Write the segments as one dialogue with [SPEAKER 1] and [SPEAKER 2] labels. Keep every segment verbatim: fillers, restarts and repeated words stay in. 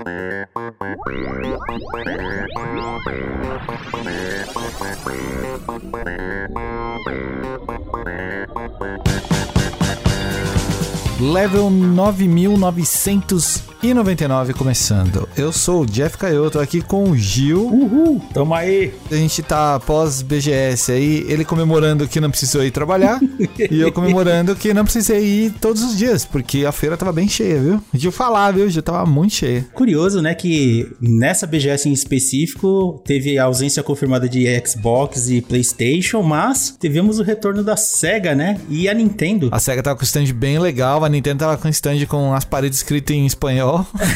[SPEAKER 1] Level nove mil novecentos e noventa e nove começando. Eu sou o Jeff Caio, tô aqui com o Gil.
[SPEAKER 2] Uhul, tamo aí.
[SPEAKER 1] A gente tá pós B G S aí, ele comemorando que não precisou ir trabalhar e eu comemorando que não precisei ir todos os dias, porque a feira tava bem cheia, viu? De eu falar, viu? Já tava muito cheia.
[SPEAKER 2] Curioso, né, que nessa B G S em específico teve a ausência confirmada de Xbox e PlayStation, mas tivemos o retorno da Sega, né? E a Nintendo.
[SPEAKER 1] A Sega tava com stand bem legal, a Nintendo tava com stand com as paredes escritas em espanhol.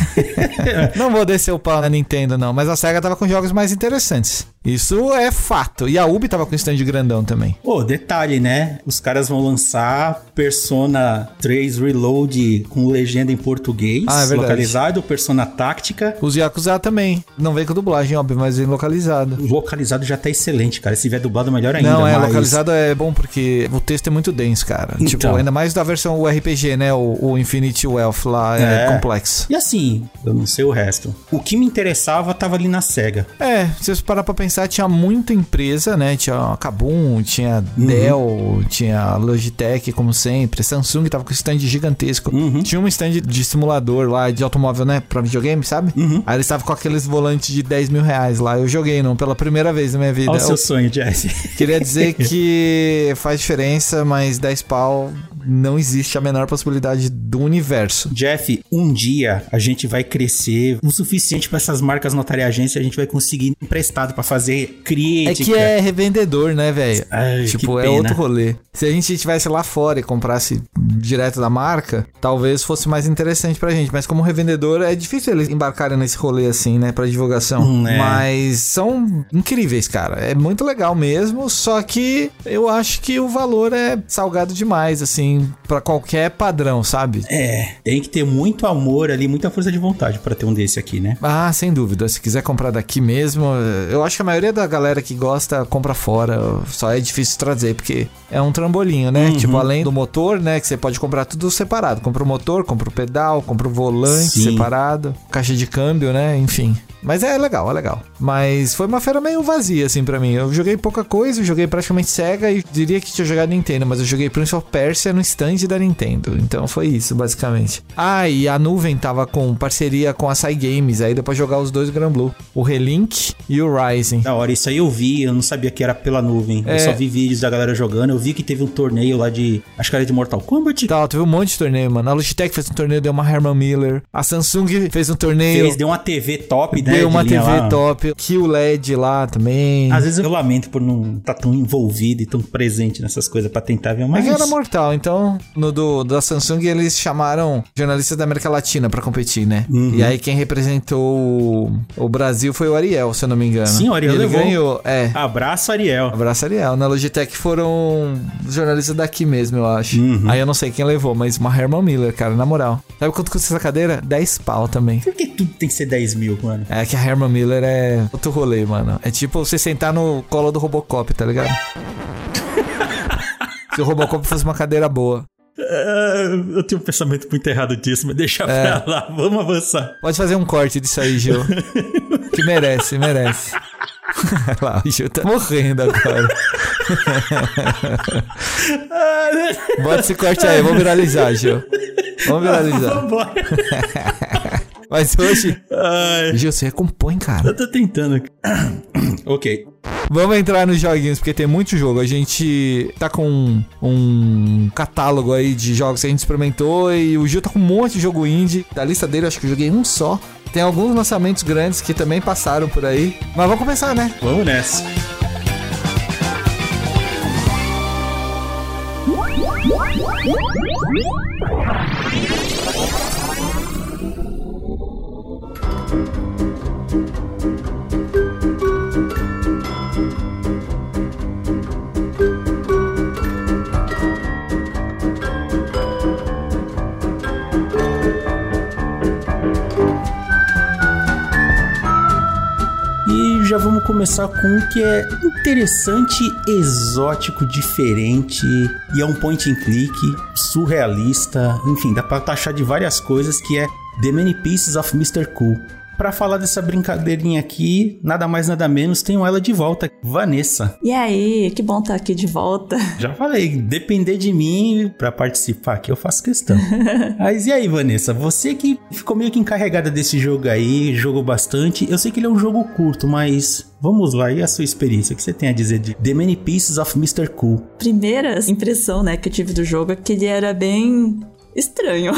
[SPEAKER 1] Não vou descer o pau na Nintendo, não, mas a Sega tava com jogos mais interessantes. Isso é fato. E a Ubi tava com stand grandão também.
[SPEAKER 2] Pô, detalhe, né? Os caras vão lançar Persona três Reload com legenda em português,
[SPEAKER 1] ah, é
[SPEAKER 2] localizado, Persona Táctica.
[SPEAKER 1] Os Yakuza também. Não vem com dublagem, óbvio, mas vem localizado.
[SPEAKER 2] O localizado já tá excelente, cara. Se tiver dublado, melhor ainda.
[SPEAKER 1] Não, é,
[SPEAKER 2] mas...
[SPEAKER 1] localizado é bom porque o texto é muito denso, cara. Então. Tipo, ainda mais da versão U R P G, né? O, o Infinity Wealth lá é, é complexo.
[SPEAKER 2] E assim, eu não sei o resto. O que me interessava tava ali na Sega.
[SPEAKER 1] É, se você parar pra pensar, tinha muita empresa, né? Tinha a Kabum, tinha uhum. Dell, tinha Logitech, como sempre. Samsung tava com stand gigantesco. Uhum. Tinha um stand de simulador lá, de automóvel, né? Pra videogame, sabe? Uhum. Aí eles estavam com aqueles volantes de dez mil reais lá. Eu joguei não pela primeira vez na minha vida.
[SPEAKER 2] Olha o seu sonho, Jesse.
[SPEAKER 1] Queria dizer que faz diferença, mas dez pau não existe a menor possibilidade do universo.
[SPEAKER 2] Jeff, um dia a gente vai crescer o suficiente pra essas marcas notarem a agência, a gente vai conseguir emprestado pra fazer crítica.
[SPEAKER 1] É que é revendedor, né, velho? Tipo, é outro rolê. Se a gente estivesse lá fora e comprasse direto da marca, talvez fosse mais interessante pra gente. Mas como revendedor, é difícil eles embarcarem nesse rolê assim, né, pra divulgação. Hum, é. Mas são incríveis, cara. É muito legal mesmo, só que eu acho que o valor é salgado demais, assim, pra qualquer padrão, sabe?
[SPEAKER 2] É, tem que ter muito amor ali, muita força de vontade pra ter um desse aqui, né?
[SPEAKER 1] Ah, sem dúvida. Se quiser comprar daqui mesmo, eu acho que a maioria da galera que gosta compra fora. Só é difícil trazer, porque é um trambolinho, né? Uhum. Tipo, além do motor, né? Que você pode comprar tudo separado. Compra o motor, compra o pedal, compra o volante Sim. separado, caixa de câmbio, né? Enfim. Mas é legal, é legal. Mas foi uma feira meio vazia, assim, pra mim. Eu joguei pouca coisa, eu joguei praticamente Sega e diria que tinha jogado Nintendo, mas eu joguei Prince of Persia no stand da Nintendo. Então foi isso, basicamente. Ah, e a Nuvem tava com parceria com a Cygames, aí deu pra jogar os dois Granblue. O Relink e o Rising.
[SPEAKER 2] Da hora, isso aí eu vi, eu não sabia que era pela Nuvem. É... Eu só vi vídeos da galera jogando, eu vi que teve um torneio lá de... Acho que era de Mortal Kombat.
[SPEAKER 1] Tá, teve um monte de torneio, mano. A Logitech fez um torneio, deu uma Herman Miller. A Samsung fez um torneio...
[SPEAKER 2] Fez, deu uma T V top, né?
[SPEAKER 1] Deu uma T V
[SPEAKER 2] lá.
[SPEAKER 1] top. Que o L E D lá também.
[SPEAKER 2] Às vezes eu lamento por não estar tá tão envolvido e tão presente nessas coisas pra tentar ver mais.
[SPEAKER 1] É que era mortal, então no do, da Samsung eles chamaram jornalistas da América Latina pra competir, né? Uhum. E aí quem representou o, o Brasil foi o Ariel, se eu não me engano.
[SPEAKER 2] Sim, o Ariel
[SPEAKER 1] ele
[SPEAKER 2] levou.
[SPEAKER 1] ganhou, é.
[SPEAKER 2] Abraço, Ariel.
[SPEAKER 1] Abraço, Ariel. Na Logitech foram jornalistas daqui mesmo, eu acho. Uhum. Aí eu não sei quem levou, mas uma Herman Miller, cara, na moral. Sabe quanto custa essa cadeira? dez pau também.
[SPEAKER 2] Por que tudo tem que ser dez mil, mano?
[SPEAKER 1] É que a Herman Miller é outro rolê, mano. É tipo você sentar no colo do Robocop, tá ligado? Se o Robocop fosse uma cadeira boa.
[SPEAKER 2] Uh, eu tenho um pensamento muito errado disso, mas deixa é. pra lá, vamos avançar.
[SPEAKER 1] Pode fazer um corte disso aí, Gil. Que merece, merece. Lá, o Gil tá morrendo agora. Bota esse corte aí, vamos viralizar, Gil. Vamos viralizar.
[SPEAKER 2] Vambora.
[SPEAKER 1] Mas hoje... Ai. Gil, você recompõe, cara.
[SPEAKER 2] Eu tô tentando. Ok.
[SPEAKER 1] Vamos entrar nos joguinhos, porque tem muito jogo. A gente tá com um, um catálogo aí de jogos que a gente experimentou. E o Gil tá com um monte de jogo indie. Da lista dele, eu acho que eu joguei um só. Tem alguns lançamentos grandes que também passaram por aí. Mas vamos começar, né?
[SPEAKER 2] Vamos nessa. Já vamos começar com um que é interessante, exótico, diferente e é um point and click, surrealista, enfim, dá pra taxar de várias coisas, que é The Many Pieces of mister Cool. Pra falar dessa brincadeirinha aqui, nada mais nada menos, tenho ela de volta, Vanessa.
[SPEAKER 3] E aí, que bom estar aqui de volta.
[SPEAKER 2] Já falei, depender de mim pra participar aqui, eu faço questão. Mas e aí, Vanessa, você que ficou meio que encarregada desse jogo aí, jogou bastante, eu sei que ele é um jogo curto, mas... Vamos lá, e a sua experiência? O que você tem a dizer de The Many Pieces of mister Cool?
[SPEAKER 3] Primeira impressão, né, que eu tive do jogo é que ele era bem... estranho.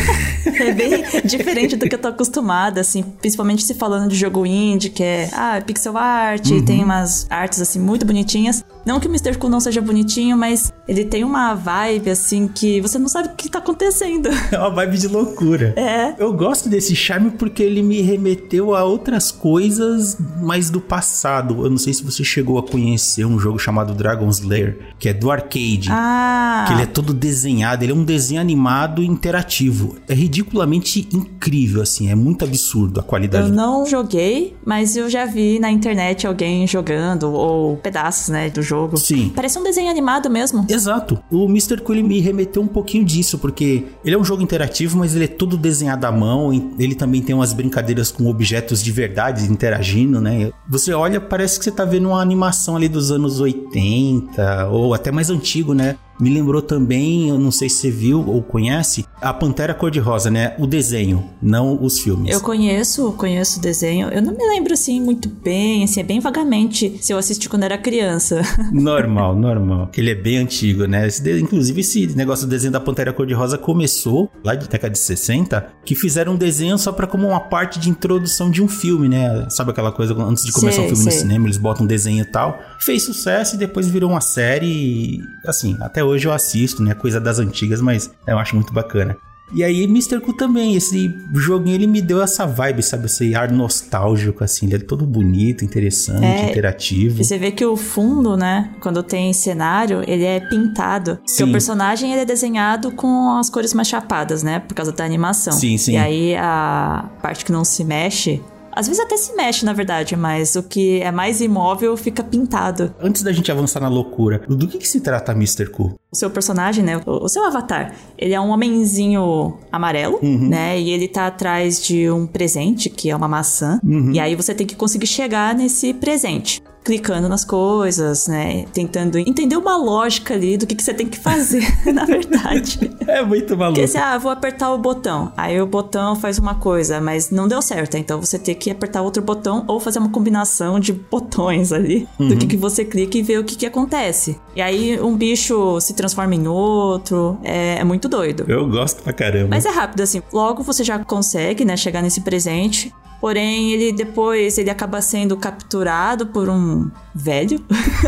[SPEAKER 3] É bem diferente do que eu tô acostumada, assim, principalmente se falando de jogo indie, que é, ah, pixel art, uhum. Tem umas artes, assim, muito bonitinhas. Não que o mister Cool não seja bonitinho, mas ele tem uma vibe, assim, que você não sabe o que tá acontecendo.
[SPEAKER 2] É uma vibe de loucura.
[SPEAKER 3] É.
[SPEAKER 2] Eu gosto desse charme porque ele me remeteu a outras coisas, mas do passado. Eu não sei se você chegou a conhecer um jogo chamado Dragon's Lair, que é do arcade.
[SPEAKER 3] Ah.
[SPEAKER 2] Que ele é todo desenhado, ele é um desenho animado interativo. É ridiculamente incrível, assim, é muito absurdo a qualidade.
[SPEAKER 3] Eu não joguei, mas eu já vi na internet alguém jogando, ou pedaços, né, do jogo.
[SPEAKER 2] Sim.
[SPEAKER 3] Parece um desenho animado mesmo.
[SPEAKER 2] Exato. O mister Cool me remeteu um pouquinho disso, porque ele é um jogo interativo, mas ele é todo desenhado à mão, ele também tem umas brincadeiras com objetos de verdade interagindo, né? Você olha, parece que você tá vendo uma animação ali dos anos oitenta, ou até mais antigo, né? Me lembrou também, eu não sei se você viu ou conhece, a Pantera Cor-de-Rosa, né? O desenho, não os filmes.
[SPEAKER 3] Eu conheço, conheço o desenho. Eu não me lembro, assim, muito bem, assim, é bem vagamente se eu assisti quando era criança.
[SPEAKER 2] Normal, normal. Ele é bem antigo, né? Esse, inclusive, esse negócio do desenho da Pantera Cor-de-Rosa começou lá de década de sessenta, que fizeram um desenho só pra como uma parte de introdução de um filme, né? Sabe aquela coisa, antes de começar sei, um filme sei. no cinema, eles botam um desenho e tal. Fez sucesso e depois virou uma série e, assim, até hoje eu assisto, né? Coisa das antigas, mas eu acho muito bacana. E aí, mister Cool também, esse joguinho, ele me deu essa vibe, sabe? Esse ar nostálgico, assim. Ele é todo bonito, interessante, é, interativo.
[SPEAKER 3] E você vê que o fundo, né? Quando tem cenário, ele é pintado. Sim. Porque o personagem, ele é desenhado com as cores mais chapadas, né? Por causa da animação.
[SPEAKER 2] Sim, sim.
[SPEAKER 3] E aí, a parte que não se mexe... Às vezes até se mexe, na verdade, mas o que é mais imóvel fica pintado.
[SPEAKER 2] Antes da gente avançar na loucura, do que, que se trata mister Cool?
[SPEAKER 3] O seu personagem, né, o, o seu avatar, ele é um homenzinho amarelo, uhum. né, e ele tá atrás de um presente, que é uma maçã, uhum. E aí você tem que conseguir chegar nesse presente. Clicando nas coisas, né? Tentando entender uma lógica ali do que, que você tem que fazer, na verdade.
[SPEAKER 2] É muito maluco.
[SPEAKER 3] Porque assim, ah, vou apertar o botão. Aí o botão faz uma coisa, mas não deu certo. Então você tem que apertar outro botão ou fazer uma combinação de botões ali. Uhum. Do que, que você clica e vê o que, que acontece. E aí um bicho se transforma em outro. É, é muito doido.
[SPEAKER 2] Eu gosto pra caramba.
[SPEAKER 3] Mas é rápido, assim. Logo você já consegue, né? Chegar nesse presente. Porém, ele depois ele acaba sendo capturado por um velho.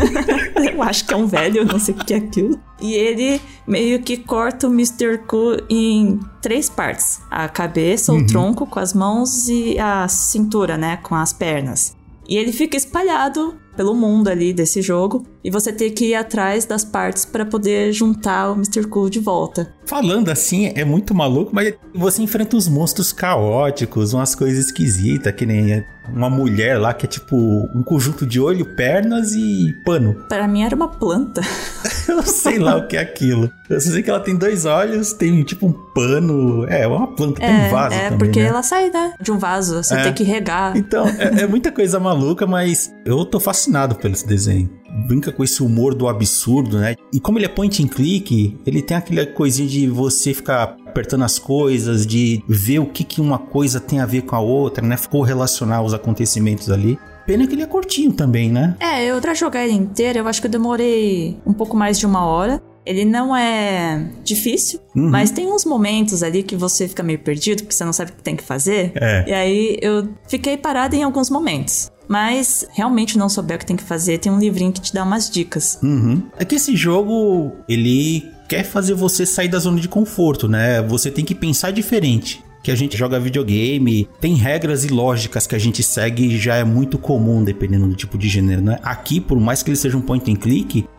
[SPEAKER 3] Eu acho que é um velho, eu não sei o que é aquilo. E ele meio que corta o mister Cool em três partes. A cabeça, uhum. o tronco com as mãos e a cintura, né, com as pernas. E ele fica espalhado pelo mundo ali desse jogo. E você tem que ir atrás das partes para poder juntar o mister Cool de volta.
[SPEAKER 2] Falando assim, é muito maluco, mas você enfrenta uns monstros caóticos, umas coisas esquisitas, que nem uma mulher lá que é tipo um conjunto de olho, pernas e pano.
[SPEAKER 3] Para mim era uma planta.
[SPEAKER 2] Eu sei lá o que é aquilo. Eu sei que ela tem dois olhos, tem tipo um pano. É, uma planta, tem
[SPEAKER 3] é,
[SPEAKER 2] um vaso
[SPEAKER 3] é,
[SPEAKER 2] também,
[SPEAKER 3] porque
[SPEAKER 2] né?
[SPEAKER 3] ela sai, né, de um vaso, você é. tem que regar.
[SPEAKER 2] Então, é, é muita coisa maluca, mas eu tô fascinado pelo esse desenho. Brinca com esse humor do absurdo, né? E como ele é point and click, ele tem aquela coisinha de você ficar apertando as coisas, de ver o que, que uma coisa tem a ver com a outra, né? Correlacionar os acontecimentos ali. Pena que ele é curtinho também, né?
[SPEAKER 3] É, eu pra jogar ele inteiro, eu acho que eu demorei um pouco mais de uma hora. Ele não é difícil, uhum. mas tem uns momentos ali que você fica meio perdido, porque você não sabe o que tem que fazer.
[SPEAKER 2] É.
[SPEAKER 3] E aí eu fiquei parada em alguns momentos. Mas realmente não souber o que tem que fazer, tem um livrinho que te dá umas dicas.
[SPEAKER 2] Uhum. É que esse jogo, ele quer fazer você sair da zona de conforto, né? Você tem que pensar diferente. Que a gente joga videogame, tem regras e lógicas que a gente segue e já é muito comum, dependendo do tipo de gênero, né? Aqui, por mais que ele seja um point and click,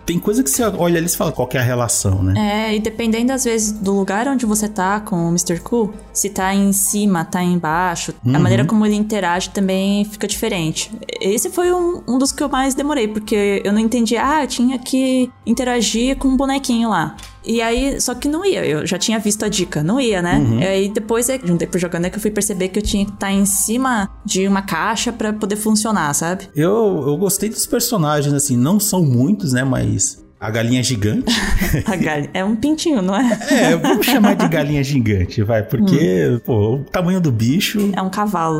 [SPEAKER 2] tem coisa que você olha ali e fala qual que é a relação, né?
[SPEAKER 3] É, e dependendo às vezes do lugar onde você tá com o mister Cool, se tá em cima, tá embaixo, uhum. a maneira como ele interage também fica diferente. Esse foi um, um dos que eu mais demorei, porque eu não entendi, ah, eu tinha que interagir com um bonequinho lá. E aí, só que não ia, eu já tinha visto a dica, não ia, né? Uhum. E aí depois, é, juntei por jogando, é que eu fui perceber que eu tinha que estar em cima de uma caixa pra poder funcionar, sabe?
[SPEAKER 2] Eu, eu gostei dos personagens, assim, não são muitos, né, mas... A galinha gigante.
[SPEAKER 3] A galinha. É um pintinho, não é?
[SPEAKER 2] É, vamos chamar de galinha gigante, vai, porque, hum. pô, o tamanho do bicho...
[SPEAKER 3] É um cavalo.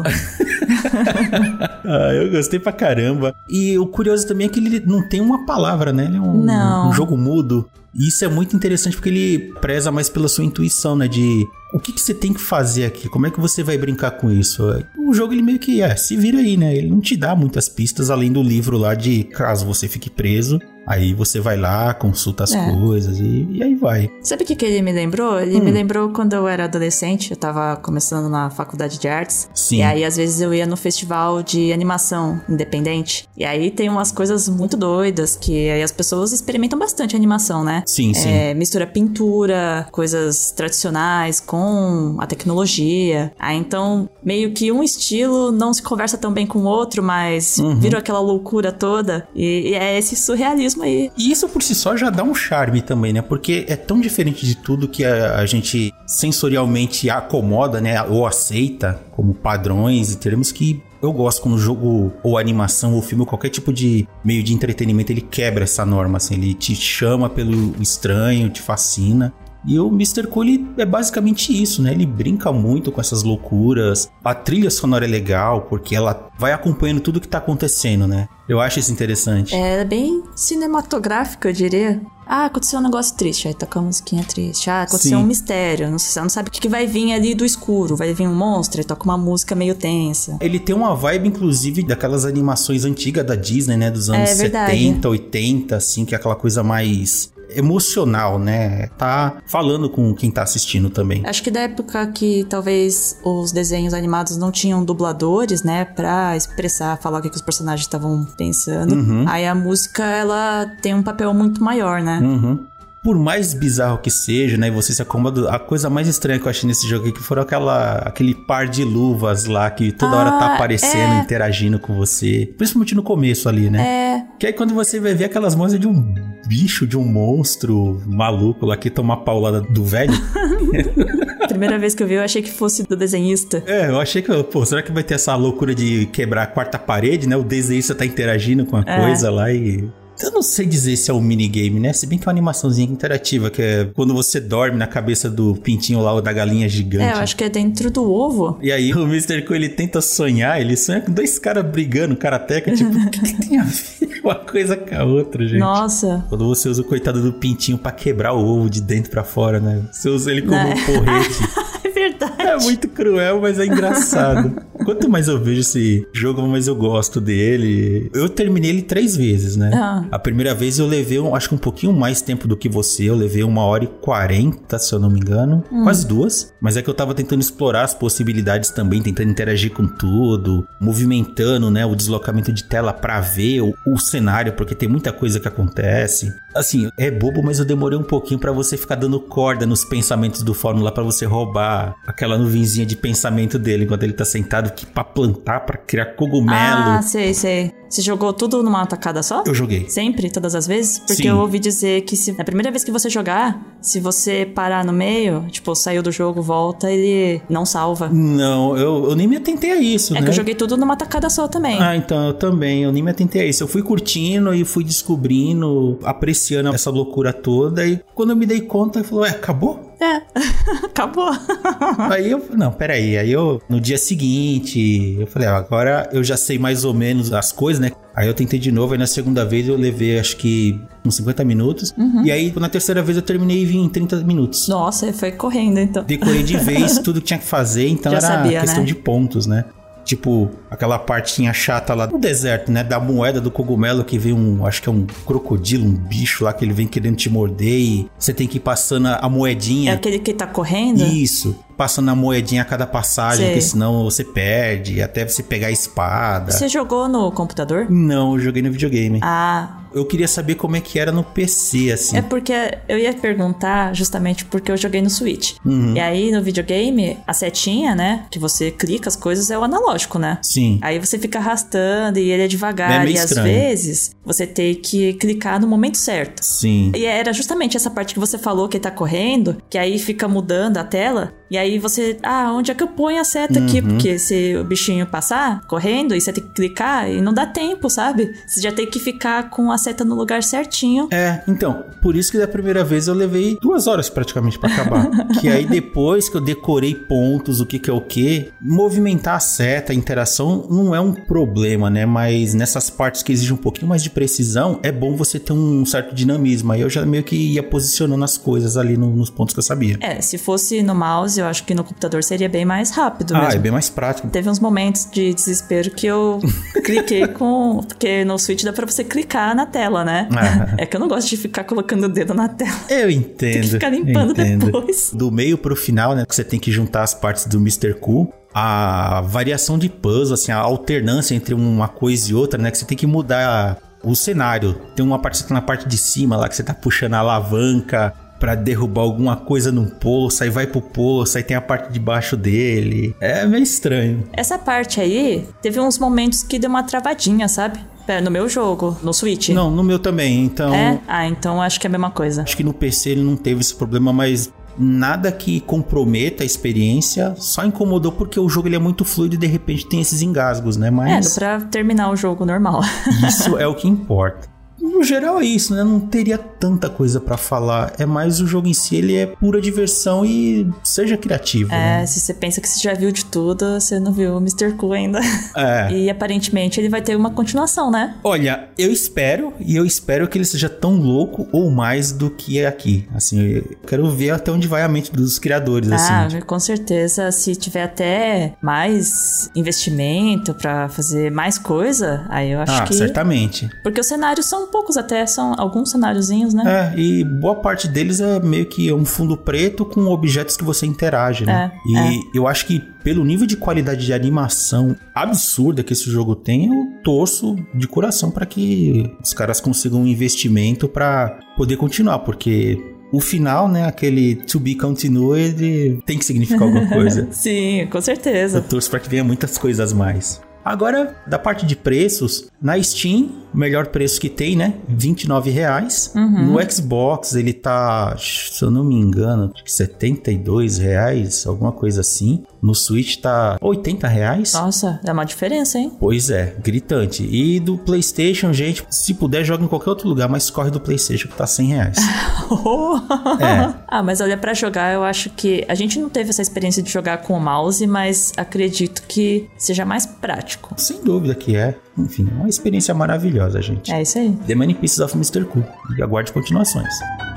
[SPEAKER 2] Ah, eu gostei pra caramba. E o curioso também é que ele não tem uma palavra, né? Ele é um,
[SPEAKER 3] não.
[SPEAKER 2] um jogo mudo. E isso é muito interessante porque ele preza mais pela sua intuição, né? De o que, que você tem que fazer aqui? Como é que você vai brincar com isso? O jogo, ele meio que, é, se vira aí, né? Ele não te dá muitas pistas, além do livro lá de caso você fique preso. Aí você vai lá, consulta as é. coisas e, e aí vai.
[SPEAKER 3] Sabe o que, que ele me lembrou? Ele hum. me lembrou quando eu era adolescente, eu tava começando na faculdade de artes.
[SPEAKER 2] Sim.
[SPEAKER 3] E aí, às vezes, eu ia no festival de animação independente. E aí tem umas coisas muito doidas que aí as pessoas experimentam bastante animação, né?
[SPEAKER 2] Sim, sim.
[SPEAKER 3] É, mistura pintura, coisas tradicionais com a tecnologia. Aí, então, meio que um estilo não se conversa tão bem com o outro, mas uhum. virou aquela loucura toda. E, e é esse surrealismo aí.
[SPEAKER 2] E isso por si só já dá um charme também, né? Porque é tão diferente de tudo que a, a gente sensorialmente acomoda, né? Ou aceita como padrões e termos que eu gosto quando o jogo, ou animação, ou filme, ou qualquer tipo de meio de entretenimento, ele quebra essa norma, assim. Ele te chama pelo estranho, te fascina. E o mister Cool é basicamente isso, né? Ele brinca muito com essas loucuras. A trilha sonora é legal, porque ela vai acompanhando tudo que tá acontecendo, né? Eu acho isso interessante.
[SPEAKER 3] É bem cinematográfico, eu diria. Ah, aconteceu um negócio triste, aí toca uma musiquinha triste. Ah, aconteceu Sim. um mistério, não, você não sabe o que, que vai vir ali do escuro. Vai vir um monstro, aí toca uma música meio tensa.
[SPEAKER 2] Ele tem uma vibe, inclusive, daquelas animações antigas da Disney, né? Dos anos é setenta, oitenta, assim, que é aquela coisa mais... emocional, né? Tá falando com quem tá assistindo também.
[SPEAKER 3] Acho que da época que talvez os desenhos animados não tinham dubladores, né? Pra expressar, falar o que, que os personagens estavam pensando. Uhum. Aí a música, ela tem um papel muito maior, né?
[SPEAKER 2] Uhum. Por mais bizarro que seja, né? Você se acomoda. A coisa mais estranha que eu achei nesse jogo aqui que foram aquela, aquele par de luvas lá que toda ah, hora tá aparecendo, é. interagindo com você. Principalmente no começo ali, né?
[SPEAKER 3] É.
[SPEAKER 2] Que aí quando você vai ver aquelas mãos de um bicho, de um monstro maluco lá que toma a paulada do velho.
[SPEAKER 3] Primeira vez que eu vi, eu achei que fosse do desenhista.
[SPEAKER 2] É, eu achei que, pô, será que vai ter essa loucura de quebrar a quarta parede, né? O desenhista tá interagindo com a é. coisa lá e... Eu não sei dizer se é um minigame, né? Se bem que é uma animaçãozinha interativa, que é quando você dorme na cabeça do pintinho lá, ou da galinha gigante.
[SPEAKER 3] É, eu acho que é dentro do ovo.
[SPEAKER 2] E aí o mister Cool, ele tenta sonhar, ele sonha com dois caras brigando, karateca, tipo, o que, que tem a ver uma coisa com a outra, gente?
[SPEAKER 3] Nossa.
[SPEAKER 2] Quando você usa o coitado do pintinho pra quebrar o ovo de dentro pra fora, né? Você usa ele como não. um porrete.
[SPEAKER 3] Verdade.
[SPEAKER 2] É muito cruel, mas é engraçado. Quanto mais eu vejo esse jogo, mais eu gosto dele. Eu terminei ele três vezes, né? Ah. A primeira vez eu levei, um, acho que um pouquinho mais tempo do que você. Eu levei uma hora e quarenta, se eu não me engano. Hum. Quase duas. Mas é que eu tava tentando explorar as possibilidades também, tentando interagir com tudo. Movimentando, né, o deslocamento de tela pra ver o, o cenário, porque tem muita coisa que acontece. Assim, é bobo, mas eu demorei um pouquinho pra você ficar dando corda nos pensamentos do Fórmula pra você roubar aquela nuvenzinha de pensamento dele enquanto ele tá sentado aqui pra plantar, pra criar cogumelo.
[SPEAKER 3] Ah, sei, sei. Você jogou tudo numa tacada só?
[SPEAKER 2] Eu joguei.
[SPEAKER 3] Sempre? Todas as vezes? Porque
[SPEAKER 2] Sim.
[SPEAKER 3] eu ouvi dizer que se, na primeira vez que você jogar, se você parar no meio, tipo, saiu do jogo, volta, ele não salva.
[SPEAKER 2] Não, eu, eu nem me atentei a isso,
[SPEAKER 3] é
[SPEAKER 2] né?
[SPEAKER 3] É que eu joguei tudo numa tacada só também.
[SPEAKER 2] Ah, então eu também. Eu nem me atentei a isso. Eu fui curtindo e fui descobrindo, apreciando essa loucura toda. E quando eu me dei conta, eu falei, ué, acabou?
[SPEAKER 3] É, acabou.
[SPEAKER 2] Aí eu, não, peraí, aí eu, no dia seguinte, eu falei, ah, agora eu já sei mais ou menos as coisas, né? Aí eu tentei de novo, aí na segunda vez eu levei, acho que uns cinquenta minutos. Uhum. E aí, na terceira vez eu terminei e vim em trinta minutos.
[SPEAKER 3] Nossa, foi correndo, então.
[SPEAKER 2] Decorei de vez tudo que tinha que fazer, então já era sabia, questão né? de pontos, né? Tipo, aquela partinha chata lá do deserto, né? Da moeda do cogumelo que vem um... Acho que é um crocodilo, um bicho lá que ele vem querendo te morder e você tem que ir passando a moedinha.
[SPEAKER 3] É aquele que tá correndo?
[SPEAKER 2] Isso. passando a moedinha a cada passagem,
[SPEAKER 3] Sei.
[SPEAKER 2] porque senão você perde, até você pegar a espada.
[SPEAKER 3] Você jogou no computador?
[SPEAKER 2] Não, eu joguei no videogame.
[SPEAKER 3] Ah...
[SPEAKER 2] Eu queria saber como é que era no P C, assim.
[SPEAKER 3] É porque eu ia perguntar justamente porque eu joguei no Switch.
[SPEAKER 2] Uhum.
[SPEAKER 3] E aí no videogame, a setinha, né, que você clica as coisas é o analógico, né?
[SPEAKER 2] Sim.
[SPEAKER 3] Aí você fica arrastando e ele é devagar.
[SPEAKER 2] É meio
[SPEAKER 3] e
[SPEAKER 2] estranho.
[SPEAKER 3] Às vezes você tem que clicar no momento certo.
[SPEAKER 2] Sim.
[SPEAKER 3] E era justamente essa parte que você falou que ele tá correndo, que aí fica mudando a tela. E aí você, ah, onde é que eu ponho a seta
[SPEAKER 2] Uhum.
[SPEAKER 3] aqui? Porque se o bichinho passar correndo e você tem que clicar e não dá tempo, sabe? Você já tem que ficar com a seta no lugar certinho.
[SPEAKER 2] É, então, por isso que da primeira vez eu levei duas horas praticamente pra acabar. Que aí depois que eu decorei pontos, o que que é o que, movimentar a seta, a interação não é um problema, né? Mas nessas partes que exigem um pouquinho mais de precisão, é bom você ter um certo dinamismo. Aí eu já meio que ia posicionando as coisas ali no, nos pontos que eu sabia.
[SPEAKER 3] É, se fosse no mouse, eu acho que no computador seria bem mais rápido
[SPEAKER 2] Ah,
[SPEAKER 3] mesmo.
[SPEAKER 2] é bem mais prático.
[SPEAKER 3] Teve uns momentos de desespero que eu cliquei com... Porque no Switch dá pra você clicar na tela, né?
[SPEAKER 2] Ah.
[SPEAKER 3] É que eu não gosto de ficar colocando o dedo na tela.
[SPEAKER 2] Eu entendo.
[SPEAKER 3] Tem que ficar limpando
[SPEAKER 2] entendo.
[SPEAKER 3] depois.
[SPEAKER 2] Do meio pro final, né? Que você tem que juntar as partes do mister Cool. A variação de puzzle, assim, a alternância entre uma coisa e outra, né? Que você tem que mudar o cenário. Tem uma parte que você tá na parte de cima lá, que você tá puxando a alavanca pra derrubar alguma coisa num poço, aí vai pro poço, aí tem a parte de baixo dele. É meio estranho.
[SPEAKER 3] Essa parte aí, teve uns momentos que deu uma travadinha, sabe? Pera, no meu jogo, no Switch.
[SPEAKER 2] Não, no meu também, então...
[SPEAKER 3] É? Ah, então acho que é a mesma coisa.
[SPEAKER 2] Acho que no P C ele não teve esse problema, mas nada que comprometa a experiência, só incomodou porque o jogo ele é muito fluido e de repente tem esses engasgos, né? Mas...
[SPEAKER 3] É, dá pra terminar o jogo normal.
[SPEAKER 2] Isso é o que importa. No geral é isso, né? Não teria tanta coisa pra falar. É mais o jogo em si, ele é pura diversão e seja criativo.
[SPEAKER 3] É,
[SPEAKER 2] né?
[SPEAKER 3] se você pensa que você já viu de tudo, você não viu o mister Cool ainda.
[SPEAKER 2] É.
[SPEAKER 3] E aparentemente ele vai ter uma continuação, né?
[SPEAKER 2] Olha, eu espero, e eu espero que ele seja tão louco ou mais do que é aqui. Assim, eu quero ver até onde vai a mente dos criadores,
[SPEAKER 3] Ah,
[SPEAKER 2] assim.
[SPEAKER 3] com certeza, se tiver até mais investimento pra fazer mais coisa, aí eu acho
[SPEAKER 2] Ah,
[SPEAKER 3] que...
[SPEAKER 2] certamente.
[SPEAKER 3] Porque os cenários são poucos até, são alguns cenáriozinhos, né?
[SPEAKER 2] É, e boa parte deles é meio que um fundo preto com objetos que você interage, né?
[SPEAKER 3] É,
[SPEAKER 2] e
[SPEAKER 3] é.
[SPEAKER 2] eu acho que pelo nível de qualidade de animação absurda que esse jogo tem, eu torço de coração pra que os caras consigam um investimento pra poder continuar, porque o final, né, aquele to be continued, tem que significar alguma coisa.
[SPEAKER 3] Sim, com certeza.
[SPEAKER 2] Eu torço pra que venha muitas coisas mais. Agora, da parte de preços, na Steam, o melhor preço que tem, né? vinte e nove reais.
[SPEAKER 3] Uhum.
[SPEAKER 2] No Xbox, ele tá, se eu não me engano, setenta e dois reais, alguma coisa assim. No Switch tá oitenta reais.
[SPEAKER 3] Nossa, é uma diferença, hein?
[SPEAKER 2] Pois é, gritante. E do PlayStation, gente, se puder, joga em qualquer outro lugar, mas corre do PlayStation que tá cem reais. É.
[SPEAKER 3] Ah, mas olha, pra jogar, eu acho que a gente não teve essa experiência de jogar com o mouse, mas acredito que seja mais prático.
[SPEAKER 2] Sem dúvida que é. Enfim, uma experiência maravilhosa, gente.
[SPEAKER 3] É isso aí.
[SPEAKER 2] The Many Pieces of mister Cool. E aguarde continuações.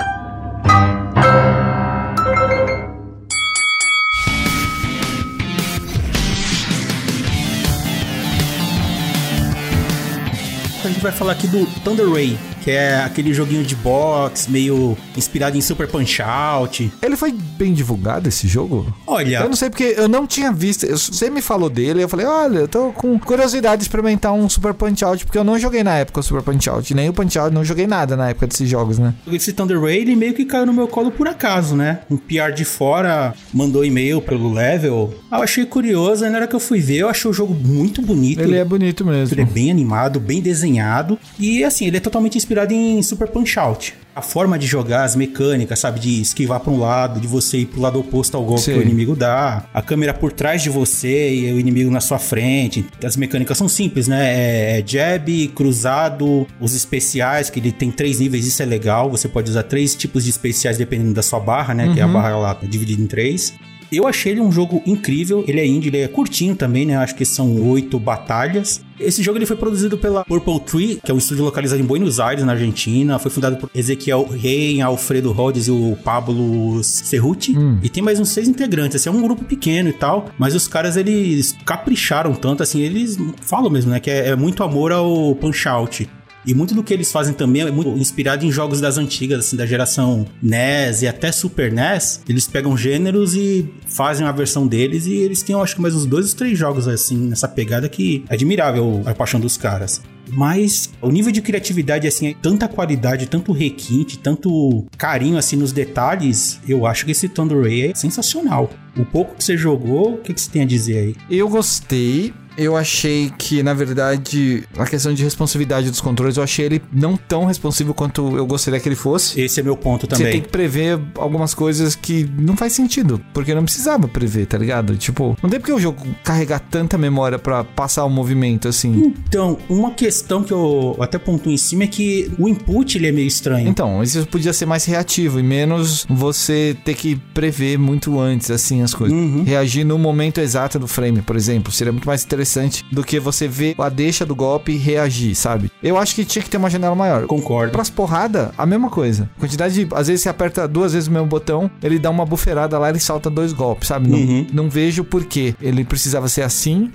[SPEAKER 2] A gente vai falar aqui do Thunder Ray, que é aquele joguinho de boxe, meio inspirado em Super Punch-Out.
[SPEAKER 1] Ele foi bem divulgado, esse jogo?
[SPEAKER 2] Olha...
[SPEAKER 1] Eu não sei porque eu não tinha visto. Eu- Você me falou dele, eu falei, olha, eu tô com curiosidade de experimentar um Super Punch-Out, porque eu não joguei na época o Super Punch-Out, nem o Punch-Out, não joguei nada na época desses jogos, né?
[SPEAKER 2] Esse Thunder Ray, ele meio que caiu no meu colo por acaso, né? Um P R de fora mandou e-mail pelo Level. Ah, eu achei curioso, aí na hora que eu fui ver, eu achei o jogo muito bonito.
[SPEAKER 1] Ele é bonito mesmo.
[SPEAKER 2] Ele é bem animado, bem desenhado. E assim, ele é totalmente inspirado em Super Punch-Out. A forma de jogar, as mecânicas, sabe? De esquivar pra um lado, de você ir pro lado oposto ao golpe
[SPEAKER 1] Sim.
[SPEAKER 2] que o inimigo dá. A câmera por trás de você e o inimigo na sua frente. As mecânicas são simples, né? É jab, cruzado, os especiais, que ele tem três níveis, isso é legal. Você pode usar três tipos de especiais dependendo da sua barra, né? Que é a barra lá dividida em três. Eu achei ele um jogo incrível, ele é indie, ele é curtinho também, né? Acho que são oito batalhas. Esse jogo ele foi produzido pela Purple Tree, que é um estúdio localizado em Buenos Aires, na Argentina. Foi fundado por Ezequiel Rey, Alfredo Rhodes e o Pablo Cerruti. Hum. E tem mais uns seis integrantes. Assim, é um grupo pequeno e tal, mas os caras, eles capricharam tanto, assim, eles falam mesmo, né? Que é, é muito amor ao Punch-Out. E muito do que eles fazem também é muito inspirado em jogos das antigas, assim, da geração N E S e até Super N E S. Eles pegam gêneros e fazem a versão deles e eles têm, eu acho que mais uns dois ou três jogos, assim, nessa pegada que é admirável a paixão dos caras. Mas o nível de criatividade, assim, é tanta qualidade, tanto requinte, tanto carinho, assim, nos detalhes, eu acho que esse Thunder Ray é sensacional. O pouco que você jogou, o que, que você tem a dizer aí?
[SPEAKER 1] Eu gostei. Eu achei que, na verdade, a questão de responsividade dos controles, eu achei ele não tão responsivo quanto eu gostaria que ele fosse.
[SPEAKER 2] Esse é meu ponto também.
[SPEAKER 1] Você tem que prever algumas coisas que não faz sentido, porque não precisava prever, tá ligado? Tipo, não tem porque o jogo carregar tanta memória pra passar o movimento, assim.
[SPEAKER 2] Então, uma questão que eu até pontuo em cima é que o input, ele é meio estranho.
[SPEAKER 1] Então, isso podia ser mais reativo e menos você ter que prever muito antes, assim, as coisas. Uhum. Reagir no momento exato do frame, por exemplo, seria muito mais interessante do que você ver a deixa do golpe e reagir, sabe? Eu acho que tinha que ter uma janela maior.
[SPEAKER 2] Concordo.
[SPEAKER 1] Pras porrada, a mesma coisa. A quantidade de... Às vezes você aperta duas vezes o mesmo botão, ele dá uma buferada lá e ele salta dois golpes, sabe?
[SPEAKER 2] Uhum.
[SPEAKER 1] Não, não vejo por que ele precisava ser assim.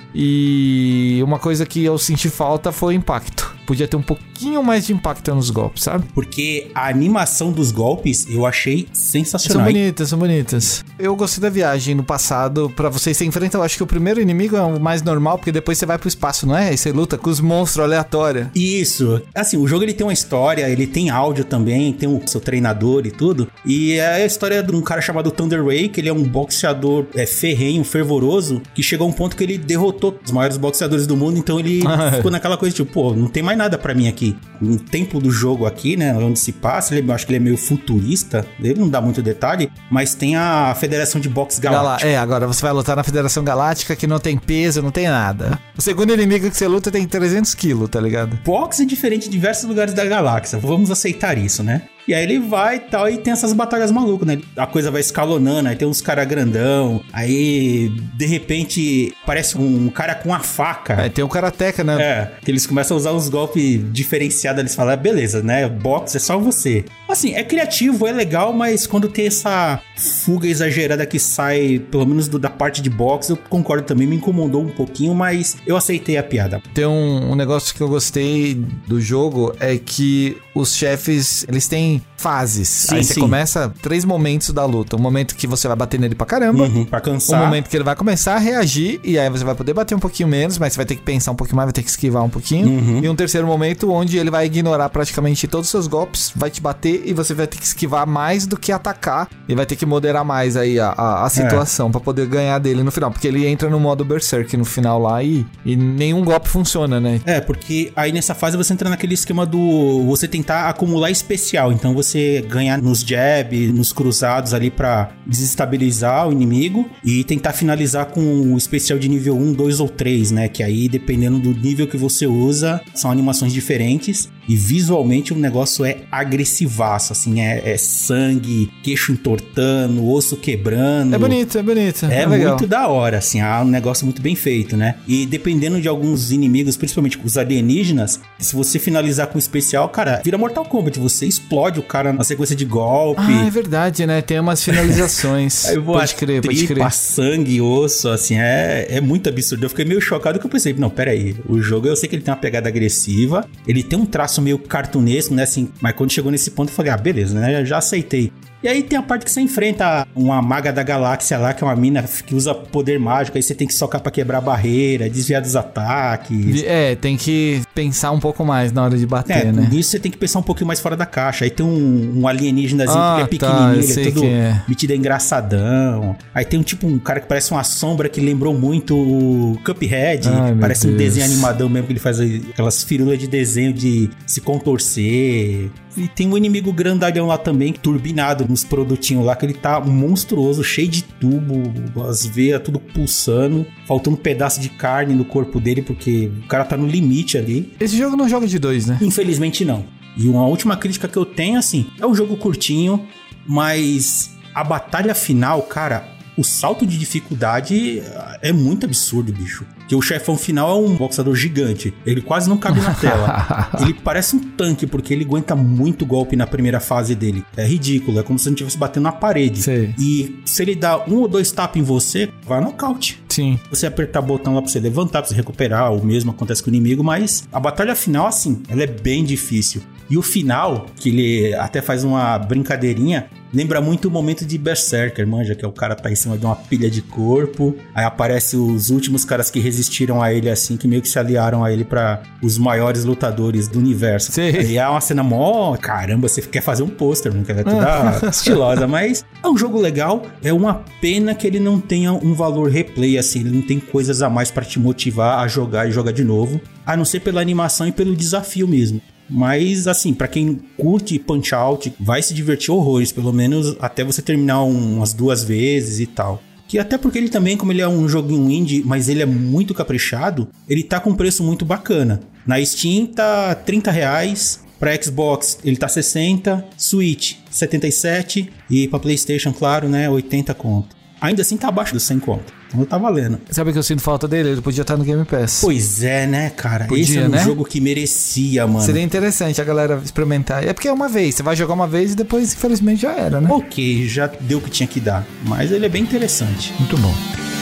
[SPEAKER 1] E uma coisa que eu senti falta foi o impacto. Podia ter um pouquinho mais de impacto nos golpes, sabe?
[SPEAKER 2] Porque a animação dos golpes eu achei sensacional.
[SPEAKER 1] São bonitas, são bonitas. Eu gostei da viagem no passado. Pra vocês se enfrentam, eu acho que o primeiro inimigo é o mais normal, porque depois você vai pro espaço, não é? Aí você luta com os monstros aleatórios.
[SPEAKER 2] Isso. Assim, o jogo ele tem uma história, ele tem áudio também, tem o seu treinador e tudo. E é a história de um cara chamado Thunder Ray, que ele é um boxeador é, ferrenho, fervoroso, que chegou a um ponto que ele derrotou os maiores boxeadores do mundo, então ele ficou naquela coisa tipo, pô, não tem mais nada pra mim aqui. O tempo do jogo aqui, né, onde se passa, ele, eu acho que ele é meio futurista, ele não dá muito detalhe, mas tem a Federação de Boxe Galáctica.
[SPEAKER 1] É, agora você vai lutar na Federação Galáctica, que não tem peso, não tem nada. O segundo inimigo que você luta tem trezentos quilos, tá ligado?
[SPEAKER 2] Boxe é diferente em diversos lugares da galáxia, vamos aceitar isso, né? E aí ele vai e tal, e tem essas batalhas malucas, né? A coisa vai escalonando, aí tem uns caras grandão, aí de repente aparece um cara com uma faca.
[SPEAKER 1] É, tem um karateca, né?
[SPEAKER 2] É, que eles começam a usar uns golpes diferenciados, eles falam, ah, beleza, né? Boxe é só você. Assim, é criativo, é legal, mas quando tem essa fuga exagerada que sai, pelo menos do, da parte de boxe, eu concordo também, me incomodou um pouquinho, mas eu aceitei a piada.
[SPEAKER 1] Tem um, um negócio que eu gostei do jogo, é que os chefes, eles têm fases.
[SPEAKER 2] Sim,
[SPEAKER 1] aí você
[SPEAKER 2] sim.
[SPEAKER 1] começa três momentos da luta. Um momento que você vai bater nele pra caramba.
[SPEAKER 2] Uhum, pra cansar.
[SPEAKER 1] Um momento que ele vai começar a reagir, e aí você vai poder bater um pouquinho menos, mas você vai ter que pensar um pouquinho mais, vai ter que esquivar um pouquinho. Uhum. E um terceiro momento onde ele vai ignorar praticamente todos os seus golpes, vai te bater e você vai ter que esquivar mais do que atacar. E vai ter que moderar mais aí a, a, a situação é. pra poder ganhar dele no final. Porque ele entra no modo Berserk no final lá e, e nenhum golpe funciona, né?
[SPEAKER 2] É, porque aí nessa fase você entra naquele esquema do... você tentar acumular especial. Então você ganhar nos jab, nos cruzados ali pra desestabilizar o inimigo e tentar finalizar com o especial de nível um, dois ou três, né? Que aí, dependendo do nível que você usa, são animações diferentes. E visualmente o negócio é agressivaço, assim, é, é sangue, queixo entortando, osso quebrando.
[SPEAKER 1] É bonito, é bonito.
[SPEAKER 2] É,
[SPEAKER 1] é
[SPEAKER 2] muito
[SPEAKER 1] legal.
[SPEAKER 2] da hora, assim, é um negócio muito bem feito, né? E dependendo de alguns inimigos, principalmente os alienígenas, se você finalizar com especial, cara, vira Mortal Kombat, você explode o cara na sequência de golpe.
[SPEAKER 1] Ah, é verdade, né? Tem umas finalizações.
[SPEAKER 2] Aí voa
[SPEAKER 1] pode crer,
[SPEAKER 2] tripa,
[SPEAKER 1] pode crer.
[SPEAKER 2] sangue, osso, assim, é, é muito absurdo. Eu fiquei meio chocado que eu pensei, não, pera aí, o jogo eu sei que ele tem uma pegada agressiva, ele tem um traço meio cartunesco, né, assim, mas quando chegou nesse ponto eu falei, ah, beleza, né, eu já aceitei. E aí tem a parte que você enfrenta uma maga da galáxia lá, que é uma mina que usa poder mágico, aí você tem que socar pra quebrar a barreira, desviar dos ataques.
[SPEAKER 1] É, tem que pensar um pouco mais na hora de bater,
[SPEAKER 2] é,
[SPEAKER 1] né?
[SPEAKER 2] Nisso você tem que pensar um pouquinho mais fora da caixa. Aí tem um, um alienígenazinho
[SPEAKER 1] ah,
[SPEAKER 2] que é
[SPEAKER 1] tá,
[SPEAKER 2] pequenininho, ele é todo
[SPEAKER 1] é.
[SPEAKER 2] metido engraçadão. Aí tem um tipo, um cara que parece uma sombra que lembrou muito o Cuphead.
[SPEAKER 1] Ai,
[SPEAKER 2] parece um
[SPEAKER 1] Deus.
[SPEAKER 2] desenho animadão mesmo, que ele faz aquelas firulas de desenho de se contorcer. E tem um inimigo grandalhão lá também, turbinado nos produtinhos lá, que ele tá monstruoso, cheio de tubo, as veias tudo pulsando, faltando um pedaço de carne no corpo dele, porque o cara tá no limite ali.
[SPEAKER 1] Esse jogo não joga de dois, né?
[SPEAKER 2] Infelizmente não. E uma última crítica que eu tenho, assim, é um jogo curtinho, mas a batalha final, cara, o salto de dificuldade é muito absurdo, bicho. Que o chefão final é um boxador gigante. Ele quase não cabe na tela. Ele parece um tanque, porque ele aguenta muito golpe na primeira fase dele. É ridículo, é como se ele estivesse batendo na parede.
[SPEAKER 1] Sei.
[SPEAKER 2] E se ele dá um ou dois tapas em você, vai nocaute.
[SPEAKER 1] Sim.
[SPEAKER 2] Você apertar o botão lá pra você levantar, pra você recuperar, o mesmo acontece com o inimigo, mas a batalha final, assim, ela é bem difícil. E o final, que ele até faz uma brincadeirinha, lembra muito o momento de Berserker, manja, que é o cara tá em cima de uma pilha de corpo, aí aparece os últimos caras que resistiram a ele, assim, que meio que se aliaram a ele pra os maiores lutadores do universo.
[SPEAKER 1] Sim.
[SPEAKER 2] E é uma cena mó, caramba, você quer fazer um pôster, não quer toda estilosa, mas é um jogo legal, é uma pena que ele não tenha um valor replay, assim, ele não tem coisas a mais pra te motivar a jogar e jogar de novo, a não ser pela animação e pelo desafio mesmo. Mas, assim, pra quem curte Punch-Out, vai se divertir horrores, pelo menos até você terminar um, umas duas vezes e tal. Que até porque ele também, como ele é um joguinho indie, mas ele é muito caprichado, ele tá com um preço muito bacana. Na Steam tá trinta reais, pra Xbox ele tá sessenta, Switch setenta e sete e pra PlayStation, claro, né, oitenta conto. Ainda assim tá abaixo dos cem conto. Então tá valendo.
[SPEAKER 1] Sabe que eu sinto falta dele? Ele podia estar no Game Pass.
[SPEAKER 2] Pois é, né, cara?
[SPEAKER 1] Podia,
[SPEAKER 2] Esse é um
[SPEAKER 1] né?
[SPEAKER 2] jogo que merecia, mano.
[SPEAKER 1] Seria interessante a galera experimentar. É porque é uma vez, você vai jogar uma vez e depois, infelizmente, já era, né?
[SPEAKER 2] Ok, já deu o que tinha que dar. Mas ele é bem interessante.
[SPEAKER 1] Muito bom.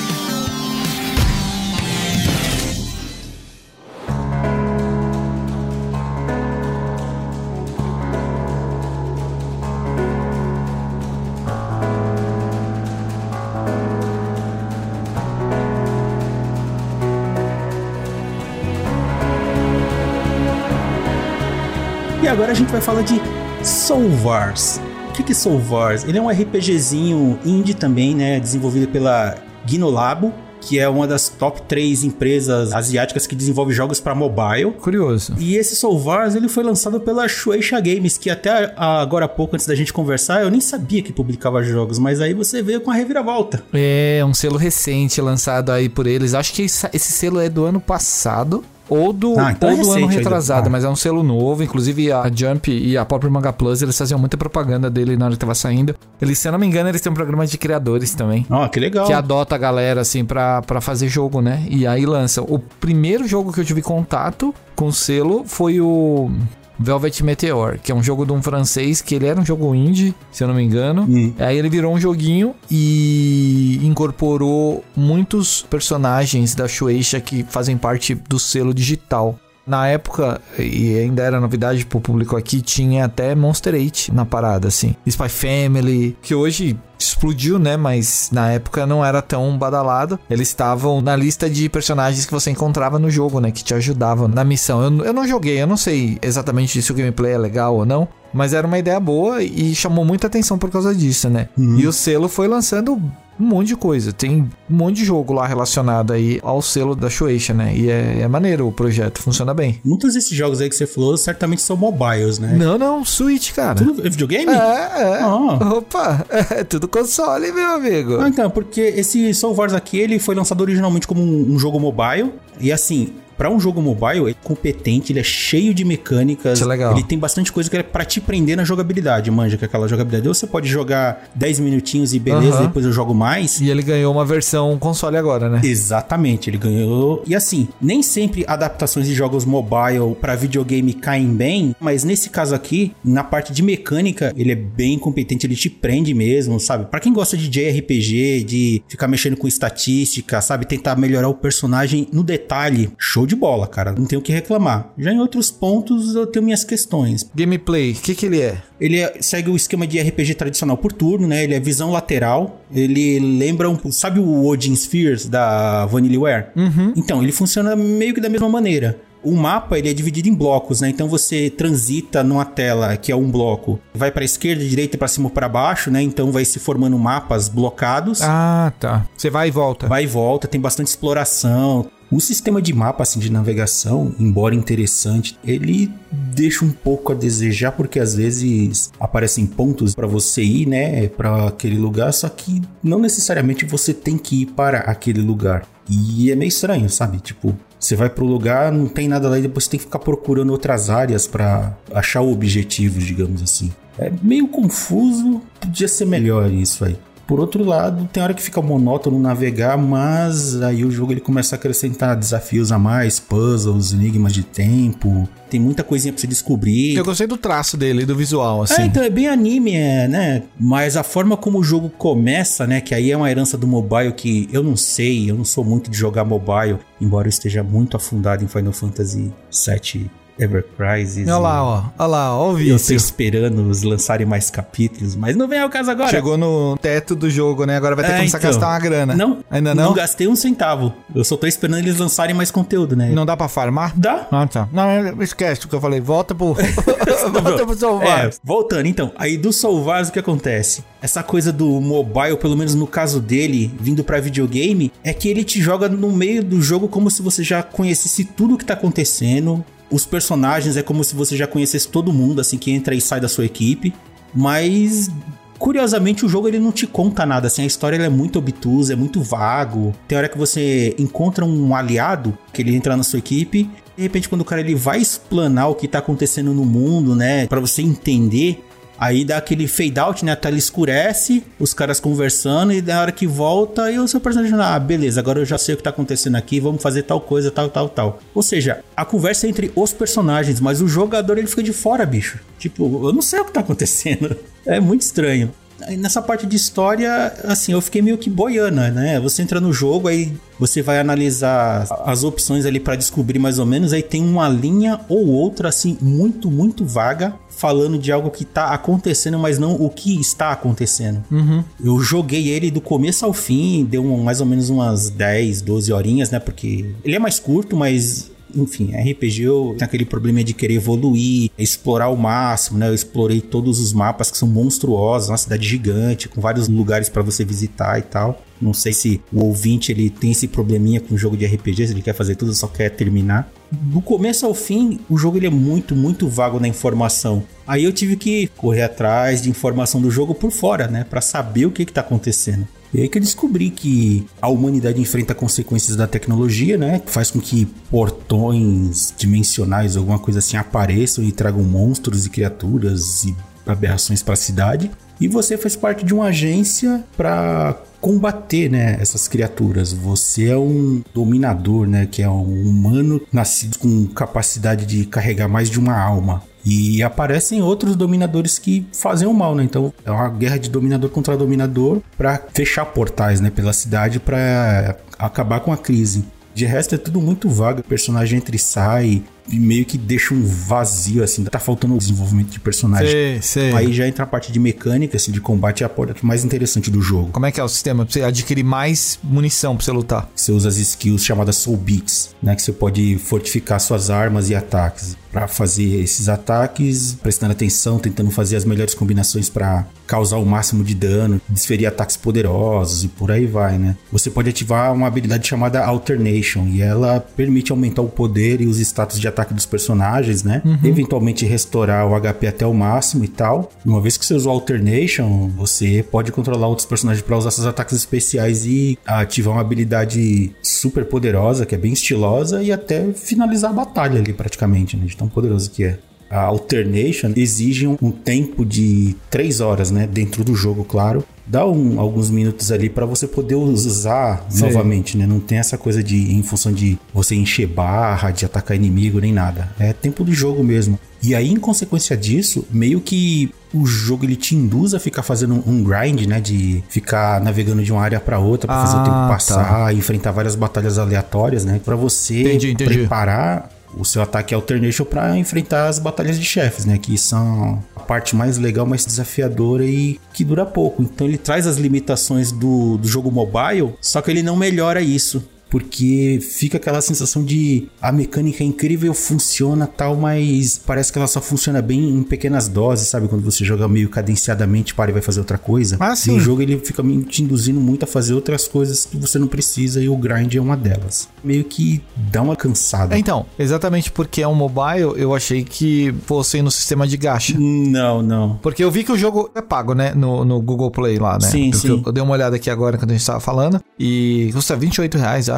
[SPEAKER 2] E agora a gente vai falar de Soul Wars. O que que é Soul Wars? Ele é um RPGzinho indie também, né? Desenvolvido pela Gnolabo, que é uma das top três empresas asiáticas que desenvolve jogos para mobile.
[SPEAKER 1] Curioso.
[SPEAKER 2] E esse Soul Wars, ele foi lançado pela Shueisha Games, que até agora há pouco, antes da gente conversar, eu nem sabia que publicava jogos, mas aí você veio com a reviravolta.
[SPEAKER 1] É, um selo recente lançado aí por eles. Acho que esse selo é do ano passado. Ou do,
[SPEAKER 2] ah, então
[SPEAKER 1] ou
[SPEAKER 2] é
[SPEAKER 1] do ano
[SPEAKER 2] recente,
[SPEAKER 1] retrasado,
[SPEAKER 2] ah.
[SPEAKER 1] mas é um selo novo. Inclusive a Jump e a própria Manga Plus, eles faziam muita propaganda dele na hora que tava saindo. Eles, se eu não me engano, eles têm um programa de criadores também.
[SPEAKER 2] Ó, oh, que legal.
[SPEAKER 1] Que adota a galera, assim, pra, pra fazer jogo, né? E aí lançam. O primeiro jogo que eu tive contato com o selo foi o Velvet Meteor, que é um jogo de um francês, que ele era um jogo indie, se eu não me engano. Hum. Aí ele virou um joguinho e incorporou muitos personagens da Shueisha que fazem parte do selo digital. Na época, e ainda era novidade pro público aqui, tinha até Monster oito na parada, assim. Spy Family, que hoje explodiu, né? Mas na época não era tão badalado. Eles estavam na lista de personagens que você encontrava no jogo, né? Que te ajudavam na missão. Eu, eu não joguei, eu não sei exatamente se o gameplay é legal ou não. Mas era uma ideia boa e chamou muita atenção por causa disso, né? Uhum. E o selo foi lançando um monte de coisa. Tem um monte de jogo lá relacionado aí ao selo da Shueisha, né? E é, é maneiro o projeto, funciona bem.
[SPEAKER 2] Muitos desses jogos aí que você falou certamente são mobiles, né?
[SPEAKER 1] Não, não, Switch, cara.
[SPEAKER 2] Tudo é videogame?
[SPEAKER 1] É, é.
[SPEAKER 2] Ah.
[SPEAKER 1] Opa, é tudo console, meu amigo.
[SPEAKER 2] Ah, então, porque esse Soul Wars aqui, ele foi lançado originalmente como um, um jogo mobile. E assim, pra um jogo mobile, ele é competente, ele é cheio de mecânicas.
[SPEAKER 1] Isso é legal.
[SPEAKER 2] Ele tem bastante coisa que é pra te prender na jogabilidade, manja, que é aquela jogabilidade. Ou você pode jogar dez minutinhos e beleza, uh-huh. depois eu jogo mais.
[SPEAKER 1] E ele ganhou uma versão console agora, né?
[SPEAKER 2] Exatamente, ele ganhou. E assim, nem sempre adaptações de jogos mobile pra videogame caem bem, mas nesse caso aqui, na parte de mecânica, ele é bem competente, ele te prende mesmo, sabe? Pra quem gosta de J R P G, de ficar mexendo com estatística, sabe? Tentar melhorar o personagem no detalhe, show de bola, cara. Não tenho o que reclamar. Já em outros pontos, eu tenho minhas questões.
[SPEAKER 1] Gameplay, o que que ele é?
[SPEAKER 2] Ele é, segue o esquema de R P G tradicional por turno, né? Ele é visão lateral. Ele lembra um... Sabe o Odin Spheres da Vanillaware?
[SPEAKER 1] Uhum.
[SPEAKER 2] Então, ele funciona meio que da mesma maneira. O mapa, ele é dividido em blocos, né? Então você transita numa tela que é um bloco. Vai pra esquerda, direita, pra cima ou pra baixo, né? Então vai se formando mapas blocados.
[SPEAKER 1] Ah, tá. Você vai e volta.
[SPEAKER 2] Vai e volta, tem bastante exploração. O sistema de mapa, assim, de navegação, embora interessante, ele deixa um pouco a desejar, porque às vezes aparecem pontos pra você ir, né, pra aquele lugar, só que não necessariamente você tem que ir para aquele lugar. E é meio estranho, sabe? Tipo, você vai pro lugar, não tem nada lá e depois você tem que ficar procurando outras áreas pra achar o objetivo, digamos assim. É meio confuso, podia ser melhor isso aí. Por outro lado, tem hora que fica monótono navegar, mas aí o jogo ele começa a acrescentar desafios a mais, puzzles, enigmas de tempo, tem muita coisinha pra você descobrir.
[SPEAKER 1] Eu gostei do traço dele, do visual, assim.
[SPEAKER 2] É, então é bem anime, é, né? Mas a forma como o jogo começa, né? Que aí é uma herança do mobile que eu não sei, eu não sou muito de jogar mobile, embora eu esteja muito afundado em Final Fantasy sete Ever Crisis.
[SPEAKER 1] Olha lá, ó. Olha lá, ó o vídeo.
[SPEAKER 2] Eu tô esperando os lançarem mais capítulos, mas não vem ao caso agora.
[SPEAKER 1] Chegou no teto do jogo, né? Agora vai ter
[SPEAKER 2] é,
[SPEAKER 1] que começar então, a gastar uma grana.
[SPEAKER 2] Não,
[SPEAKER 1] ainda não?
[SPEAKER 2] Não gastei um centavo. Eu só tô esperando eles lançarem mais conteúdo, né?
[SPEAKER 1] Não dá pra farmar?
[SPEAKER 2] Dá.
[SPEAKER 1] Ah, tá. Não, esquece o que eu falei. Volta pro... Volta pro Soul Wars.
[SPEAKER 2] É, voltando, então. Aí do Soul Wars, o que acontece? Essa coisa do mobile, pelo menos no caso dele, vindo pra videogame, é que ele te joga no meio do jogo como se você já conhecesse tudo o que tá acontecendo. Os personagens é como se você já conhecesse todo mundo, assim, que entra e sai da sua equipe. Mas, curiosamente, o jogo ele não te conta nada, assim. A história ela é muito obtusa, é muito vago. Tem hora que você encontra um aliado, que ele entra na sua equipe. De repente, quando o cara ele vai explanar o que tá acontecendo no mundo, né? Pra você entender... Aí dá aquele fade out, né? A tela escurece, os caras conversando, e na hora que volta, e o seu personagem, ah, beleza, agora eu já sei o que tá acontecendo aqui, vamos fazer tal coisa, tal, tal, tal. Ou seja, a conversa é entre os personagens, mas o jogador ele fica de fora, bicho. Tipo, eu não sei o que tá acontecendo. É muito estranho. Aí nessa parte de história, assim, eu fiquei meio que boiana, né? Você entra no jogo, aí você vai analisar as opções ali pra descobrir mais ou menos, aí tem uma linha ou outra, assim, muito, muito vaga, falando de algo que tá acontecendo, mas não o que está acontecendo.
[SPEAKER 1] Uhum.
[SPEAKER 2] Eu joguei ele do começo ao fim, deu um, mais ou menos umas dez, doze horinhas, né? Porque ele é mais curto, mas... Enfim, R P G eu tenho aquele problema de querer evoluir, explorar o máximo, né? Eu explorei todos os mapas que são monstruosos, uma cidade gigante, com vários lugares pra você visitar e tal. Não sei se o ouvinte ele tem esse probleminha com o jogo de R P G, se ele quer fazer tudo, só quer terminar. Do começo ao fim, o jogo ele é muito, muito vago na informação. Aí eu tive que correr atrás de informação do jogo por fora, né? Pra saber o que que tá acontecendo. E aí que eu descobri que a humanidade enfrenta consequências da tecnologia, né? Que faz com que portões dimensionais, alguma coisa assim, apareçam e tragam monstros e criaturas e aberrações para a cidade. E você faz parte de uma agência para combater, né, essas criaturas. Você é um dominador, né? Que é um humano nascido com capacidade de carregar mais de uma alma. E aparecem outros dominadores que fazem o mal, né? Então é uma guerra de dominador contra dominador para fechar portais, né, pela cidade para acabar com a crise. De resto é tudo muito vago, o personagem entra e sai e meio que deixa um vazio, assim, tá faltando o desenvolvimento de personagem.
[SPEAKER 1] Sei, sei.
[SPEAKER 2] Aí já entra a parte de mecânica, assim, de combate, é a parte mais interessante do jogo.
[SPEAKER 1] Como é que é o sistema? Pra você adquirir mais munição pra você lutar?
[SPEAKER 2] Você usa as skills chamadas Soul Beats, né, que você pode fortificar suas armas e ataques. Pra fazer esses ataques, prestando atenção, tentando fazer as melhores combinações pra causar o máximo de dano, desferir ataques poderosos e por aí vai, né? Você pode ativar uma habilidade chamada Alternation e ela permite aumentar o poder e os status de ataque dos personagens, né? Uhum. Eventualmente restaurar o H P até o máximo e tal. Uma vez que você usou Alternation, você pode controlar outros personagens para usar seus ataques especiais e ativar uma habilidade super poderosa, que é bem estilosa, e até finalizar a batalha ali praticamente, né? De tão poderoso que é. A Alternation exige um, um tempo de três horas, né? Dentro do jogo, claro. Dá um, alguns minutos ali para você poder usar Sim. novamente, né? Não tem essa coisa de em função de você encher barra, de atacar inimigo, nem nada. É tempo de jogo mesmo. E aí, em consequência disso, meio que o jogo ele te induz a ficar fazendo um grind, né? De ficar navegando de uma área para outra para ah, fazer o tempo passar, tá. enfrentar várias batalhas aleatórias, né? Para você
[SPEAKER 1] entendi, entendi.
[SPEAKER 2] preparar o seu ataque Alternation para enfrentar as batalhas de chefes, né? Que são a parte mais legal, mais desafiadora e que dura pouco. Então ele traz as limitações do, do jogo mobile, só que ele não melhora isso. Porque fica aquela sensação de a mecânica é incrível, funciona tal, mas parece que ela só funciona bem em pequenas doses, sabe? Quando você joga meio cadenciadamente, para e vai fazer outra coisa.
[SPEAKER 1] Ah, sim.
[SPEAKER 2] E o jogo ele fica te induzindo muito a fazer outras coisas que você não precisa e o grind é uma delas. Meio que dá uma cansada.
[SPEAKER 1] Então, exatamente porque é um mobile, eu achei que fosse no sistema de gacha.
[SPEAKER 2] Não, não.
[SPEAKER 1] Porque eu vi que o jogo é pago, né? No, no Google Play lá, né?
[SPEAKER 2] Sim,
[SPEAKER 1] porque
[SPEAKER 2] sim.
[SPEAKER 1] Eu, eu dei uma olhada aqui agora quando a gente tava falando e custa vinte e oito reais, acho.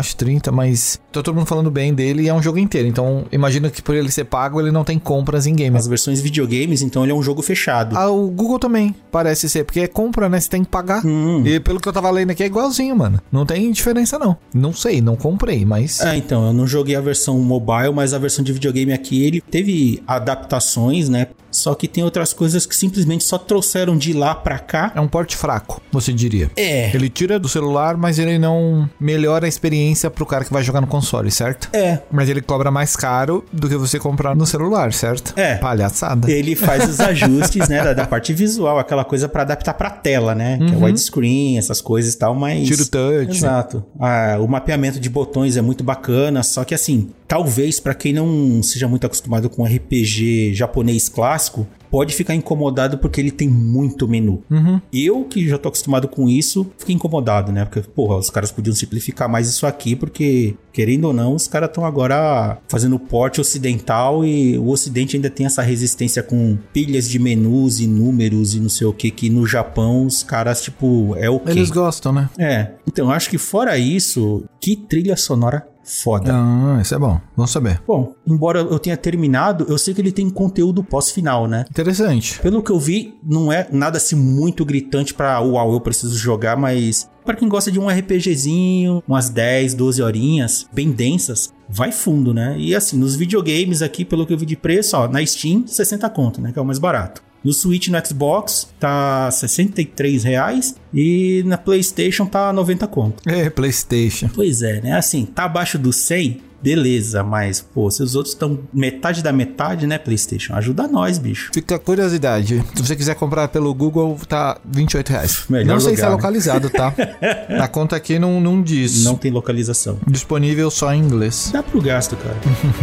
[SPEAKER 1] acho, trinta, mas tá todo mundo falando bem dele e é um jogo inteiro. Então, imagina que por ele ser pago, ele não tem compras em game.
[SPEAKER 2] As versões videogames, então, ele é um jogo fechado.
[SPEAKER 1] Ah, o Google também parece ser, porque é compra, né? Você tem que pagar.
[SPEAKER 2] Hum.
[SPEAKER 1] E pelo que eu tava lendo aqui, é igualzinho, mano. Não tem diferença, não. Não sei, não comprei, mas...
[SPEAKER 2] É, então, eu não joguei a versão mobile, mas a versão de videogame aqui, ele teve adaptações, né? Só que tem outras coisas que simplesmente só trouxeram de lá pra cá.
[SPEAKER 1] É um porte fraco, você diria.
[SPEAKER 2] É.
[SPEAKER 1] Ele tira do celular, mas ele não melhora a experiência pro cara que vai jogar no console, certo?
[SPEAKER 2] É.
[SPEAKER 1] Mas ele cobra mais caro do que você comprar no celular, certo?
[SPEAKER 2] É.
[SPEAKER 1] Palhaçada.
[SPEAKER 2] Ele faz os ajustes, né, da, da parte visual, aquela coisa pra adaptar pra tela, né?
[SPEAKER 1] Uhum.
[SPEAKER 2] Que é widescreen, essas coisas e tal, mas...
[SPEAKER 1] Tira o touch.
[SPEAKER 2] Exato. Ah, o mapeamento de botões é muito bacana, só que assim, talvez pra quem não seja muito acostumado com R P G japonês clássico, pode ficar incomodado porque ele tem muito menu.
[SPEAKER 1] Uhum.
[SPEAKER 2] Eu, que já tô acostumado com isso, fiquei incomodado, né? Porque, porra, os caras podiam simplificar mais isso aqui, porque, querendo ou não, os caras estão agora fazendo o porte ocidental e o ocidente ainda tem essa resistência com pilhas de menus e números e não sei o que, que no Japão os caras, tipo, é o okay.
[SPEAKER 1] Eles gostam, né?
[SPEAKER 2] É. Então, acho que fora isso, que trilha sonora foda.
[SPEAKER 1] Ah, isso é bom. Vamos saber.
[SPEAKER 2] Bom, embora eu tenha terminado, eu sei que ele tem conteúdo pós-final, né?
[SPEAKER 1] Interessante.
[SPEAKER 2] Pelo que eu vi, não é nada assim muito gritante pra uau, eu preciso jogar, mas pra quem gosta de um RPGzinho, umas dez, doze horinhas, bem densas, vai fundo, né? E assim, nos videogames aqui, pelo que eu vi de preço, ó, na Steam, sessenta conto, né? Que é o mais barato. No Switch e no Xbox tá sessenta e três reais e na PlayStation tá noventa conto.
[SPEAKER 1] É, PlayStation.
[SPEAKER 2] Pois é, né? Assim, tá abaixo do cem, beleza, mas, pô, se os outros estão metade da metade, né, PlayStation? Ajuda nós, bicho.
[SPEAKER 1] Fica a curiosidade. Se você quiser comprar pelo Google, tá vinte e oito reais.
[SPEAKER 2] Melhor
[SPEAKER 1] não sei
[SPEAKER 2] lugar,
[SPEAKER 1] se é
[SPEAKER 2] né?
[SPEAKER 1] localizado, tá? Na conta aqui não, não diz.
[SPEAKER 2] Não tem localização.
[SPEAKER 1] Disponível só em inglês.
[SPEAKER 2] Dá pro gasto, cara.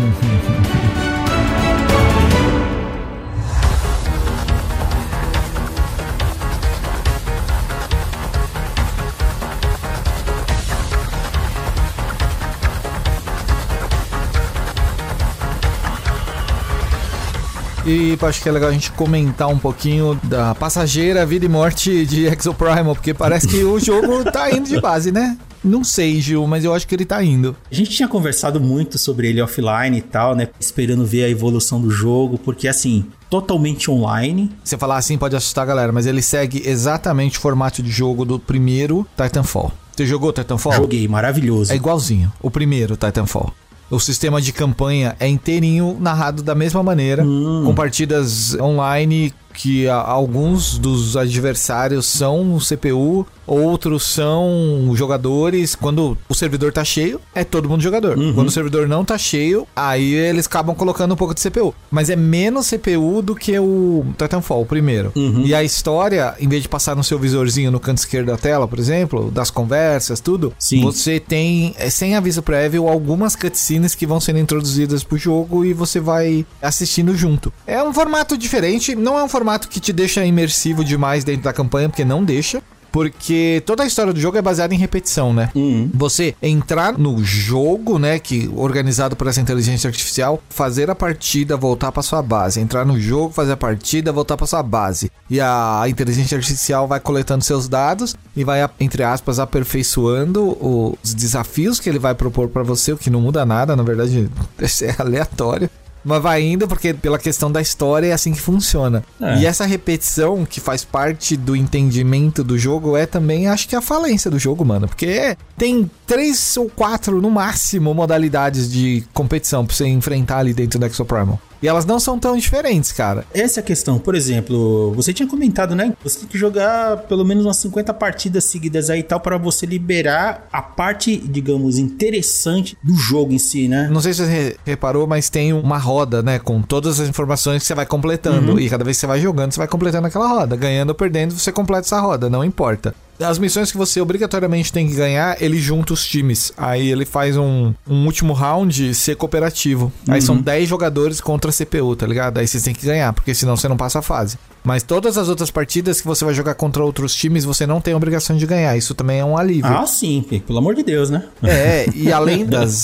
[SPEAKER 1] E acho que é legal a gente comentar um pouquinho da passageira vida e morte de Exoprimal, porque parece que o jogo tá indo de base, né? Não sei, Gil, mas eu acho que ele tá indo.
[SPEAKER 2] A gente tinha conversado muito sobre ele offline e tal, né? Esperando ver a evolução do jogo, porque assim, totalmente online.
[SPEAKER 1] Você falar assim pode assustar a galera, mas ele segue exatamente o formato de jogo do primeiro Titanfall. Você jogou Titanfall?
[SPEAKER 2] Joguei, maravilhoso.
[SPEAKER 1] É igualzinho, o primeiro Titanfall. O sistema de campanha é inteirinho narrado da mesma maneira, hum. com partidas online que a, alguns dos adversários são C P U, outros são jogadores. Quando o servidor tá cheio, é todo mundo jogador. Uhum. Quando o servidor não tá cheio, aí eles acabam colocando um pouco de C P U. Mas é menos C P U do que o Titanfall, o primeiro. Uhum. E a história, em vez de passar no seu visorzinho no canto esquerdo da tela, por exemplo, das conversas, tudo, Sim. você tem, sem aviso prévio, algumas cutscenes que vão sendo introduzidas pro jogo e você vai assistindo junto. É um formato diferente, não é um formato formato que te deixa imersivo demais dentro da campanha, porque não deixa. Porque toda a história do jogo é baseada em repetição, né? Uhum. Você entrar no jogo, né, que organizado por essa inteligência artificial, fazer a partida, voltar para sua base. Entrar no jogo, fazer a partida, voltar para sua base. E a inteligência artificial vai coletando seus dados e vai, entre aspas, aperfeiçoando os desafios que ele vai propor para você, o que não muda nada, na verdade, é aleatório. Mas vai indo porque pela questão da história é assim que funciona. É. E essa repetição que faz parte do entendimento do jogo é também, acho que a falência do jogo, mano. Porque tem três ou quatro, no máximo, modalidades de competição pra você enfrentar ali dentro do Exoprimal. E elas não são tão diferentes, cara.
[SPEAKER 2] Essa é a questão. Por exemplo, você tinha comentado, né? Você tem que jogar pelo menos umas cinquenta partidas seguidas aí e tal para você liberar a parte, digamos, interessante do jogo em si, né?
[SPEAKER 1] Não sei se você reparou, mas tem uma roda, né? Com todas as informações que você vai completando. Uhum. E cada vez que você vai jogando, você vai completando aquela roda. Ganhando ou perdendo, você completa essa roda. Não importa. As missões que você obrigatoriamente tem que ganhar, ele junta os times. Aí ele faz um, um último round ser cooperativo. Aí uhum. são dez jogadores contra a C P U, tá ligado? Aí vocês têm que ganhar, porque senão você não passa a fase. Mas todas as outras partidas que você vai jogar contra outros times, você não tem a obrigação de ganhar. Isso também é um alívio.
[SPEAKER 2] Ah, sim. Pelo amor de Deus, né?
[SPEAKER 1] É, e além das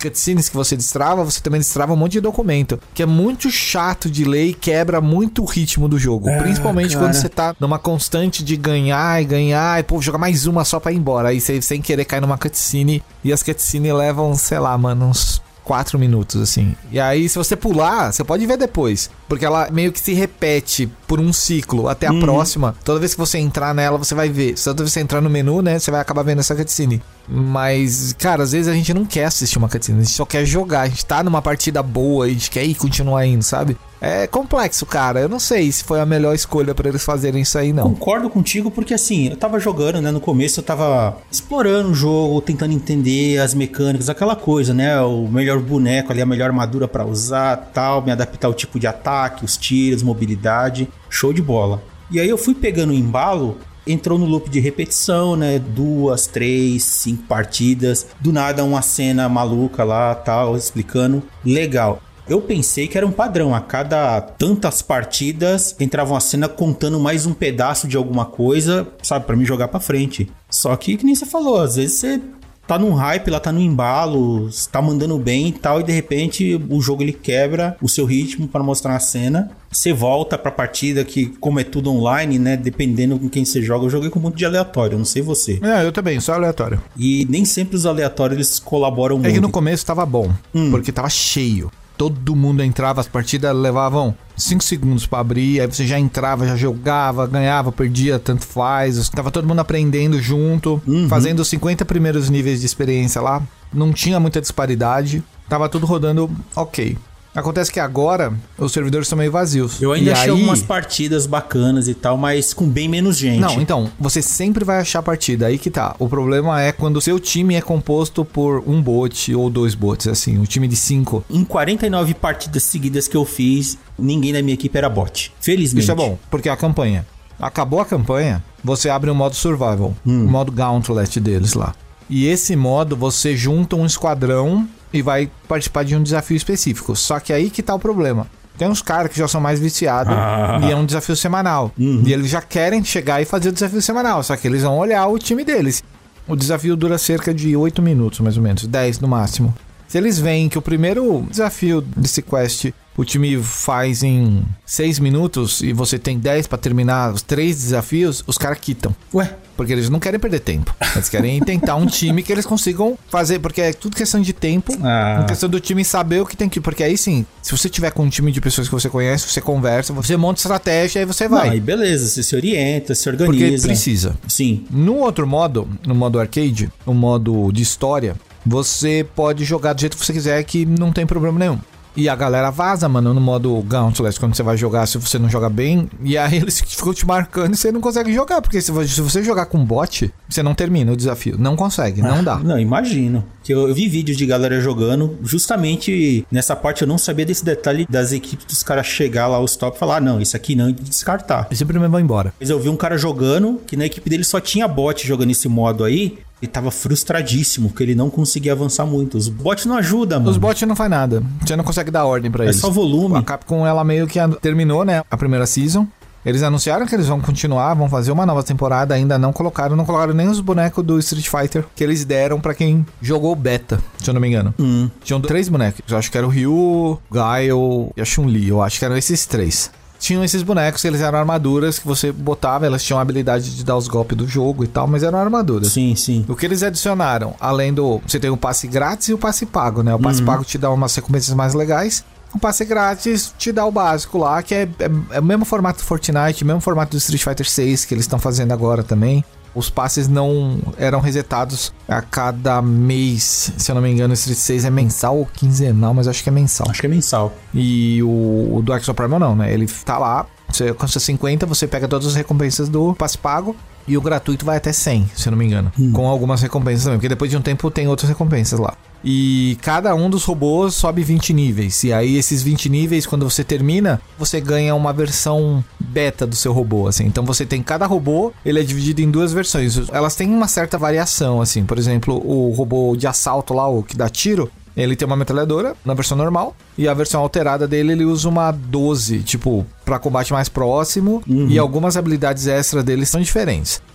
[SPEAKER 1] cutscenes que você destrava, você também destrava um monte de documento, que é muito chato de ler e quebra muito o ritmo do jogo. Ah, Principalmente cara. quando você tá numa constante de ganhar e ganhar, e pô, jogar mais uma só pra ir embora. Aí você sem querer cai numa cutscene, e as cutscenes levam, sei lá, mano, uns quatro minutos, assim. E aí, se você pular, você pode ver depois. Porque ela meio que se repete por um ciclo até a uhum. próxima. Toda vez que você entrar nela, você vai ver. Toda vez que você entrar no menu, né, você vai acabar vendo essa cutscene. Mas, cara, às vezes a gente não quer assistir uma cutscene, a gente só quer jogar. A gente tá numa partida boa e a gente quer ir continuar indo, sabe? É complexo, cara. Eu não sei se foi a melhor escolha pra eles fazerem isso aí, não.
[SPEAKER 2] Concordo contigo, porque assim, eu tava jogando, né? No começo eu tava explorando o jogo, tentando entender as mecânicas, aquela coisa, né? O melhor boneco ali, a melhor armadura pra usar, tal, me adaptar ao tipo de ataque, os tiros, mobilidade. Show de bola. E aí eu fui pegando o embalo, entrou no loop de repetição, né? Duas, três, cinco partidas. Do nada uma cena maluca lá, tal, explicando. Legal. Eu pensei que era um padrão, a cada tantas partidas entrava uma cena contando mais um pedaço de alguma coisa, sabe, pra me jogar pra frente. Só que, que nem você falou, às vezes você tá num hype, lá tá no embalo, tá mandando bem e tal, e de repente o jogo ele quebra o seu ritmo para mostrar a cena. Você volta pra partida que, como é tudo online, né, dependendo com quem você joga, eu joguei com um monte de aleatório, não sei você.
[SPEAKER 1] É, eu também, só aleatório.
[SPEAKER 2] E nem sempre os aleatórios eles colaboram muito.
[SPEAKER 1] É que no começo tava bom, hum. porque tava cheio. Todo mundo entrava, as partidas levavam cinco segundos pra abrir, aí você já entrava, já jogava, ganhava, perdia, tanto faz. Tava todo mundo aprendendo junto, uhum. fazendo os cinquenta primeiros níveis de experiência lá. Não tinha muita disparidade, tava tudo rodando ok. Acontece que agora os servidores estão meio vazios.
[SPEAKER 2] Eu ainda
[SPEAKER 1] e
[SPEAKER 2] achei
[SPEAKER 1] aí...
[SPEAKER 2] algumas partidas bacanas e tal, mas com bem menos gente.
[SPEAKER 1] Não, então, você sempre vai achar partida, aí que tá. O problema é quando o seu time é composto por um bot ou dois bots, assim, um time de cinco.
[SPEAKER 2] Em quarenta e nove partidas seguidas que eu fiz, ninguém da minha equipe era bot. Felizmente.
[SPEAKER 1] Isso é bom, porque a campanha. Acabou a campanha, você abre o modo survival, hum. o modo gauntlet deles lá. E esse modo, você junta um esquadrão e vai participar de um desafio específico. Só que aí que tá o problema. Tem uns caras que já são mais viciados ah. e é um desafio semanal. Uhum. E eles já querem chegar e fazer o desafio semanal. Só que eles vão olhar o time deles. O desafio dura cerca de oito minutos, mais ou menos. dez no máximo. Se eles veem que o primeiro desafio desse quest o time faz em seis minutos e você tem dez pra terminar os três desafios, os caras quitam.
[SPEAKER 2] Ué?
[SPEAKER 1] Porque eles não querem perder tempo. Eles querem tentar um time que eles consigam fazer, porque é tudo questão de tempo. Ah. É questão do time saber o que tem que... Porque aí sim, se você tiver com um time de pessoas que você conhece, você conversa, você monta estratégia e aí você vai.
[SPEAKER 2] Aí beleza, você se orienta, se organiza.
[SPEAKER 1] Porque precisa.
[SPEAKER 2] Sim.
[SPEAKER 1] No outro modo, no modo arcade, o modo de história, você pode jogar do jeito que você quiser que não tem problema nenhum. E a galera vaza, mano, no modo Gauntlet, quando você vai jogar, se você não joga bem. E aí eles ficam te marcando e você não consegue jogar. Porque se você jogar com bot, você não termina o desafio. Não consegue, não ah, dá.
[SPEAKER 2] Não, imagino. Que eu, eu vi vídeos de galera jogando. Justamente nessa parte eu não sabia desse detalhe das equipes dos caras chegar lá aos top e falar, ah, não, isso aqui não, e descartar.
[SPEAKER 1] E sempre vão embora.
[SPEAKER 2] Mas eu vi um cara jogando, que na equipe dele só tinha bot jogando esse modo aí. Ele tava frustradíssimo, porque ele não conseguia avançar muito. Os bots não ajudam, mano.
[SPEAKER 1] Os bots não faz nada. Você não consegue dar ordem pra eles.
[SPEAKER 2] É só volume.
[SPEAKER 1] A Capcom, ela meio que terminou, né, a primeira season. Eles anunciaram que eles vão continuar, vão fazer uma nova temporada. Ainda não colocaram, não colocaram nem os bonecos do Street Fighter que eles deram pra quem jogou o beta, se eu não me engano.
[SPEAKER 2] Hum.
[SPEAKER 1] Tinham três bonecos. Eu acho que era o Ryu, o Gaio e a Chun-Li. Eu acho que eram esses três. Tinham esses bonecos, eles eram armaduras que você botava, elas tinham a habilidade de dar os golpes do jogo e tal, mas eram armaduras.
[SPEAKER 2] Sim, sim.
[SPEAKER 1] O que eles adicionaram, além do... Você tem o passe grátis e o passe pago, né? O passe uhum. pago te dá umas recompensas mais legais. O passe grátis te dá o básico lá, que é, é, é o mesmo formato do Fortnite, o mesmo formato do Street Fighter seis, que eles estão fazendo agora também. Os passes não eram resetados a cada mês. Se eu não me engano, o Street seis é mensal ou quinzenal, mas acho que é mensal.
[SPEAKER 2] Acho que é mensal.
[SPEAKER 1] E o, o do Exo Primal não, né? Ele tá lá, você custa cinquenta, você pega todas as recompensas do passe pago. E o gratuito vai até cem, se eu não me engano. Hum. Com algumas recompensas também, porque depois de um tempo tem outras recompensas lá. E cada um dos robôs sobe vinte níveis. E aí esses vinte níveis, quando você termina, você ganha uma versão beta do seu robô, assim. Então você tem cada robô, ele é dividido em duas versões. Elas têm uma certa variação, assim. Por exemplo, o robô de assalto lá, o que dá tiro, ele tem uma metralhadora na versão normal. E a versão alterada dele, ele usa uma doze, tipo, pra combate mais próximo. Uhum. E algumas habilidades extras dele são diferentes.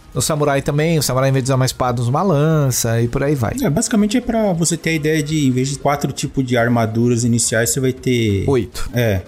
[SPEAKER 1] O samurai também, o samurai em vez de usar uma espada, usa uma lança e por aí vai.
[SPEAKER 2] É, basicamente é pra você ter a ideia de, em vez de quatro tipos de armaduras iniciais, você vai ter...
[SPEAKER 1] Oito.
[SPEAKER 2] É.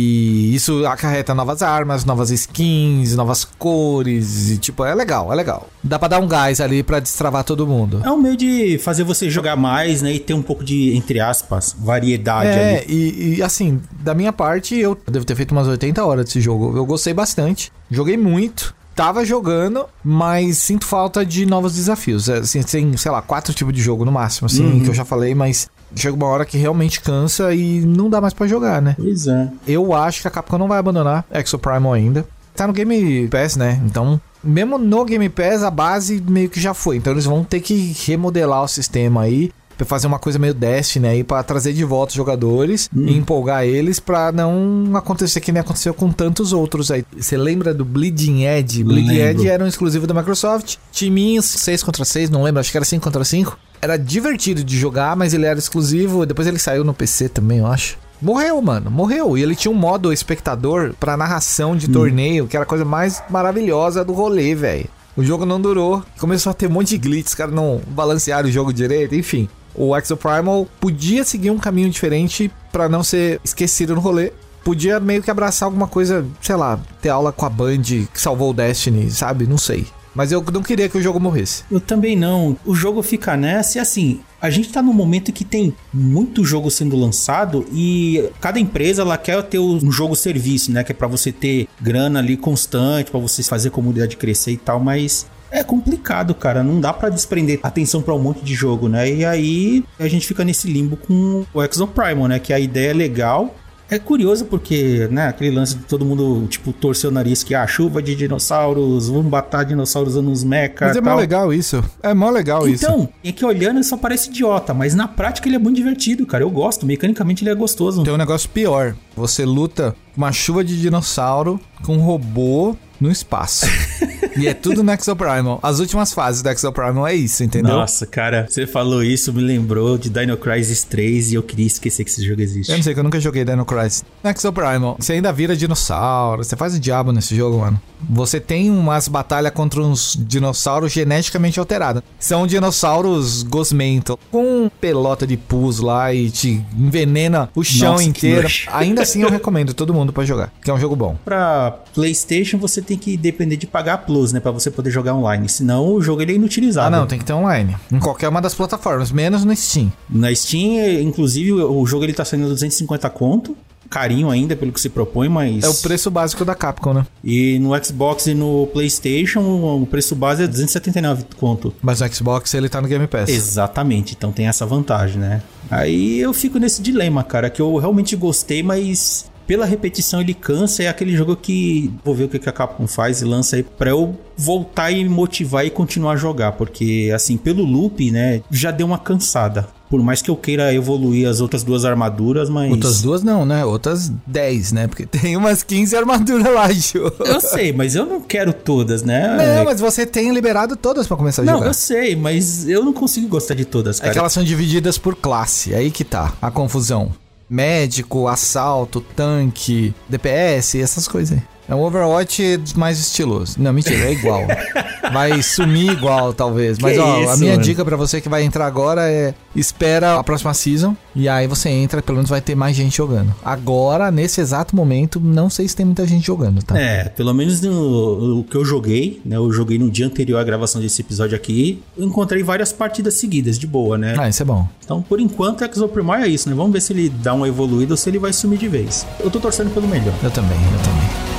[SPEAKER 1] E isso acarreta novas armas, novas skins, novas cores, e tipo, é legal, é legal. Dá pra dar um gás ali pra destravar todo mundo.
[SPEAKER 2] É um meio de fazer você jogar mais, né, e ter um pouco de, entre aspas, variedade
[SPEAKER 1] é,
[SPEAKER 2] ali.
[SPEAKER 1] E, e assim, da minha parte, eu devo ter feito umas oitenta horas desse jogo. Eu gostei bastante, joguei muito. Tava jogando, mas sinto falta de novos desafios. Assim, tem, sei lá, quatro tipos de jogo no máximo, assim, uhum. que eu já falei, mas chega uma hora que realmente cansa e não dá mais pra jogar, né?
[SPEAKER 2] Pois é.
[SPEAKER 1] Eu acho que a Capcom não vai abandonar Exoprimal ainda. Tá no Game Pass, né? Então, mesmo no Game Pass, a base meio que já foi. Então eles vão ter que remodelar o sistema aí, pra fazer uma coisa meio Destiny aí, pra trazer de volta os jogadores hum. e empolgar eles pra não acontecer que nem aconteceu com tantos outros aí. Você lembra do Bleeding Edge? Bleeding Lembro. Edge era um exclusivo da Microsoft. Timinhos seis contra seis, não lembro, acho que era cinco contra cinco. Era divertido de jogar, mas ele era exclusivo. Depois ele saiu no P C também, eu acho. Morreu, mano, morreu. E ele tinha um modo espectador pra narração de hum. torneio, que era a coisa mais maravilhosa do rolê, velho. O jogo não durou. Começou a ter um monte de glitch, os caras não balancearam o jogo direito, enfim. O Exoprimal podia seguir um caminho diferente pra não ser esquecido no rolê. Podia meio que abraçar alguma coisa, sei lá, ter aula com a Band que salvou o Destiny, sabe? Não sei. Mas eu não queria que o jogo morresse.
[SPEAKER 2] Eu também não. O jogo fica nessa e assim, a gente tá num momento que tem muito jogo sendo lançado e cada empresa ela quer ter um jogo serviço, né? Que é pra você ter grana ali constante, pra você fazer a comunidade crescer e tal, mas... é complicado, cara. Não dá pra desprender atenção pra um monte de jogo, né? E aí a gente fica nesse limbo com o Exoprimal, né? Que a ideia é legal. É curioso porque, né? Aquele lance de todo mundo, tipo, torcer o nariz que, ah, chuva de dinossauros, vamos matar dinossauros usando uns mecha.
[SPEAKER 1] Mas é
[SPEAKER 2] tal.
[SPEAKER 1] mó legal isso. É mó legal
[SPEAKER 2] então,
[SPEAKER 1] isso.
[SPEAKER 2] Então, é que olhando ele só parece idiota, mas na prática ele é muito divertido, cara. Eu gosto. Mecanicamente ele é gostoso.
[SPEAKER 1] Tem um negócio pior. Você luta uma chuva de dinossauro com um robô no espaço. E é tudo no Exoprimal. As últimas fases do Exoprimal é isso, entendeu?
[SPEAKER 2] Nossa, cara, você falou isso, me lembrou de Dino Crisis três e eu queria esquecer que esse jogo existe.
[SPEAKER 1] Eu não sei, que eu nunca joguei Dino Crisis. No Exoprimal, você ainda vira dinossauro, você faz o diabo nesse jogo, mano. Você tem umas batalhas contra uns dinossauros geneticamente alterados. São dinossauros gosmentos, com pelota de pus lá e te envenena o chão Nossa, inteiro. Ainda assim eu recomendo todo mundo pra jogar, que é um jogo bom.
[SPEAKER 2] Pra PlayStation você tem que depender de pagar a Plus, né, pra você poder jogar online, senão o jogo ele é inutilizável.
[SPEAKER 1] Ah não, tem que ter online, em qualquer uma das plataformas, menos no Steam.
[SPEAKER 2] Na Steam, inclusive, o jogo ele tá saindo duzentos e cinquenta conto, carinho ainda pelo que se propõe, mas...
[SPEAKER 1] é o preço básico da Capcom, né?
[SPEAKER 2] E no Xbox e no PlayStation, o preço base é duzentos e setenta e nove conto.
[SPEAKER 1] Mas no Xbox ele tá no Game Pass.
[SPEAKER 2] Exatamente, então tem essa vantagem, né? Aí eu fico nesse dilema, cara, que eu realmente gostei, mas... pela repetição ele cansa, é aquele jogo que vou ver o que a Capcom faz e lança aí pra eu voltar e me motivar e continuar a jogar, porque assim, pelo loop, né, já deu uma cansada. Por mais que eu queira evoluir as outras duas armaduras, mas...
[SPEAKER 1] outras duas não, né? Outras dez, né? Porque tem umas quinze armaduras lá, Ju.
[SPEAKER 2] Eu sei, mas eu não quero todas, né?
[SPEAKER 1] Não, mas você tem liberado todas pra começar a
[SPEAKER 2] não,
[SPEAKER 1] jogar.
[SPEAKER 2] Não, eu sei, mas eu não consigo gostar de todas, cara.
[SPEAKER 1] É que elas são divididas por classe, aí que tá a confusão. Médico, assalto, tanque, D P S, essas coisas aí. É um Overwatch mais estiloso. Não, mentira, é igual. Vai sumir igual, talvez. Mas, que ó, isso, a minha mano? dica pra você que vai entrar agora é... espera a próxima season. E aí você entra, pelo menos vai ter mais gente jogando. Agora, nesse exato momento, não sei se tem muita gente jogando, tá?
[SPEAKER 2] É, pelo menos no, no que eu joguei, né? Eu joguei no dia anterior à gravação desse episódio aqui. Eu encontrei várias partidas seguidas, de boa, né?
[SPEAKER 1] Ah, isso é bom.
[SPEAKER 2] Então, por enquanto, o Exoprimal é isso, né? Vamos ver se ele dá uma evoluída ou se ele vai sumir de vez. Eu tô torcendo pelo melhor.
[SPEAKER 1] Eu também, eu também.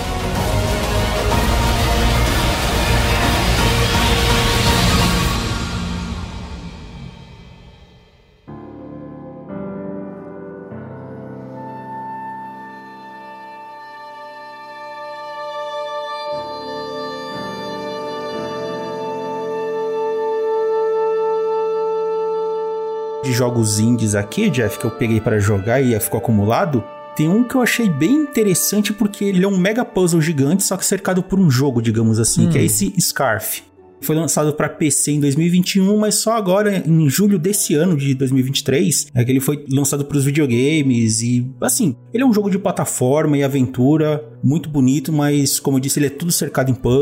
[SPEAKER 2] De jogos indies aqui, Jeff, que eu peguei pra jogar e ficou acumulado, tem um que eu achei bem interessante porque ele é um mega puzzle gigante, só que cercado por um jogo, digamos assim, hum. que é esse Scarf. Foi lançado para P C em dois mil e vinte e um, mas só agora, em julho desse ano de dois mil e vinte e três, é que ele foi lançado para os videogames e, assim, ele é um jogo de plataforma e aventura, muito bonito, mas, como eu disse, ele é tudo cercado em puzzle.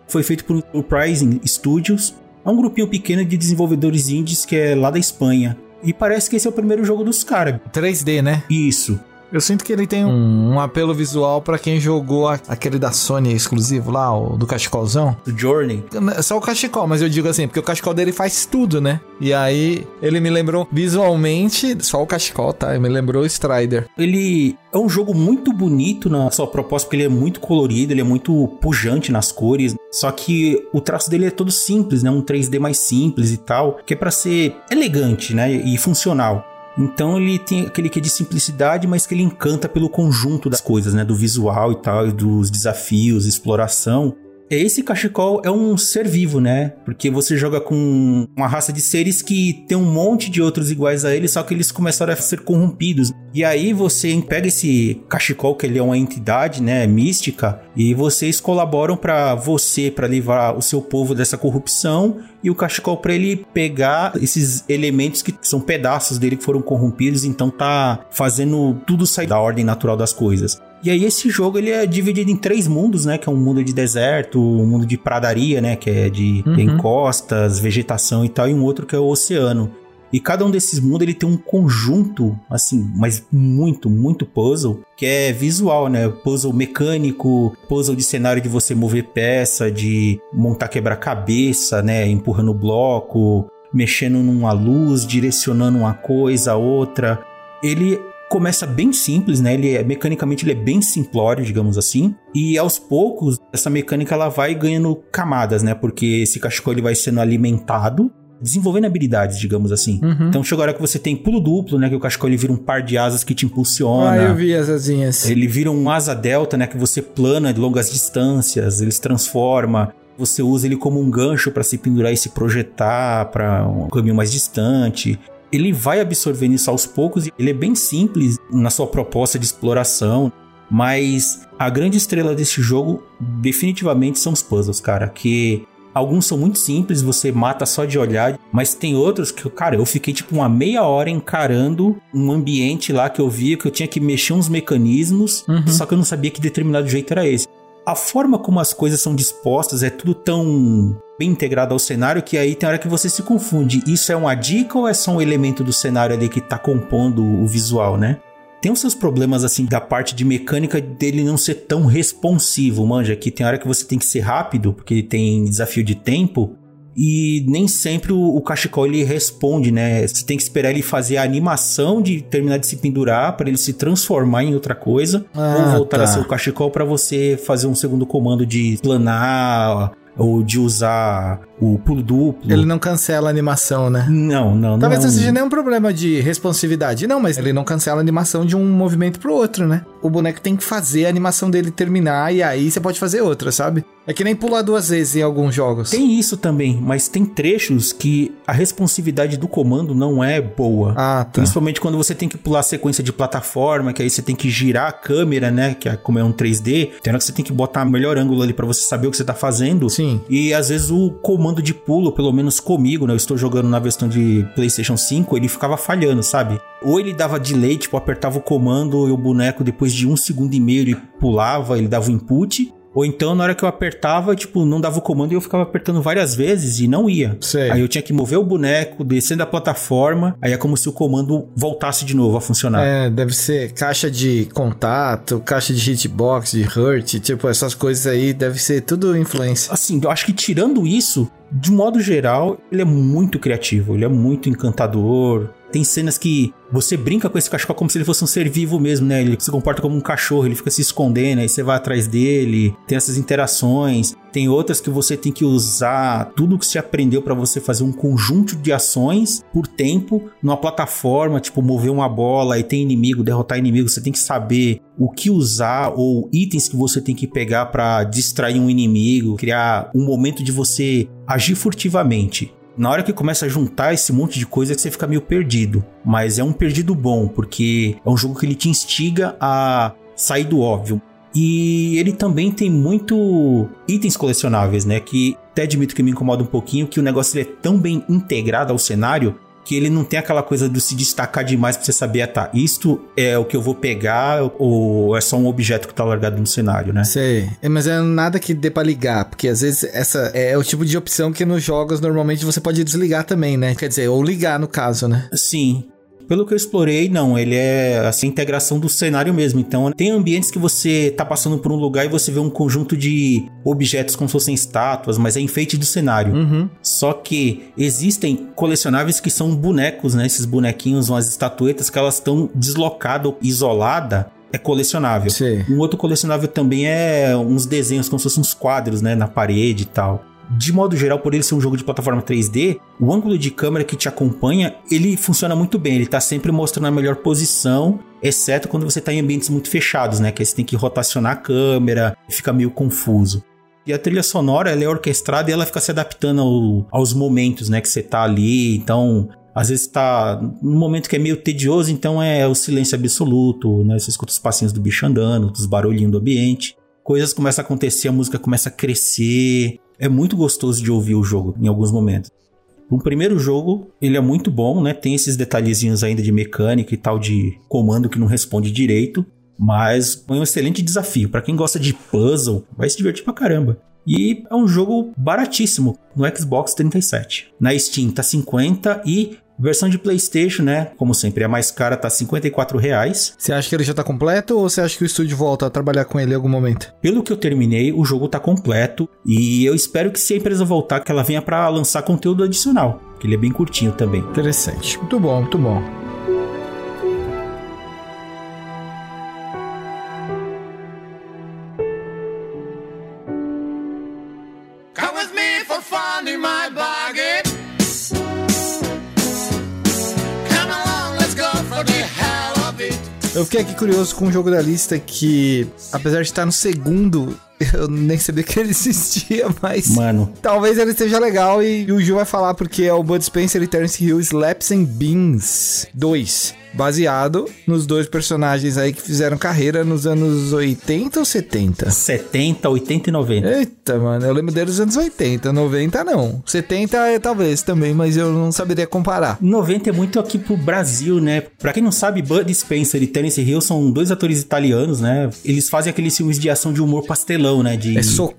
[SPEAKER 2] Foi feito por Uprising Studios. É um grupinho pequeno de desenvolvedores indies que é lá da Espanha. E parece que esse é o primeiro jogo dos caras.
[SPEAKER 1] três D, né?
[SPEAKER 2] Isso.
[SPEAKER 1] Eu sinto que ele tem um, um apelo visual pra quem jogou a, aquele da Sony exclusivo lá, o do cachecolzão.
[SPEAKER 2] Do Journey.
[SPEAKER 1] Só o cachecol, mas eu digo assim, porque o cachecol dele faz tudo, né? E aí, ele me lembrou visualmente, só o cachecol, tá? Ele me lembrou o Strider.
[SPEAKER 2] Ele é um jogo muito bonito na sua proposta, porque ele é muito colorido, ele é muito pujante nas cores. Só que o traço dele é todo simples, né? Um três D mais simples e tal, que é pra ser elegante, né? E funcional. Então ele tem aquele que é de simplicidade, mas que ele encanta pelo conjunto das coisas, né? Do visual e tal, dos desafios, exploração. Esse cachecol é um ser vivo, né? Porque você joga com uma raça de seres que tem um monte de outros iguais a ele, só que eles começaram a ser corrompidos. E aí você pega esse cachecol, que ele é uma entidade, né, mística, e vocês colaboram para você, para livrar o seu povo dessa corrupção, e o cachecol para ele pegar esses elementos que são pedaços dele que foram corrompidos, então tá fazendo tudo sair da ordem natural das coisas. E aí esse jogo ele é dividido em três mundos, né? Que é um mundo de deserto, um mundo de pradaria, né? Que é de uhum. encostas, vegetação e tal. E um outro que é o oceano. E cada um desses mundos ele tem um conjunto, assim, mas muito, muito puzzle. Que é visual, né? Puzzle mecânico, puzzle de cenário de você mover peça, de montar quebra-cabeça, né? Empurrando bloco, mexendo numa luz, direcionando uma coisa a outra. Ele... começa bem simples, né? Ele é, mecanicamente ele é bem simplório, digamos assim. E aos poucos, essa mecânica ela vai ganhando camadas, né? Porque esse cachecol ele vai sendo alimentado, desenvolvendo habilidades, digamos assim. Uhum. Então chega a hora que você tem pulo duplo, né? Que o cachecol ele vira um par de asas que te impulsiona.
[SPEAKER 1] Ah, eu vi as asinhas.
[SPEAKER 2] Ele vira um asa delta, né? Que você plana de longas distâncias, ele se transforma. Você usa ele como um gancho para se pendurar e se projetar para um caminho mais distante. Ele vai absorvendo isso aos poucos e ele é bem simples na sua proposta de exploração, mas a grande estrela desse jogo definitivamente são os puzzles, cara, que alguns são muito simples, você mata só de olhar, mas tem outros que, cara, eu fiquei tipo uma meia hora encarando um ambiente lá que eu via que eu tinha que mexer uns mecanismos, uhum. só que eu não sabia que determinado jeito era esse. A forma como as coisas são dispostas é tudo tão bem integrado ao cenário que aí tem hora que você se confunde. Isso é uma dica ou é só um elemento do cenário ali que tá compondo o visual, né? Tem os seus problemas, assim, da parte de mecânica dele não ser tão responsivo, manja, que tem hora que você tem que ser rápido, porque tem desafio de tempo, e nem sempre o, o cachecol ele responde, né? Você tem que esperar ele fazer a animação de terminar de se pendurar para ele se transformar em outra coisa, ah, ou voltar tá. a ser o cachecol para você fazer um segundo comando de planar ou de usar o pulo duplo.
[SPEAKER 1] Ele não cancela a animação, né?
[SPEAKER 2] Não, não,
[SPEAKER 1] Talvez
[SPEAKER 2] não.
[SPEAKER 1] não seja nenhum problema de responsividade. Não, mas ele não cancela a animação de um movimento pro outro, né? O boneco tem que fazer a animação dele terminar e aí você pode fazer outra, sabe? É que nem pular duas vezes em alguns jogos.
[SPEAKER 2] Tem isso também, mas tem trechos que a responsividade do comando não é boa.
[SPEAKER 1] Ah, tá.
[SPEAKER 2] Principalmente quando você tem que pular a sequência de plataforma, que aí você tem que girar a câmera, né? Que é, como é um três D, tem hora que você tem que botar o melhor ângulo ali pra você saber o que você tá fazendo.
[SPEAKER 1] Sim.
[SPEAKER 2] E às vezes o comando de pulo, pelo menos comigo, né? Eu estou jogando na versão de PlayStation cinco, ele ficava falhando, sabe? Ou ele dava delay, tipo, apertava o comando e o boneco depois de um segundo e meio ele pulava, ele dava o input. Ou então, na hora que eu apertava, tipo, não dava o comando e eu ficava apertando várias vezes e não ia.
[SPEAKER 1] Sei.
[SPEAKER 2] Aí eu tinha que mover o boneco, descendo a plataforma, aí é como se o comando voltasse de novo a funcionar.
[SPEAKER 1] É, deve ser caixa de contato, caixa de hitbox, de hurt, tipo, essas coisas aí, deve ser tudo influência.
[SPEAKER 2] Assim, eu acho que tirando isso, de modo geral, ele é muito criativo, ele é muito encantador. Tem cenas que você brinca com esse cachorro como se ele fosse um ser vivo mesmo, né? Ele se comporta como um cachorro, ele fica se escondendo, aí você vai atrás dele, tem essas interações. Tem outras que você tem que usar tudo que você aprendeu para você fazer um conjunto de ações por tempo numa plataforma, tipo mover uma bola e tem inimigo, derrotar inimigo. Você tem que saber o que usar ou itens que você tem que pegar para distrair um inimigo, criar um momento de você agir furtivamente. Na hora que começa a juntar esse monte de coisa que você fica meio perdido. Mas é um perdido bom, porque é um jogo que ele te instiga a sair do óbvio. E ele também tem muito itens colecionáveis, né? Que até admito que me incomoda um pouquinho, que o negócio ele é tão bem integrado ao cenário que ele não tem aquela coisa de se destacar demais pra você saber, ah, tá, isto é o que eu vou pegar ou é só um objeto que tá largado no cenário, né?
[SPEAKER 1] Sei, é, mas é nada que dê pra ligar, porque às vezes essa é o tipo de opção que nos jogos normalmente você pode desligar também, né? Quer dizer, ou ligar no caso, né?
[SPEAKER 2] Sim. Pelo que eu explorei, não, ele é assim, a integração do cenário mesmo. Então, tem ambientes que você tá passando por um lugar e você vê um conjunto de objetos como se fossem estátuas, mas é enfeite do cenário.
[SPEAKER 1] Uhum.
[SPEAKER 2] Só que existem colecionáveis que são bonecos, né? Esses bonequinhos, umas estatuetas que elas estão deslocadas, isoladas. É colecionável.
[SPEAKER 1] Sim.
[SPEAKER 2] Um outro colecionável também é uns desenhos, como se fossem uns quadros, né? Na parede e tal. De modo geral, por ele ser um jogo de plataforma três D, o ângulo de câmera que te acompanha, ele funciona muito bem. Ele tá sempre mostrando a melhor posição, exceto quando você tá em ambientes muito fechados, né? Que aí você tem que rotacionar a câmera, fica meio confuso. E a trilha sonora, ela é orquestrada e ela fica se adaptando ao, aos momentos, né? Que você tá ali. Então, às vezes tá num momento que é meio tedioso, então é o silêncio absoluto, né? Você escuta os passinhos do bicho andando, os barulhinhos do ambiente. Coisas começam a acontecer, a música começa a crescer. É muito gostoso de ouvir o jogo em alguns momentos. O primeiro jogo, ele é muito bom, né? Tem esses detalhezinhos ainda de mecânica e tal, de comando que não responde direito. Mas é um excelente desafio. Pra quem gosta de puzzle, vai se divertir pra caramba. E é um jogo baratíssimo no Xbox trinta e sete. Na Steam tá cinquenta e versão de PlayStation, né? Como sempre, a mais cara tá cinquenta e quatro reais.
[SPEAKER 1] Você acha que ele já tá completo ou você acha que o estúdio volta a trabalhar com ele em algum momento?
[SPEAKER 2] Pelo que eu terminei, o jogo tá completo e eu espero que se a empresa voltar, que ela venha pra lançar conteúdo adicional, que ele é bem curtinho também.
[SPEAKER 1] Interessante. Muito bom, muito bom.
[SPEAKER 4] Come with me for fun in my bargain.
[SPEAKER 1] Eu fiquei aqui curioso com um jogo da lista que, apesar de estar no segundo, eu nem sabia que ele existia, mas...
[SPEAKER 2] Mano.
[SPEAKER 1] Talvez ele esteja legal e o Gil vai falar porque é o Bud Spencer e Terence Hill Slaps and Beans dois. Baseado nos dois personagens aí que fizeram carreira nos anos oitenta ou setenta?
[SPEAKER 2] setenta, oitenta e noventa.
[SPEAKER 1] Eita, mano, eu lembro deles nos anos oitenta, noventa não. setenta é talvez também, mas eu não saberia comparar.
[SPEAKER 2] noventa é muito aqui pro Brasil, né? Pra quem não sabe, Bud Spencer e Terence Hill são dois atores italianos, né? Eles fazem aqueles filmes de ação de humor pastelão, né? De...
[SPEAKER 1] É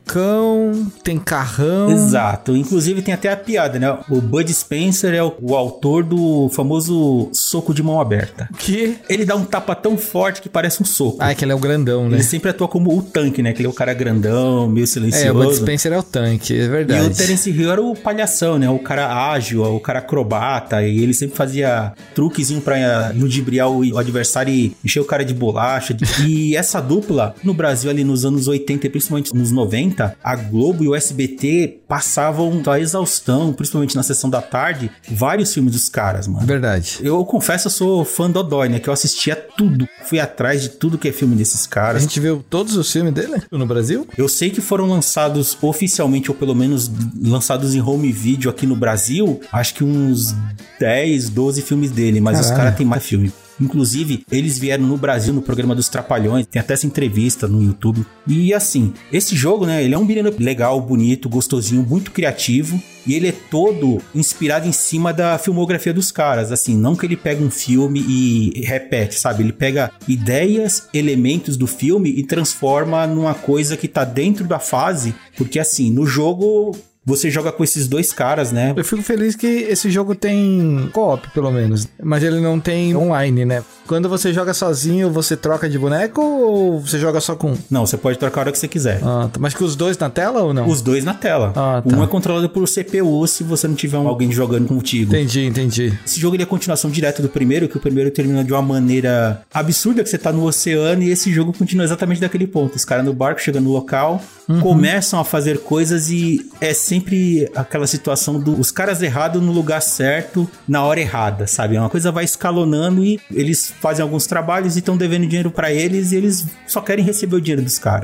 [SPEAKER 1] socão, tem carrão.
[SPEAKER 2] Exato. Inclusive tem até a piada, né? O Bud Spencer é o, o autor do famoso soco de mão aberta.
[SPEAKER 1] Que?
[SPEAKER 2] Ele dá um tapa tão forte que parece um soco.
[SPEAKER 1] Ah, é que ele é o grandão, né?
[SPEAKER 2] Ele sempre atua como o tanque, né? Que ele é o cara grandão, meio silencioso.
[SPEAKER 1] É, o Bud Spencer é o tanque, é verdade.
[SPEAKER 2] E o Terence Hill era o palhação, né? O cara ágil, o cara acrobata. E ele sempre fazia truquezinho pra ludibriar o, o adversário e encher o cara de bolacha. E essa dupla, no Brasil ali nos anos oitenta e principalmente nos noventa, a Globo e o S B T passavam a exaustão, principalmente na sessão da tarde, vários filmes dos caras, mano.
[SPEAKER 1] Verdade.
[SPEAKER 2] Eu confesso, eu sou fã dodói, né? Que eu assistia tudo. Fui atrás de tudo que é filme desses caras.
[SPEAKER 1] A gente viu todos os filmes dele no Brasil?
[SPEAKER 2] Eu sei que foram lançados oficialmente, ou pelo menos lançados em home video aqui no Brasil, acho que uns dez, doze filmes dele, mas Caralho. Os caras têm mais filme. Inclusive, eles vieram no Brasil no programa dos Trapalhões, tem até essa entrevista no YouTube. E assim, esse jogo, né, ele é um beat'em up legal, bonito, gostosinho, muito criativo. E ele é todo inspirado em cima da filmografia dos caras, assim, não que ele pega um filme e repete, sabe? Ele pega ideias, elementos do filme e transforma numa coisa que tá dentro da fase, porque assim, no jogo... Você joga com esses dois caras, né?
[SPEAKER 1] Eu fico feliz que esse jogo tem co-op, pelo menos. Mas ele não tem online, né? Quando você joga sozinho, você troca de boneco ou você joga só com um?
[SPEAKER 2] Não, você pode trocar a hora que você quiser.
[SPEAKER 1] Ah, tá. Mas com os dois na tela ou não?
[SPEAKER 2] Os dois na tela.
[SPEAKER 1] Ah, tá.
[SPEAKER 2] Um é controlado por C P U se você não tiver alguém jogando contigo.
[SPEAKER 1] Entendi, entendi.
[SPEAKER 2] Esse jogo ele é a continuação direta do primeiro, que o primeiro termina de uma maneira absurda, que você tá no oceano e esse jogo continua exatamente daquele ponto. Os caras no barco chegam no local, uhum. começam a fazer coisas e é sempre aquela situação dos os caras errados no lugar certo, na hora errada, sabe? Uma coisa vai escalonando e eles fazem alguns trabalhos e estão devendo dinheiro pra eles e eles só querem receber o dinheiro dos caras.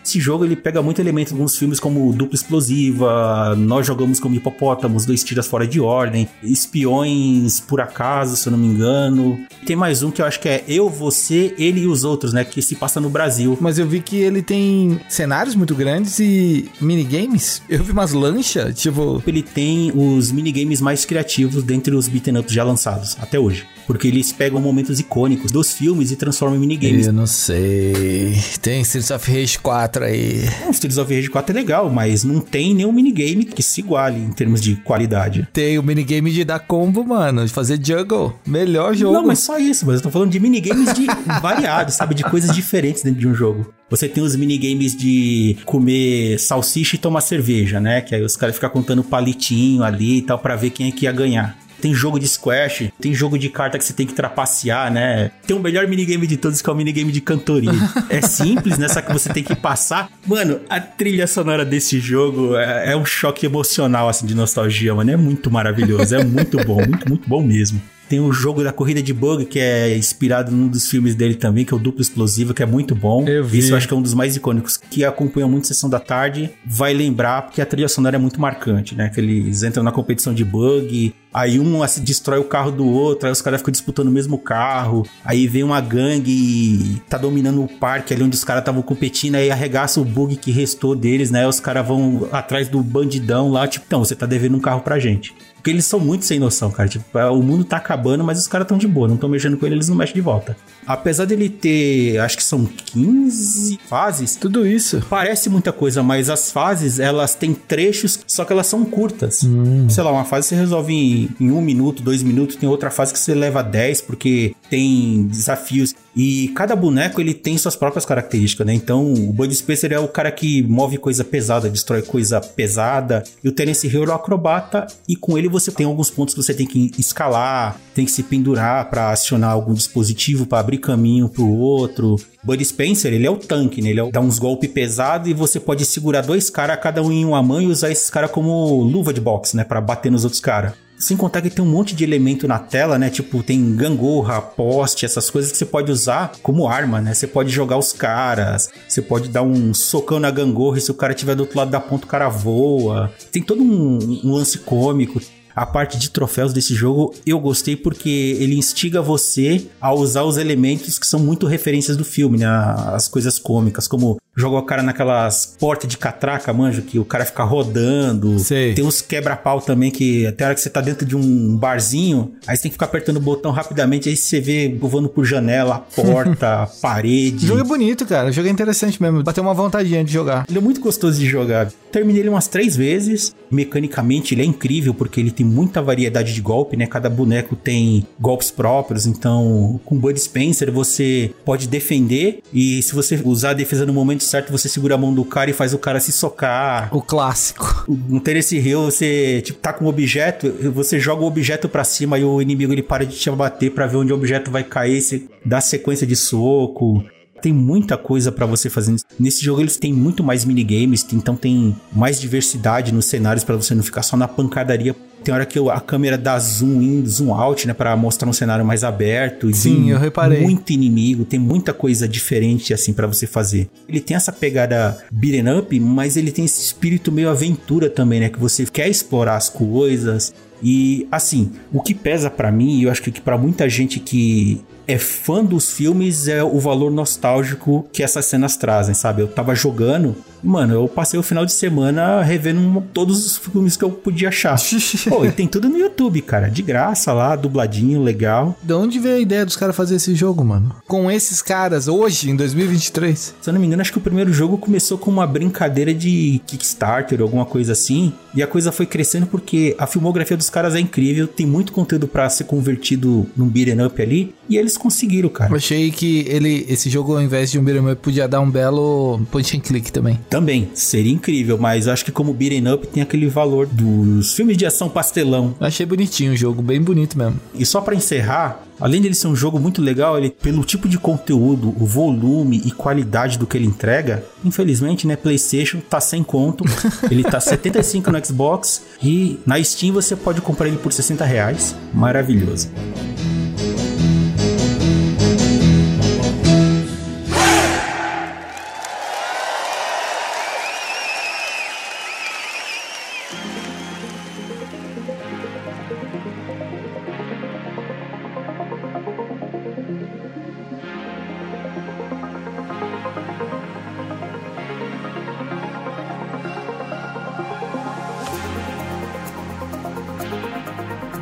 [SPEAKER 2] Esse jogo, ele pega muito elemento de alguns filmes como Dupla Explosiva, Nós Jogamos Como Hipopótamos, Dois Tiras Fora de Ordem, Espiões Por Acaso, se eu não me engano. Tem mais um que eu acho que é Eu, Você, Ele e os Outros, né? Que se passa no Brasil.
[SPEAKER 1] Mas eu vi que ele tem cenários muito grandes e minigames. Eu vi umas lanchas, tipo...
[SPEAKER 2] Ele tem os minigames mais criativos dentre os beat'em ups já lançados, até hoje. Porque eles pegam momentos icônicos dos filmes e transformam em minigames.
[SPEAKER 1] Eu não sei... Tem Streets of Rage quatro aí.
[SPEAKER 2] O Streets of Rage quatro é legal, mas não tem nenhum minigame que se iguale em termos de qualidade.
[SPEAKER 1] Tem o minigame de dar combo, mano, de fazer juggle. Melhor jogo.
[SPEAKER 2] Não, mas só isso, mas eu tô falando de minigames de variados, sabe? De coisas diferentes dentro de um jogo. Você tem os minigames de comer salsicha e tomar cerveja, né? Que aí os caras ficam contando palitinho ali e tal pra ver quem é que ia ganhar. Tem jogo de squash, tem jogo de carta que você tem que trapacear, né? Tem o melhor minigame de todos, que é o minigame de cantoria. É simples, né? Só que você tem que passar. Mano, a trilha sonora desse jogo é, é um choque emocional, assim, de nostalgia, mano. É muito maravilhoso, é muito bom, muito, muito bom mesmo. Tem o jogo da corrida de bug, que é inspirado num dos filmes dele também, que é o Dupla Explosiva, que é muito bom.
[SPEAKER 1] Eu vi.
[SPEAKER 2] Isso eu acho que é um dos mais icônicos. Que acompanha muito Sessão da Tarde, vai lembrar, porque a trilha sonora é muito marcante, né? Que eles entram na competição de bug, aí um assim, destrói o carro do outro, aí os caras ficam disputando o mesmo carro, aí vem uma gangue e tá dominando o parque ali onde os caras estavam competindo, aí arregaça o bug que restou deles, né? Os caras vão atrás do bandidão lá, tipo, então, você tá devendo um carro pra gente. Porque eles são muito sem noção, cara. Tipo, o mundo tá acabando, mas os caras estão de boa. Não estão mexendo com ele, eles não mexem de volta. Apesar dele ter, acho que são quinze fases.
[SPEAKER 1] Tudo isso.
[SPEAKER 2] Parece muita coisa, mas as fases, elas têm trechos, só que elas são curtas.
[SPEAKER 1] Hum.
[SPEAKER 2] Sei lá, uma fase você resolve em, em um minuto, dois minutos. Tem outra fase que você leva dez, porque tem desafios. E cada boneco, ele tem suas próprias características, né? Então, o Bud Spencer é o cara que move coisa pesada, destrói coisa pesada. E o Terence Hill é o acrobata. E com ele você tem alguns pontos que você tem que escalar, tem que se pendurar para acionar algum dispositivo, para abrir caminho pro outro. Bud Spencer, ele é o tanque, né? Ele é o, dá uns golpes pesados e você pode segurar dois caras, cada um em uma mão, e usar esses caras como luva de boxe, né? Pra bater nos outros caras. Sem contar que tem um monte de elemento na tela, né? Tipo, tem gangorra, poste, essas coisas que você pode usar como arma, né? Você pode jogar os caras, você pode dar um socão na gangorra e se o cara estiver do outro lado da ponta, o cara voa. Tem todo um, um lance cômico. A parte de troféus desse jogo eu gostei porque ele instiga você a usar os elementos que são muito referências do filme, né? As coisas cômicas, como jogar o cara naquelas portas de catraca, manja, que o cara fica rodando.
[SPEAKER 1] Sei.
[SPEAKER 2] Tem uns quebra-pau também, que até a hora que você tá dentro de um barzinho, aí você tem que ficar apertando o botão rapidamente, aí você vê voando por janela, porta, parede.
[SPEAKER 1] O jogo é bonito, cara. O jogo é interessante mesmo. Bateu uma vontadinha de jogar.
[SPEAKER 2] Ele é muito gostoso de jogar. Terminei ele umas três vezes. Mecanicamente ele é incrível, porque ele tem muita variedade de golpe, né? Cada boneco tem golpes próprios. Então, com Bud Spencer, você pode defender. E se você usar a defesa no momento certo, você segura a mão do cara e faz o cara se socar.
[SPEAKER 1] O clássico.
[SPEAKER 2] No Terence Hill, você tipo, tá com um objeto, você joga o objeto pra cima e o inimigo ele para de te abater pra ver onde o objeto vai cair. Você dá sequência de soco. Tem muita coisa pra você fazer. Nesse jogo eles têm muito mais minigames, então tem mais diversidade nos cenários pra você não ficar só na pancadaria. Tem hora que a câmera dá zoom in, zoom out, né, pra mostrar um cenário mais aberto.
[SPEAKER 1] Sim, eu reparei.
[SPEAKER 2] Muito inimigo, tem muita coisa diferente assim pra você fazer. Ele tem essa pegada beat'em up, mas ele tem esse espírito meio aventura também, né, que você quer explorar as coisas. E assim, o que pesa pra mim, e eu acho que pra muita gente que é fã dos filmes, é o valor nostálgico que essas cenas trazem, sabe? Eu tava jogando, mano, eu passei o final de semana revendo todos os filmes que eu podia achar. Pô, e tem tudo no YouTube, cara, de graça lá, dubladinho, legal.
[SPEAKER 1] De onde veio a ideia dos caras fazer esse jogo, mano? Com esses caras, hoje, em dois mil e vinte e três?
[SPEAKER 2] Se eu não me engano, acho que o primeiro jogo começou com uma brincadeira de Kickstarter, alguma coisa assim, e a coisa foi crescendo porque a filmografia dos caras é incrível, tem muito conteúdo pra ser convertido num beat'em up ali, e eles conseguiram, cara.
[SPEAKER 1] Eu achei que ele, esse jogo, ao invés de um beat'em up, podia dar um belo point and click também.
[SPEAKER 2] Também, seria incrível, mas eu acho que como beat'em up tem aquele valor dos filmes de ação pastelão.
[SPEAKER 1] Eu achei bonitinho o jogo, bem bonito mesmo.
[SPEAKER 2] E só pra encerrar, além de ele ser um jogo muito legal, ele, pelo tipo de conteúdo, o volume e qualidade do que ele entrega, infelizmente, né, PlayStation tá sem conto. Ele tá setenta e cinco no Xbox e na Steam você pode comprar ele por sessenta reais. Maravilhoso.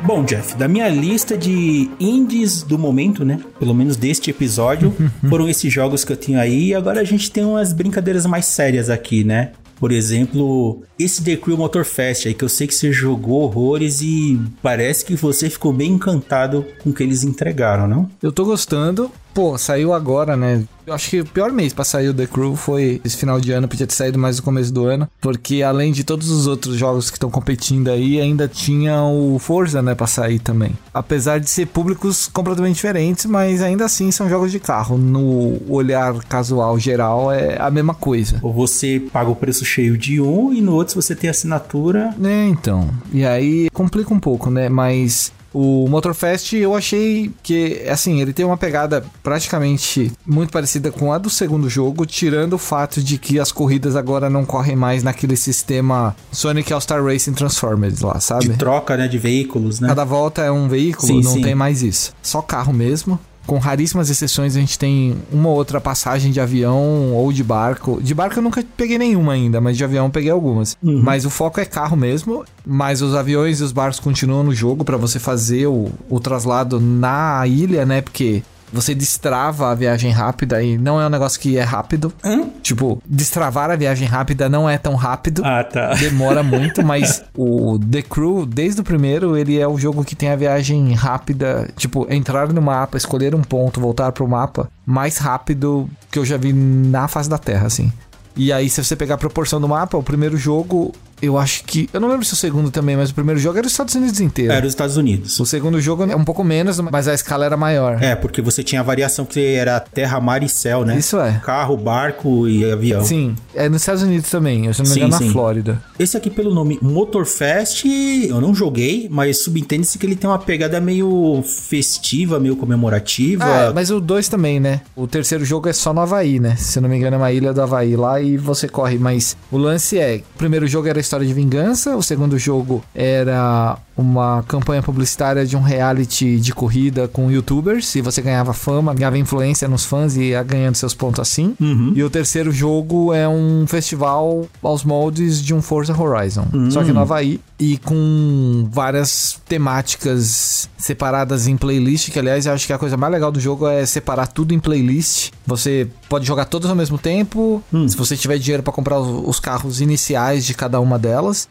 [SPEAKER 2] Bom, Jeff, da minha lista de indies do momento, né? Pelo menos deste episódio, foram esses jogos que eu tenho aí. E agora a gente tem umas brincadeiras mais sérias aqui, né? Por exemplo, esse The Crew Motorfest aí, que eu sei que você jogou horrores e parece que você ficou bem encantado com o que eles entregaram, não?
[SPEAKER 1] Eu tô gostando. Pô, saiu agora, né? Eu acho que o pior mês pra sair o The Crew foi esse final de ano, podia ter saído mais no começo do ano, porque além de todos os outros jogos que estão competindo aí, ainda tinha o Forza, né, pra sair também. Apesar de ser públicos completamente diferentes, mas ainda assim são jogos de carro. No olhar casual geral é a mesma coisa.
[SPEAKER 2] Ou você paga o preço cheio de um e no outro, se você tem assinatura...
[SPEAKER 1] É, então. E aí complica um pouco, né? Mas... o Motorfest eu achei que, assim, ele tem uma pegada praticamente muito parecida com a do segundo jogo, tirando o fato de que as corridas agora não correm mais naquele sistema Sonic All-Star Racing Transformers lá, sabe?
[SPEAKER 2] De troca, né, de veículos, né?
[SPEAKER 1] Cada volta é um veículo,
[SPEAKER 2] sim,
[SPEAKER 1] não
[SPEAKER 2] sim.
[SPEAKER 1] tem mais isso. Só carro mesmo. Com raríssimas exceções, a gente tem uma ou outra passagem de avião ou de barco. De barco eu nunca peguei nenhuma ainda, mas de avião eu peguei algumas. Uhum. Mas o foco é carro mesmo. Mas os aviões e os barcos continuam no jogo pra você fazer o, o traslado na ilha, né? Porque você destrava a viagem rápida e não é um negócio que é rápido. Hum? Tipo, destravar a viagem rápida não é tão rápido.
[SPEAKER 2] Ah, tá.
[SPEAKER 1] Demora muito, mas o The Crew, desde o primeiro, ele é o jogo que tem a viagem rápida. Tipo, entrar no mapa, escolher um ponto, voltar pro mapa, mais rápido que eu já vi na face da Terra, assim. E aí, se você pegar a proporção do mapa, o primeiro jogo, eu acho que... eu não lembro se o segundo também, mas o primeiro jogo era os Estados Unidos inteiro.
[SPEAKER 2] Era os Estados Unidos.
[SPEAKER 1] O segundo jogo é um pouco menos, mas a escala era maior.
[SPEAKER 2] É, porque você tinha a variação que era terra, mar e céu, né?
[SPEAKER 1] Isso é.
[SPEAKER 2] Carro, barco e avião.
[SPEAKER 1] Sim, é nos Estados Unidos também, eu se não me engano na Flórida.
[SPEAKER 2] Esse aqui pelo nome Motorfest, eu não joguei, mas subentende-se que ele tem uma pegada meio festiva, meio comemorativa.
[SPEAKER 1] É, mas o dois também, né? O terceiro jogo é só no Havaí, né? Se eu não me engano é uma ilha do Havaí lá e você corre, mas o lance é, o primeiro jogo era história de vingança, o segundo jogo era uma campanha publicitária de um reality de corrida com youtubers, e você ganhava fama, ganhava influência nos fãs e ia ganhando seus pontos assim. Uhum. E o terceiro jogo é um festival aos moldes de um Forza Horizon, uhum. só que no Havaí, e com várias temáticas separadas em playlist, que aliás eu acho que a coisa mais legal do jogo é separar tudo em playlist. Você pode jogar todas ao mesmo tempo, hum. se você tiver dinheiro para comprar os carros iniciais de cada uma delas.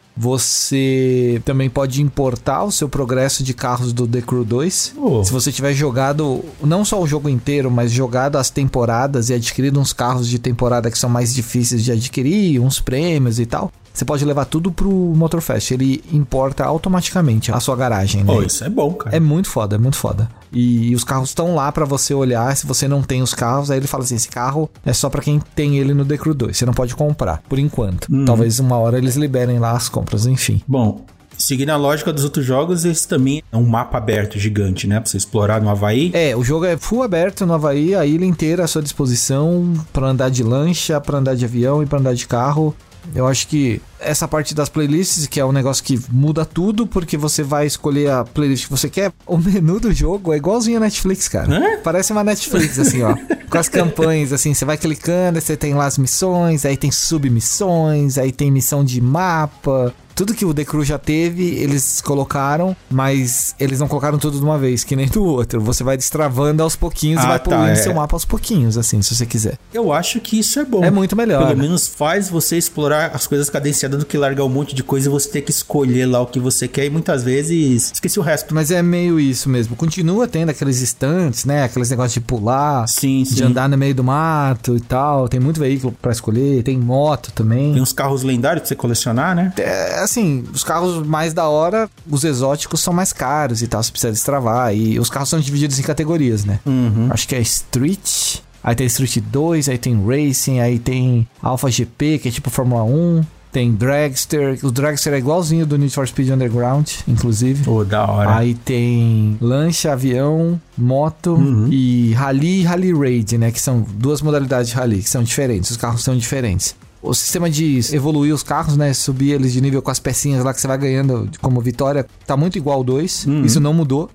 [SPEAKER 1] Você também pode importar o seu progresso de carros do The Crew dois. Oh. Se você tiver jogado não só o jogo inteiro, mas jogado as temporadas e adquirido uns carros de temporada que são mais difíceis de adquirir, uns prêmios e tal, você pode levar tudo pro Motorfest. Ele importa automaticamente a sua garagem, né?
[SPEAKER 2] Oh, isso é bom, cara.
[SPEAKER 1] É muito foda, é muito foda. E, e os carros estão lá pra você olhar. Se você não tem os carros, aí ele fala assim, esse carro é só pra quem tem ele no The Crew dois. Você não pode comprar, por enquanto. Hum. Talvez uma hora eles liberem lá as compras, enfim.
[SPEAKER 2] Bom, seguindo a lógica dos outros jogos, esse também é um mapa aberto gigante, né? Pra você explorar no Havaí.
[SPEAKER 1] É, o jogo é full aberto no Havaí, a ilha inteira à sua disposição pra andar de lancha, pra andar de avião e pra andar de carro. Eu acho que essa parte das playlists, que é um negócio que muda tudo, porque você vai escolher a playlist que você quer. O menu do jogo é igualzinho a Netflix, cara. Hã? Parece uma Netflix, assim, ó. Com as campanhas, assim, você vai clicando, você tem lá as missões, aí tem submissões, aí tem missão de mapa. Tudo que o The Crew já teve, eles colocaram, mas eles não colocaram tudo de uma vez, que nem do outro. Você vai destravando aos pouquinhos ah, e vai tá, poluindo é. seu mapa aos pouquinhos, assim, se você quiser.
[SPEAKER 2] Eu acho que isso é bom.
[SPEAKER 1] É muito melhor.
[SPEAKER 2] Pelo menos faz você explorar as coisas cadenciadas do que largar um monte de coisa e você ter que escolher lá o que você quer e muitas vezes esqueci o resto.
[SPEAKER 1] Mas é meio isso mesmo. Continua tendo aqueles estantes, né? Aqueles negócios de pular,
[SPEAKER 2] sim,
[SPEAKER 1] de
[SPEAKER 2] sim.
[SPEAKER 1] andar no meio do mato e tal. Tem muito veículo pra escolher, tem moto também.
[SPEAKER 2] Tem uns carros lendários pra você colecionar, né?
[SPEAKER 1] É, assim, os carros mais da hora, os exóticos são mais caros e tal, você precisa destravar. E os carros são divididos em categorias, né? Uhum. Acho que é Street, aí tem Street dois, aí tem Racing, aí tem Alpha G P, que é tipo Fórmula um. Tem Dragster, o Dragster é igualzinho do Need for Speed Underground, inclusive.
[SPEAKER 2] Pô, oh, da hora.
[SPEAKER 1] Aí tem lancha, avião, moto uhum. e Rally e Rally Raid, né? Que são duas modalidades de Rally, que são diferentes, os carros são diferentes. O sistema de evoluir os carros, né? Subir eles de nível com as pecinhas lá que você vai ganhando como vitória, tá muito igual ao dois. Uhum. Isso não mudou.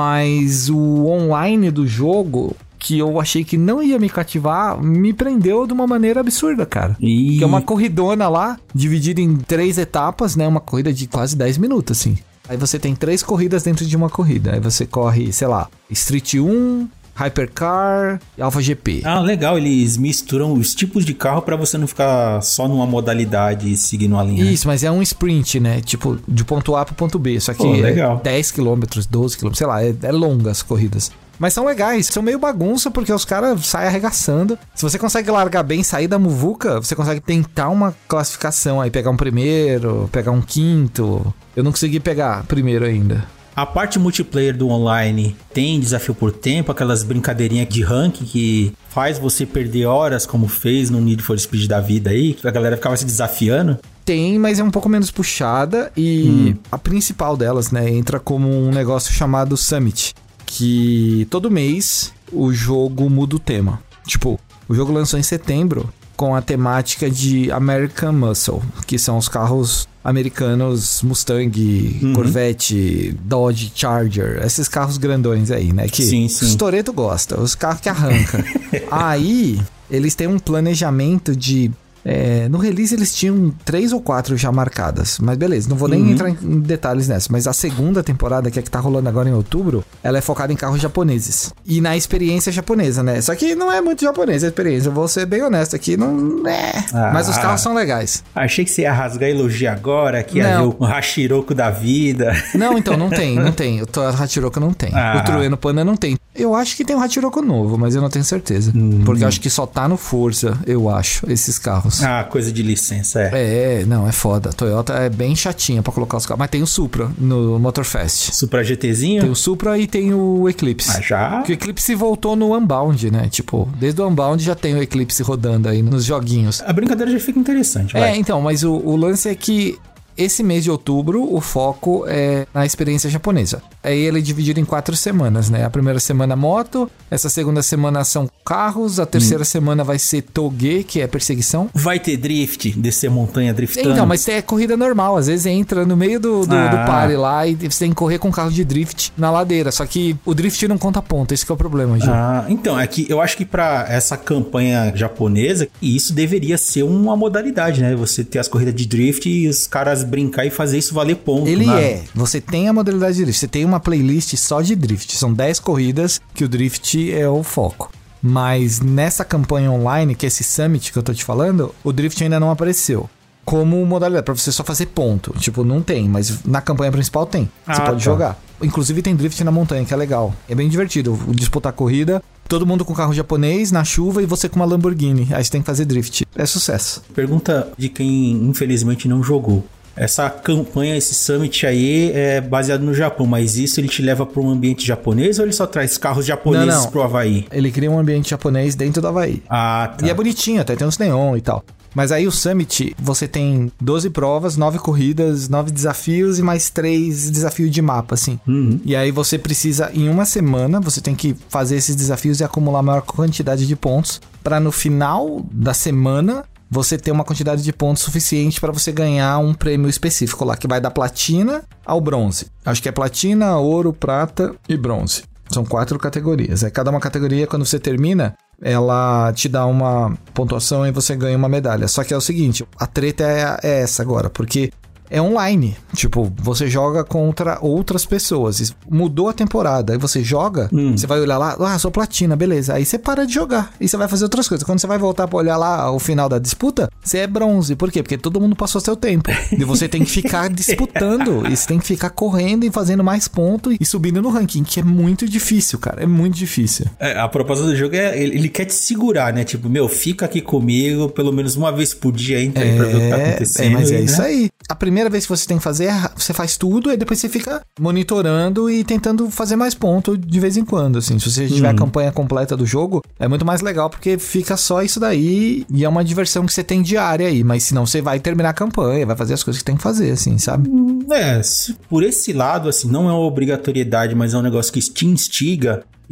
[SPEAKER 1] Mas o online do jogo, que eu achei que não ia me cativar, me prendeu de uma maneira absurda, cara. E... que é uma corridona lá, dividida em três etapas, né? Uma corrida de quase dez minutos, assim. Aí você tem três corridas dentro de uma corrida. Aí você corre, sei lá, Street um, Hypercar e Alpha G P.
[SPEAKER 2] Ah, legal. Eles misturam os tipos de carro pra você não ficar só numa modalidade e seguindo uma linha.
[SPEAKER 1] Isso, mas é um sprint, né? Tipo, de ponto A pro ponto B. Só que
[SPEAKER 2] Pô, legal.
[SPEAKER 1] é dez quilômetros, doze quilômetros, sei lá, é, é longa as corridas. Mas são legais, são meio bagunça porque os caras saem arregaçando. Se você consegue largar bem, sair da muvuca, você consegue tentar uma classificação aí, pegar um primeiro, pegar um quinto. Eu não consegui pegar primeiro ainda.
[SPEAKER 2] A parte multiplayer do online tem desafio por tempo, aquelas brincadeirinhas de ranking que faz você perder horas, como fez no Need for Speed da vida aí, que a galera ficava se desafiando.
[SPEAKER 1] Tem, mas é um pouco menos puxada e hum. a principal delas, né, entra como um negócio chamado Summit, que todo mês o jogo muda o tema. Tipo, o jogo lançou em setembro com a temática de American Muscle, que são os carros americanos Mustang, uhum. Corvette, Dodge Charger, esses carros grandões aí, né? Que
[SPEAKER 2] sim, sim.
[SPEAKER 1] os Toretto gosta, os carros que arrancam. Aí, eles têm um planejamento de... É, no release eles tinham três ou quatro já marcadas, mas beleza, não vou nem uhum. entrar em detalhes nessa. Mas a segunda temporada, que é que tá rolando agora em outubro, ela é focada em carros japoneses e na experiência japonesa, né? Só que não é muito japonesa a experiência, eu vou ser bem honesto aqui, não é. Ah, mas os carros são legais.
[SPEAKER 2] Achei que você ia rasgar elogio agora, que ia ver o Hachiroko da vida.
[SPEAKER 1] Não, então, não tem, não tem. O Hachiroko não tem. Ah. O Trueno Panda não tem. Eu acho que tem um Hachiroko novo, mas eu não tenho certeza. Hum. Porque eu acho que só tá no Forza, eu acho, esses carros.
[SPEAKER 2] Ah, coisa de licença, é.
[SPEAKER 1] É, não, é foda. A Toyota é bem chatinha pra colocar os carros. Mas tem o Supra no Motorfest.
[SPEAKER 2] Supra GTzinho?
[SPEAKER 1] Tem o Supra e tem o Eclipse.
[SPEAKER 2] Ah, já?
[SPEAKER 1] Porque o Eclipse voltou no Unbound, né? Tipo, desde o Unbound já tem o Eclipse rodando aí nos joguinhos.
[SPEAKER 2] A brincadeira já fica interessante, vai.
[SPEAKER 1] É, então, mas o, o lance é que esse mês de outubro, o foco é na experiência japonesa. Aí ele é dividido em quatro semanas, né? A primeira semana moto, essa segunda semana são carros, a terceira hum. semana vai ser Toge, que é perseguição.
[SPEAKER 2] Vai ter drift, descer montanha driftando.
[SPEAKER 1] Então, mas é corrida normal, às vezes entra no meio do, do, ah. do party lá e você tem que correr com carro de drift na ladeira, só que o drift não conta ponto, esse que é o problema, Gil.
[SPEAKER 2] Ah, então, é que eu acho que pra essa campanha japonesa, isso deveria ser uma modalidade, né? Você ter as corridas de drift e os caras brincar e fazer isso valer ponto.
[SPEAKER 1] Ele
[SPEAKER 2] né?
[SPEAKER 1] é. Você tem a modalidade de drift. Você tem uma playlist só de drift. São dez corridas que o drift é o foco. Mas nessa campanha online, que é esse Summit que eu tô te falando, o drift ainda não apareceu como modalidade, pra você só fazer ponto. Tipo, não tem, mas na campanha principal tem. Você ah, pode tá. jogar. Inclusive tem drift na montanha, que é legal. É bem divertido. Disputar corrida, todo mundo com carro japonês, na chuva, e você com uma Lamborghini. Aí você tem que fazer drift. É sucesso.
[SPEAKER 2] Pergunta de quem infelizmente não jogou. Essa campanha, esse Summit aí é baseado no Japão, mas isso ele te leva para um ambiente japonês ou ele só traz carros japoneses não, não. pro Havaí?
[SPEAKER 1] Ele cria um ambiente japonês dentro do Havaí.
[SPEAKER 2] Ah, tá.
[SPEAKER 1] E é bonitinho, até tem uns neon e tal. Mas aí o Summit, você tem doze provas, nove corridas, nove desafios e mais três desafios de mapa, assim.
[SPEAKER 2] Uhum.
[SPEAKER 1] E aí você precisa, em uma semana, você tem que fazer esses desafios e acumular a maior quantidade de pontos para no final da semana você ter uma quantidade de pontos suficiente para você ganhar um prêmio específico lá, que vai da platina ao bronze. Acho que é platina, ouro, prata e bronze. São quatro categorias. Aí cada uma categoria, quando você termina, ela te dá uma pontuação e você ganha uma medalha. Só que é o seguinte, a treta é, é essa agora, porque é online. Tipo, você joga contra outras pessoas. Mudou a temporada. Aí você joga, hum. você vai olhar lá, ah, sou platina, beleza. Aí você para de jogar e você vai fazer outras coisas. Quando você vai voltar pra olhar lá o final da disputa, você é bronze. Por quê? Porque todo mundo passou seu tempo. E você tem que ficar disputando. E você tem que ficar correndo e fazendo mais pontos e subindo no ranking, que é muito difícil, cara. É muito difícil.
[SPEAKER 2] É, a proposta do jogo é, ele, ele quer te segurar, né? Tipo, meu, fica aqui comigo pelo menos uma vez por dia, entra aí é, pra ver o que tá acontecendo.
[SPEAKER 1] É, mas é
[SPEAKER 2] aí,
[SPEAKER 1] isso
[SPEAKER 2] né?
[SPEAKER 1] aí. A primeira vez que você tem que fazer, você faz tudo e depois você fica monitorando e tentando fazer mais ponto de vez em quando, assim. Se você tiver uhum. a campanha completa do jogo, é muito mais legal porque fica só isso daí e é uma diversão que você tem diária aí, mas senão você vai terminar a campanha, vai fazer as coisas que tem que fazer, assim, sabe?
[SPEAKER 2] É, por esse lado, assim, não é uma obrigatoriedade, mas é um negócio que te instiga.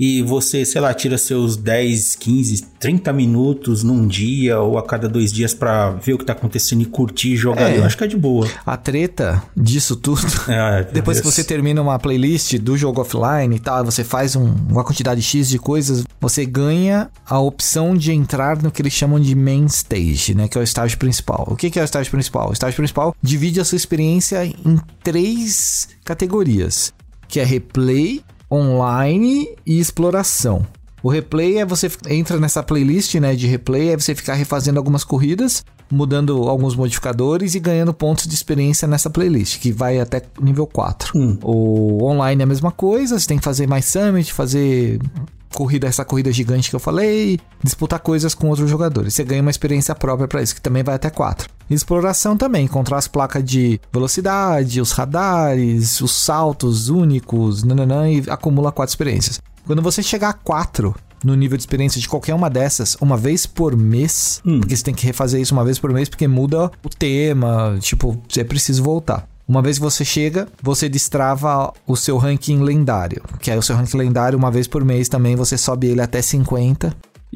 [SPEAKER 2] e você, sei lá, tira seus dez, quinze, trinta minutos num dia ou a cada dois dias pra ver o que tá acontecendo e curtir e jogar, é, eu acho que é de boa.
[SPEAKER 1] A treta disso tudo, é, depois Deus. que você termina uma playlist do jogo offline e tal, você faz um, uma quantidade X de coisas, você ganha a opção de entrar no que eles chamam de main stage, né, que é o estágio principal. O que, que é o estágio principal? O estágio principal divide a sua experiência em três categorias, que é replay, online e exploração. O replay é você entra nessa playlist, né, de replay, é você ficar refazendo algumas corridas, mudando alguns modificadores e ganhando pontos de experiência nessa playlist, que vai até nível quatro. Hum. O online é a mesma coisa, você tem que fazer mais summit, fazer corrida, essa corrida gigante que eu falei, disputar coisas com outros jogadores. Você ganha uma experiência própria para isso, que também vai até quatro. Exploração também, encontrar as placas de velocidade, os radares, os saltos únicos, nananã, e acumula quatro experiências. Quando você chegar a quatro no nível de experiência de qualquer uma dessas, uma vez por mês, hum. porque você tem que refazer isso uma vez por mês, porque muda o tema, tipo, você precisa voltar. Uma vez que você chega, você destrava o seu ranking lendário, que é o seu ranking lendário, uma vez por mês também, você sobe ele até cinquenta,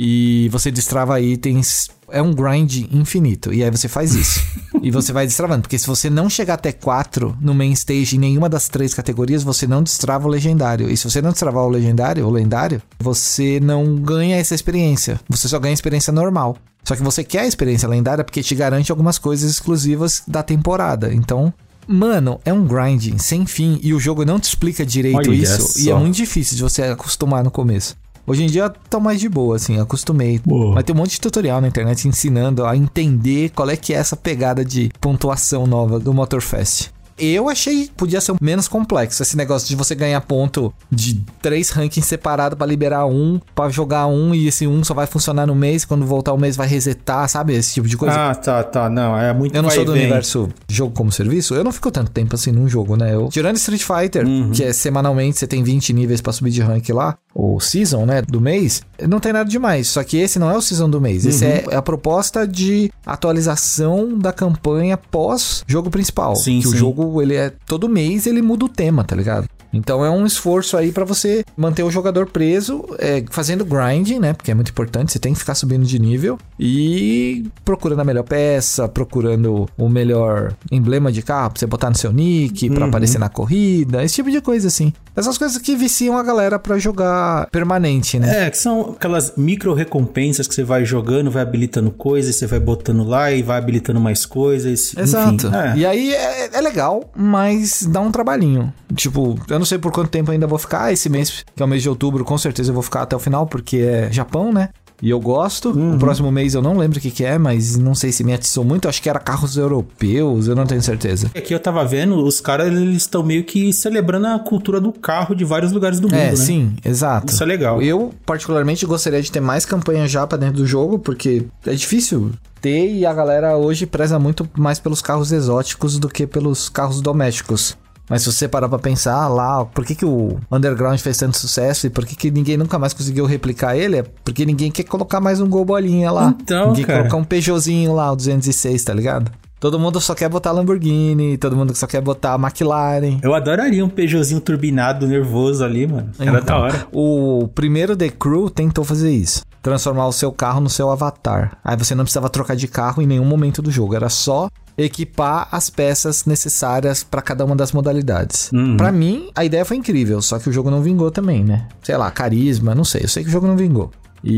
[SPEAKER 1] e você destrava itens, é um grind infinito, e aí você faz isso. E você vai destravando, porque se você não chegar até quatro no main stage em nenhuma das três categorias, você não destrava o legendário. E se você não destravar o legendário, ou lendário, você não ganha essa experiência. Você só ganha a experiência normal. Só que você quer a experiência lendária porque te garante algumas coisas exclusivas da temporada. Então, mano, é um grinding sem fim e o jogo não te explica direito Olha isso. E é muito difícil de você acostumar no começo. Hoje em dia tá mais de boa, assim, acostumei. Boa. Mas tem um monte de tutorial na internet ensinando a entender qual é que é essa pegada de pontuação nova do Motorfest. Eu achei que podia ser menos complexo, esse negócio de você ganhar ponto de três rankings separados pra liberar um, pra jogar um, e esse um só vai funcionar no mês, quando voltar o mês vai resetar, sabe? Esse tipo de coisa.
[SPEAKER 2] Ah, tá, tá, não, é muito.
[SPEAKER 1] Eu não sou do universo jogo como serviço, eu não fico tanto tempo assim num jogo, né? Eu, tirando Street Fighter, uhum. que é semanalmente, você tem vinte níveis pra subir de rank lá, o season, né, do mês, não tem nada demais, só que esse não é o season do mês, uhum. esse é, é a proposta de atualização da campanha pós jogo principal,
[SPEAKER 2] sim,
[SPEAKER 1] que
[SPEAKER 2] sim.
[SPEAKER 1] o jogo ele é todo mês, ele muda o tema, tá ligado? Então é um esforço aí pra você manter o jogador preso, é, fazendo grinding, né? Porque é muito importante, você tem que ficar subindo de nível e procurando a melhor peça, procurando o melhor emblema de carro pra você botar no seu nick, pra uhum. aparecer na corrida, esse tipo de coisa assim. Essas coisas que viciam a galera pra jogar permanente, né?
[SPEAKER 2] É, que são aquelas micro recompensas que você vai jogando, vai habilitando coisas, você vai botando lá e vai habilitando mais coisas.
[SPEAKER 1] Exato.
[SPEAKER 2] Enfim, é.
[SPEAKER 1] E aí é, é legal, mas dá um trabalhinho. Tipo, eu não sei por quanto tempo ainda vou ficar. Esse mês, que é o mês de outubro, com certeza eu vou ficar até o final, porque é Japão, né? E eu gosto. Uhum. O próximo mês eu não lembro o que que é, mas não sei se me atiçou muito. Acho que era carros europeus, eu não tenho certeza.
[SPEAKER 2] Aqui eu tava vendo, os caras, eles estão meio que celebrando a cultura do carro de vários lugares do mundo,
[SPEAKER 1] é,
[SPEAKER 2] né?
[SPEAKER 1] Sim, exato.
[SPEAKER 2] Isso é legal.
[SPEAKER 1] Eu, particularmente, gostaria de ter mais campanha já pra dentro do jogo, porque é difícil ter e a galera hoje preza muito mais pelos carros exóticos do que pelos carros domésticos. Mas se você parar pra pensar lá, por que que o Underground fez tanto sucesso e por que que ninguém nunca mais conseguiu replicar ele? É porque ninguém quer colocar mais um Gol Bolinha lá.
[SPEAKER 2] Então,
[SPEAKER 1] ninguém
[SPEAKER 2] cara.
[SPEAKER 1] quer colocar um Peugeotzinho lá, o duzentos e seis, tá ligado? Todo mundo só quer botar Lamborghini, todo mundo só quer botar McLaren.
[SPEAKER 2] Eu adoraria um Peugeotzinho turbinado, nervoso ali, mano. Era
[SPEAKER 1] então,
[SPEAKER 2] da hora.
[SPEAKER 1] O primeiro The Crew tentou fazer isso. Transformar o seu carro no seu avatar. Aí você não precisava trocar de carro em nenhum momento do jogo. Era só equipar as peças necessárias pra cada uma das modalidades. Uhum. Pra mim, a ideia foi incrível, só que o jogo não vingou também, né? Sei lá, carisma, não sei. Eu sei que o jogo não vingou.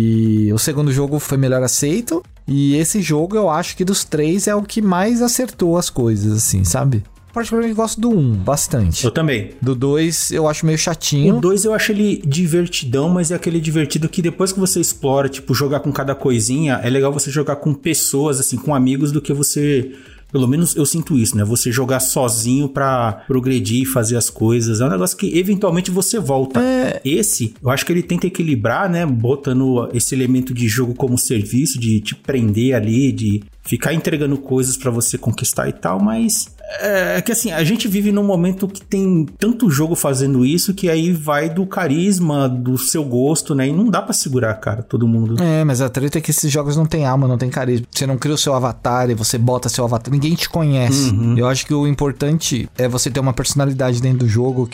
[SPEAKER 1] E o segundo jogo foi melhor aceito. E esse jogo, eu acho que dos três é o que mais acertou as coisas, assim, sabe? Particularmente gosto do um, bastante.
[SPEAKER 2] Eu também.
[SPEAKER 1] Do dois eu acho meio chatinho.
[SPEAKER 2] O dois eu acho ele divertidão, mas é aquele divertido que depois que você explora, tipo, jogar com cada coisinha, é legal você jogar com pessoas, assim, com amigos, do que você... Pelo menos eu sinto isso, né? Você jogar sozinho pra progredir e fazer as coisas. É um negócio que eventualmente você volta. É... Esse, eu acho que ele tenta equilibrar, né? Botando esse elemento de jogo como serviço, de te prender ali, de ficar entregando coisas pra você conquistar e tal, mas... É que assim, a gente vive num momento que tem tanto jogo fazendo isso que aí vai do carisma, do seu gosto, né? E não dá pra segurar, cara, todo mundo.
[SPEAKER 1] É, mas a treta é que esses jogos não tem alma, não tem carisma. Você não cria o seu avatar e você bota seu avatar. Ninguém te conhece. Uhum. Eu acho que o importante é você ter uma personalidade dentro do jogo que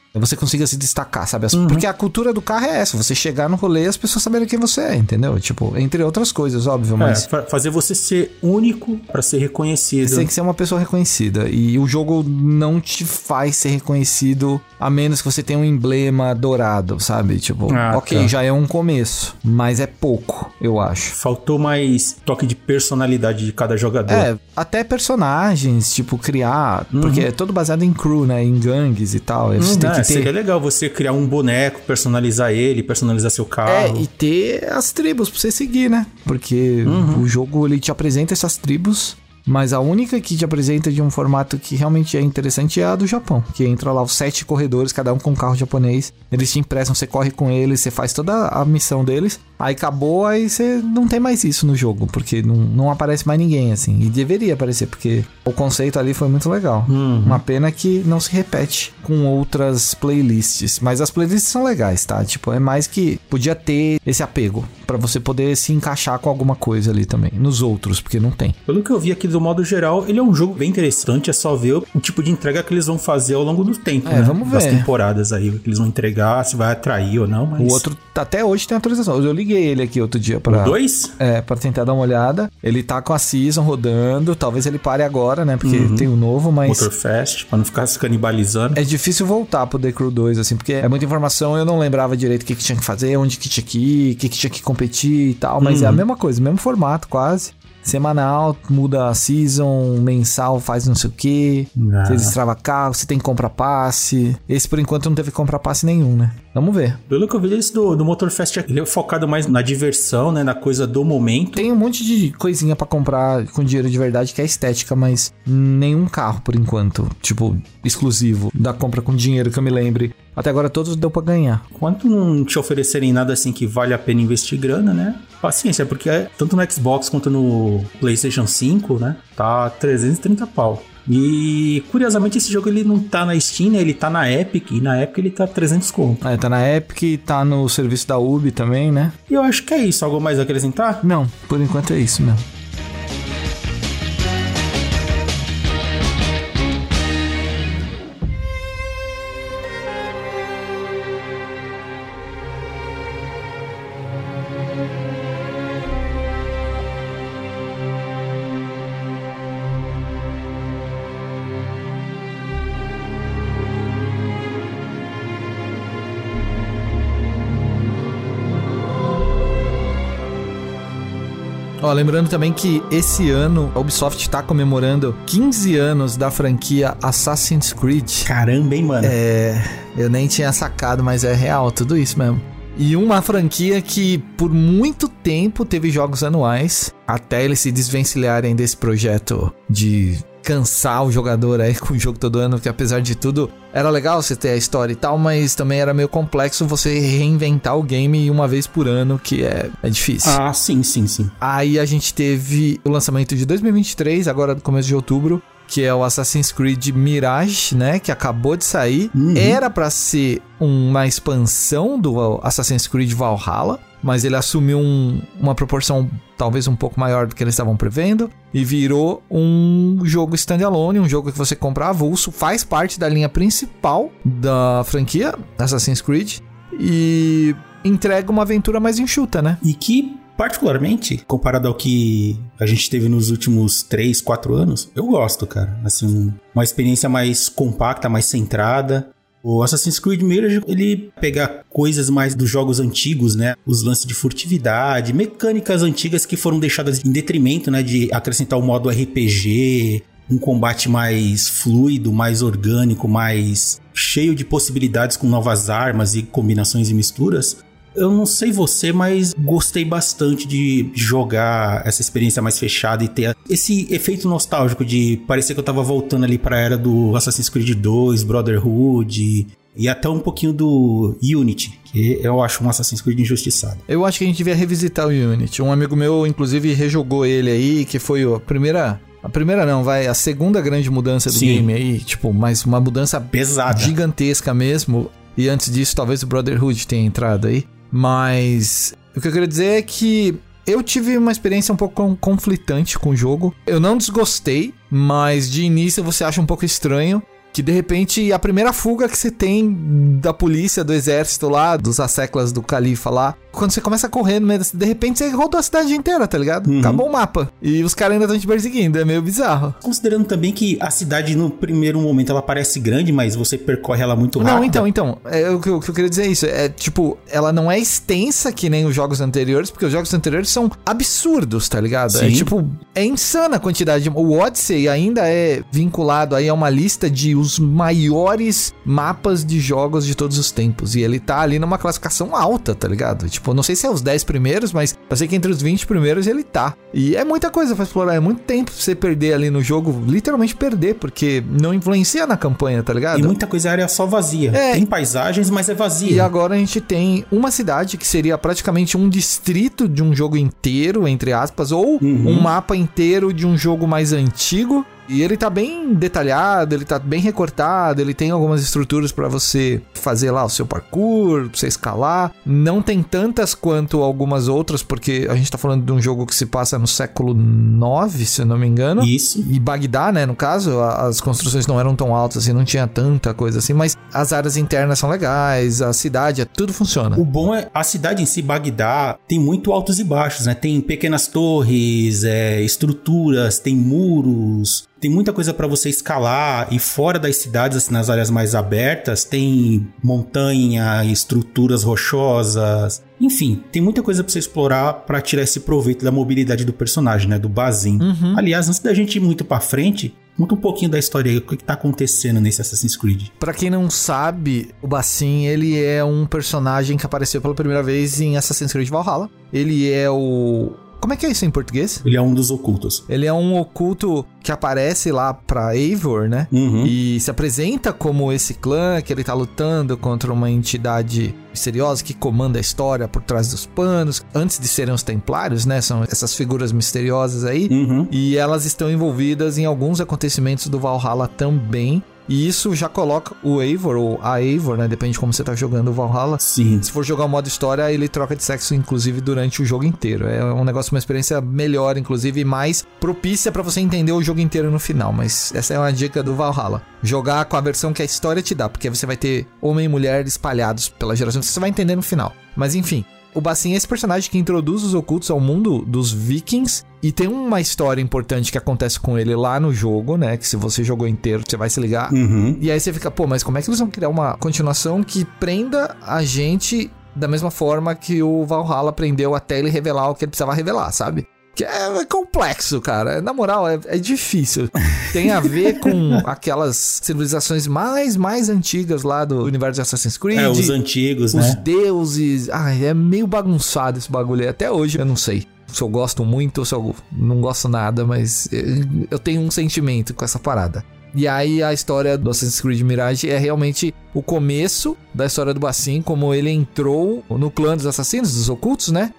[SPEAKER 1] você consiga se destacar, sabe? As,
[SPEAKER 2] uhum.
[SPEAKER 1] Porque a cultura do carro é essa, você chegar no rolê e as pessoas saberem quem você é, entendeu? Tipo, entre outras coisas, óbvio, mas...
[SPEAKER 2] É, fazer você ser único pra ser reconhecido.
[SPEAKER 1] Você tem que ser uma pessoa reconhecida, e o jogo não te faz ser reconhecido a menos que você tenha um emblema dourado, sabe? Tipo,
[SPEAKER 2] ah,
[SPEAKER 1] ok,
[SPEAKER 2] tá.
[SPEAKER 1] já é um começo, mas é pouco, eu acho.
[SPEAKER 2] Faltou mais toque de personalidade de cada jogador.
[SPEAKER 1] É, até personagens, tipo, criar, uhum. porque é todo baseado em crew, né? Em gangues e tal. Você
[SPEAKER 2] hum,
[SPEAKER 1] tem
[SPEAKER 2] é,
[SPEAKER 1] que ter...
[SPEAKER 2] Seria legal você criar um boneco, personalizar ele, personalizar seu carro.
[SPEAKER 1] É, e ter as tribos pra você seguir, né? Porque uhum. o jogo, ele te apresenta essas tribos, mas a única que te apresenta de um formato que realmente é interessante é a do Japão, que entra lá os sete corredores, cada um com um carro japonês, eles te emprestam, você corre com eles, você faz toda a missão deles, aí acabou, aí você não tem mais isso no jogo, porque não, não aparece mais ninguém, assim, e deveria aparecer, porque o conceito ali foi muito legal.
[SPEAKER 2] Uhum.
[SPEAKER 1] Uma pena que não se repete com outras playlists, mas as playlists são legais, tá? Tipo, é mais que podia ter esse apego, pra você poder se encaixar com alguma coisa ali também, nos outros, porque não tem.
[SPEAKER 2] Pelo que eu vi aqui do modo geral, ele é um jogo bem interessante, é só ver o tipo de entrega que eles vão fazer ao longo do tempo,
[SPEAKER 1] é,
[SPEAKER 2] né?
[SPEAKER 1] vamos ver.
[SPEAKER 2] Das temporadas aí, que eles vão entregar, se vai atrair ou não, mas...
[SPEAKER 1] O outro, até hoje tem atualização. Eu liguei ele aqui outro dia pra...
[SPEAKER 2] O dois?
[SPEAKER 1] É, pra tentar dar uma olhada. Ele tá com a Season rodando, talvez ele pare agora, né? Porque
[SPEAKER 2] uhum.
[SPEAKER 1] tem o novo, mas...
[SPEAKER 2] Motorfest, pra não ficar se canibalizando.
[SPEAKER 1] É difícil voltar pro The Crew dois, assim, porque é muita informação, eu não lembrava direito o que, que tinha que fazer, onde que tinha que ir, o que, que tinha que competir e tal, mas uhum. é a mesma coisa, mesmo formato quase. Semanal, muda a season, mensal faz não sei o que,
[SPEAKER 2] ah.
[SPEAKER 1] você destrava carro, você tem que comprar passe. Esse por enquanto não teve que comprar passe nenhum, né? Vamos ver.
[SPEAKER 2] Pelo que eu vi, esse do, do Motorfest, ele é focado mais na diversão, né? Na coisa do momento.
[SPEAKER 1] Tem um monte de coisinha pra comprar com dinheiro de verdade que é estética, mas nenhum carro por enquanto, tipo, exclusivo da compra com dinheiro que eu me lembre. Até agora todos deu pra ganhar.
[SPEAKER 2] Enquanto não te oferecerem nada assim que vale a pena investir grana, né? Paciência, porque é, tanto no Xbox quanto no PlayStation cinco, né? Tá trezentos e trinta pau. E, curiosamente, esse jogo ele não tá na Steam, né? Ele tá na Epic, e na Epic ele tá trezentos conto.
[SPEAKER 1] É, tá na Epic, tá no serviço da Ubi também, né?
[SPEAKER 2] E eu acho que é isso. Algo mais a acrescentar?
[SPEAKER 1] Não, por enquanto é isso mesmo. Ó, lembrando também que esse ano a Ubisoft tá comemorando quinze anos da franquia Assassin's Creed.
[SPEAKER 2] Caramba, hein, mano?
[SPEAKER 1] É, eu nem tinha sacado, mas é real, tudo isso mesmo. E uma franquia que por muito tempo teve jogos anuais, até eles se desvencilharem desse projeto de cansar o jogador aí com o jogo todo ano, que apesar de tudo era legal você ter a história e tal, mas também era meio complexo você reinventar o game uma vez por ano, que é, é difícil.
[SPEAKER 2] Ah, sim, sim, sim.
[SPEAKER 1] Aí a gente teve o lançamento de dois mil e vinte e três, agora no começo de outubro, que é o Assassin's Creed Mirage, né, que acabou de sair. Uhum. Era pra ser uma expansão do Assassin's Creed Valhalla, mas ele assumiu um, uma proporção talvez um pouco maior do que eles estavam prevendo e virou um jogo standalone, um jogo que você compra avulso, faz parte da linha principal da franquia Assassin's Creed e entrega uma aventura mais enxuta, né?
[SPEAKER 2] E que, particularmente, comparado ao que a gente teve nos últimos três, quatro anos, eu gosto, cara. Assim, uma experiência mais compacta, mais centrada. O Assassin's Creed Mirage, ele pega coisas mais dos jogos antigos, né? Os lances de furtividade, mecânicas antigas que foram deixadas em detrimento, né? De acrescentar o modo R P G, um combate mais fluido, mais orgânico, mais cheio de possibilidades com novas armas e combinações e misturas. Eu não sei você, mas gostei bastante de jogar essa experiência mais fechada e ter esse efeito nostálgico de parecer que eu tava voltando ali pra era do Assassin's Creed dois, Brotherhood e, e até um pouquinho do Unity, que eu acho um Assassin's Creed injustiçado.
[SPEAKER 1] Eu acho que a gente devia revisitar o Unity. Um amigo meu, inclusive, rejogou ele aí, que foi a primeira... A primeira não, vai, a segunda grande mudança do
[SPEAKER 2] Sim.
[SPEAKER 1] game aí, tipo, mas uma mudança
[SPEAKER 2] pesada,
[SPEAKER 1] gigantesca mesmo. E antes disso, talvez o Brotherhood tenha entrado aí. Mas o que eu queria dizer é que eu tive uma experiência um pouco conflitante com o jogo. Eu não desgostei, mas de início você acha um pouco estranho. Que de repente a primeira fuga que você tem da polícia, do exército lá, dos asseclas do califa lá, quando você começa a correr no meio da cidade, de repente você rodou a cidade inteira, tá ligado? Uhum. Acabou o mapa. E os caras ainda estão te perseguindo, é meio bizarro.
[SPEAKER 2] Considerando também que a cidade no primeiro momento ela parece grande, mas você percorre ela muito rápido.
[SPEAKER 1] Não, então, então, é, o, que, o que eu queria dizer é isso, é tipo, ela não é extensa que nem os jogos anteriores, porque os jogos anteriores são absurdos, tá ligado? Sim. É tipo, é insana a quantidade. De, o Odyssey ainda é vinculado aí a uma lista de os maiores mapas de jogos de todos os tempos, e ele tá ali numa classificação alta, tá ligado? Tipo, não sei se é os dez primeiros, mas eu sei que entre os vinte primeiros ele tá. E é muita coisa pra explorar, é muito tempo pra você perder ali no jogo, literalmente perder, porque não influencia na campanha, tá ligado?
[SPEAKER 2] E muita coisa é área só vazia. É. Tem paisagens, mas é vazia.
[SPEAKER 1] E agora a gente tem uma cidade que seria praticamente um distrito de um jogo inteiro, entre aspas, ou uhum. um mapa inteiro de um jogo mais antigo. E ele tá bem detalhado, ele tá bem recortado, ele tem algumas estruturas pra você fazer lá o seu parkour, pra você escalar. Não tem tantas quanto algumas outras, porque a gente tá falando de um jogo que se passa no século nove, se eu não me engano.
[SPEAKER 2] Isso.
[SPEAKER 1] E Bagdá, né, no caso, as construções não eram tão altas assim, não tinha tanta coisa assim, mas as áreas internas são legais, a cidade, tudo funciona.
[SPEAKER 2] O bom é, a cidade em si, Bagdá, tem muito altos e baixos, né? Tem pequenas torres, é, estruturas, tem muros... Tem muita coisa para você escalar, e fora das cidades, assim, nas áreas mais abertas, tem montanha, estruturas rochosas. Enfim, tem muita coisa pra você explorar pra tirar esse proveito da mobilidade do personagem, né? Do Basim. Uhum. Aliás, antes da gente ir muito pra frente, conta um pouquinho da história aí, o que, que tá acontecendo nesse Assassin's Creed.
[SPEAKER 1] Pra quem não sabe, o Basim, ele é um personagem que apareceu pela primeira vez em Assassin's Creed Valhalla. Ele é o... Como é que é isso em português?
[SPEAKER 2] Ele é um dos ocultos.
[SPEAKER 1] Ele é um oculto que aparece lá pra Eivor, né?
[SPEAKER 2] Uhum.
[SPEAKER 1] E se apresenta como esse clã que ele tá lutando contra uma entidade misteriosa que comanda a história por trás dos panos. Antes de serem os Templários, né? São essas figuras misteriosas aí.
[SPEAKER 2] Uhum.
[SPEAKER 1] E elas estão envolvidas em alguns acontecimentos do Valhalla também. E isso já coloca o Eivor, ou a Eivor, né? Depende de como você tá jogando o Valhalla.
[SPEAKER 2] Sim.
[SPEAKER 1] Se for jogar o modo história, ele troca de sexo, inclusive, durante o jogo inteiro. É um negócio, uma experiência melhor, inclusive, e mais propícia pra você entender o jogo inteiro no final. Mas essa é uma dica do Valhalla. Jogar com a versão que a história te dá, porque você vai ter homem e mulher espalhados pela geração, você vai entender no final. Mas enfim... O Basim é esse personagem que introduz os ocultos ao mundo dos vikings, e tem uma história importante que acontece com ele lá no jogo, né? Que se você jogou inteiro, você vai se ligar.
[SPEAKER 2] Uhum.
[SPEAKER 1] E aí você fica, pô, mas como é que eles vão criar uma continuação que prenda a gente da mesma forma que o Valhalla prendeu até ele revelar o que ele precisava revelar, sabe? Que é complexo, cara. Na moral, é, é difícil. Tem a ver com aquelas civilizações mais, mais antigas lá do universo de Assassin's Creed.
[SPEAKER 2] É, os antigos,
[SPEAKER 1] os
[SPEAKER 2] né?
[SPEAKER 1] Os deuses. Ai, é meio bagunçado esse bagulho. Até hoje eu não sei se eu gosto muito ou se eu não gosto nada, mas eu tenho um sentimento com essa parada. E aí a história do Assassin's Creed Mirage é realmente o começo da história do Basim, como ele entrou no clã dos assassinos, dos ocultos, né?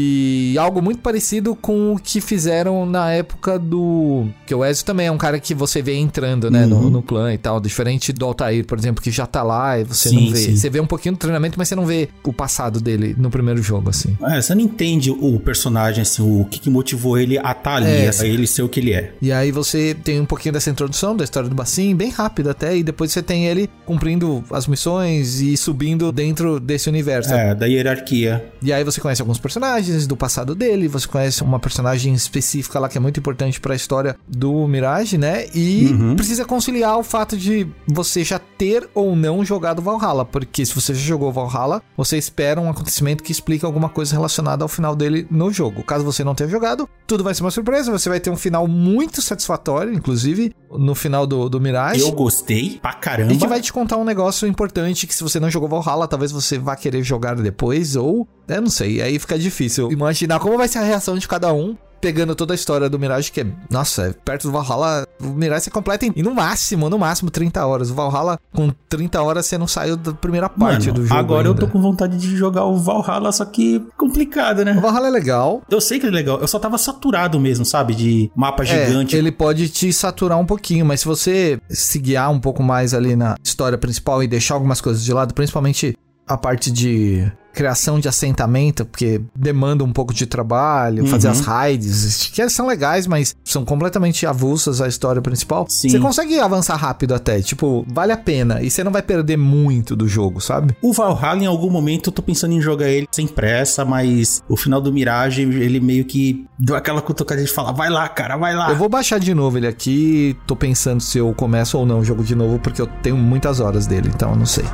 [SPEAKER 1] E algo muito parecido com o que fizeram na época do... Que o Ezio também é um cara que você vê entrando, né, uhum. no, no clã e tal. Diferente do Altair, por exemplo, que já tá lá e você sim, não vê. Sim. Você vê um pouquinho do treinamento, mas você não vê o passado dele no primeiro jogo, assim.
[SPEAKER 2] É, você não entende o personagem, assim, o que, que motivou ele a estar ali, é, a ele ser o que ele é.
[SPEAKER 1] E aí você tem um pouquinho dessa introdução da história do Basim, bem rápida até, e depois você tem ele cumprindo as missões e subindo dentro desse universo.
[SPEAKER 2] É, da hierarquia.
[SPEAKER 1] E aí você conhece alguns personagens do passado dele, você conhece uma personagem específica lá que é muito importante pra história do Mirage, né? E uhum. precisa conciliar o fato de você já ter ou não jogado Valhalla, porque se você já jogou Valhalla, você espera um acontecimento que explica alguma coisa relacionada ao final dele no jogo. Caso você não tenha jogado, tudo vai ser uma surpresa, você vai ter um final muito satisfatório, inclusive, no final do, do Mirage.
[SPEAKER 2] Eu gostei pra caramba.
[SPEAKER 1] E que vai te contar um negócio importante que se você não jogou Valhalla, talvez você vá querer jogar depois, ou... Eu não sei, aí fica difícil imaginar como vai ser a reação de cada um, pegando toda a história do Mirage, que é, nossa, perto do Valhalla, o Mirage se completa em, em no máximo, no máximo trinta horas. O Valhalla, com trinta horas, você não saiu da primeira parte Mano, do jogo
[SPEAKER 2] agora
[SPEAKER 1] ainda.
[SPEAKER 2] Eu tô com vontade de jogar o Valhalla, só que complicado, né?
[SPEAKER 1] O Valhalla é legal.
[SPEAKER 2] Eu sei que ele é legal, eu só tava saturado mesmo, sabe? De mapa gigante.
[SPEAKER 1] É, ele pode te saturar um pouquinho, mas se você se guiar um pouco mais ali na história principal e deixar algumas coisas de lado, principalmente... a parte de criação de assentamento, porque demanda um pouco de trabalho, uhum. fazer as raids, que são legais, mas são completamente avulsas à história principal.
[SPEAKER 2] Sim.
[SPEAKER 1] Você consegue avançar rápido até, tipo, vale a pena, e você não vai perder muito do jogo, sabe?
[SPEAKER 2] O Valhalla, em algum momento, eu tô pensando em jogar ele sem pressa, mas o final do Mirage, ele meio que deu aquela cutucada de falar, vai lá, cara, vai lá.
[SPEAKER 1] Eu vou baixar de novo ele aqui, tô pensando se eu começo ou não o jogo de novo, porque eu tenho muitas horas dele, então eu não sei.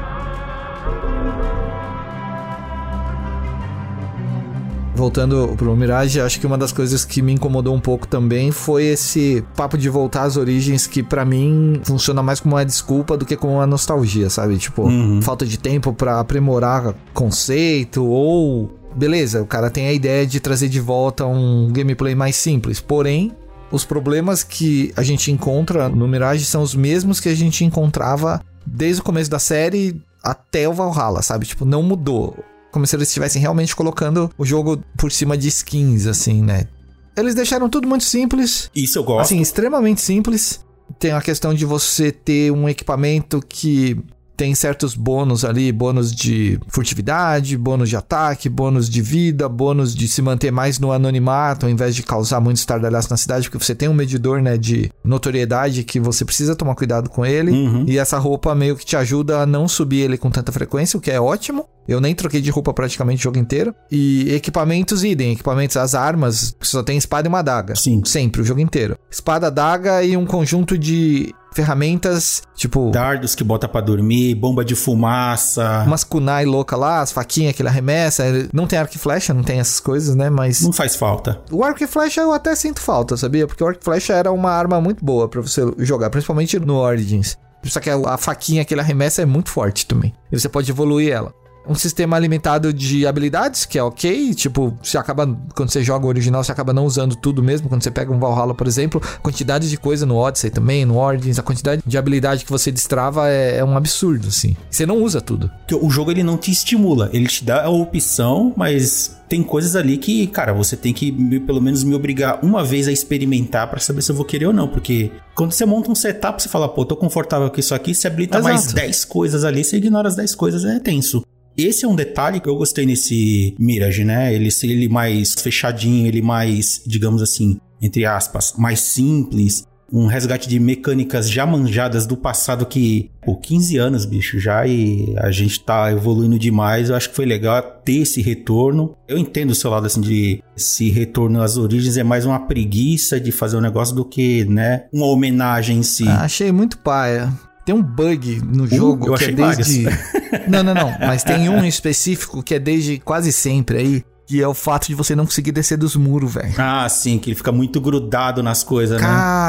[SPEAKER 1] Voltando pro Mirage, acho que uma das coisas que me incomodou um pouco também foi esse papo de voltar às origens, que pra mim funciona mais como uma desculpa do que como uma nostalgia, sabe? Tipo, uhum. falta de tempo pra aprimorar conceito, ou... Beleza, o cara tem a ideia de trazer de volta um gameplay mais simples, porém, os problemas que a gente encontra no Mirage são os mesmos que a gente encontrava desde o começo da série até o Valhalla, sabe? Tipo, não mudou. Como se eles estivessem realmente colocando o jogo por cima de skins, assim, né? Eles deixaram tudo muito simples.
[SPEAKER 2] Isso eu gosto.
[SPEAKER 1] Assim, extremamente simples. Tem a questão de você ter um equipamento que tem certos bônus ali, bônus de furtividade, bônus de ataque, bônus de vida, bônus de se manter mais no anonimato, ao invés de causar muito estardalhaço na cidade, porque você tem um medidor, né, de notoriedade que você precisa tomar cuidado com ele. Uhum. E essa roupa meio que te ajuda a não subir ele com tanta frequência, o que é ótimo. Eu nem troquei de roupa praticamente o jogo inteiro. E equipamentos, idem. Equipamentos, as armas, só tem espada e uma adaga.
[SPEAKER 2] Sim.
[SPEAKER 1] Sempre, o jogo inteiro. Espada, adaga e um conjunto de ferramentas, tipo...
[SPEAKER 2] dardos que bota pra dormir, bomba de fumaça...
[SPEAKER 1] umas kunai louca lá, as faquinhas que ele arremessa. Não tem arco e flecha, não tem essas coisas, né? Mas...
[SPEAKER 2] não faz falta.
[SPEAKER 1] O arco e flecha eu até sinto falta, sabia? Porque o arco e flecha era uma arma muito boa pra você jogar, principalmente no Origins. Só que a, a faquinha que ele arremessa é muito forte também. E você pode evoluir ela. Um sistema alimentado de habilidades, que é ok. Tipo, você acaba, quando você joga o original, você acaba não usando tudo mesmo. Quando você pega um Valhalla, por exemplo, a quantidade de coisa no Odyssey também, no Origins, a quantidade de habilidade que você destrava é, é um absurdo, assim. Você não usa tudo.
[SPEAKER 2] O jogo, ele não te estimula. Ele te dá a opção, mas tem coisas ali que, cara, você tem que pelo menos me obrigar uma vez a experimentar pra saber se eu vou querer ou não. Porque quando você monta um setup, você fala, pô, tô confortável com isso aqui, você habilita Exato. mais dez coisas ali, você ignora as dez coisas, é tenso. Esse é um detalhe que eu gostei nesse Mirage, né? Ele ser ele mais fechadinho, ele mais, digamos assim, entre aspas, mais simples. Um resgate de mecânicas já manjadas do passado que, pô, quinze anos, bicho, já, e a gente tá evoluindo demais. Eu acho que foi legal ter esse retorno. Eu entendo o seu lado, assim, de esse retorno às origens é mais uma preguiça de fazer um negócio do que, né, uma homenagem em si.
[SPEAKER 1] Ah, achei muito paia. Tem um bug no jogo
[SPEAKER 2] uh,
[SPEAKER 1] que é desde... não, não, não. Mas tem um em específico que é desde quase sempre aí, que é o fato de você não conseguir descer dos muros, velho.
[SPEAKER 2] Ah, sim, que ele fica muito grudado nas coisas, né?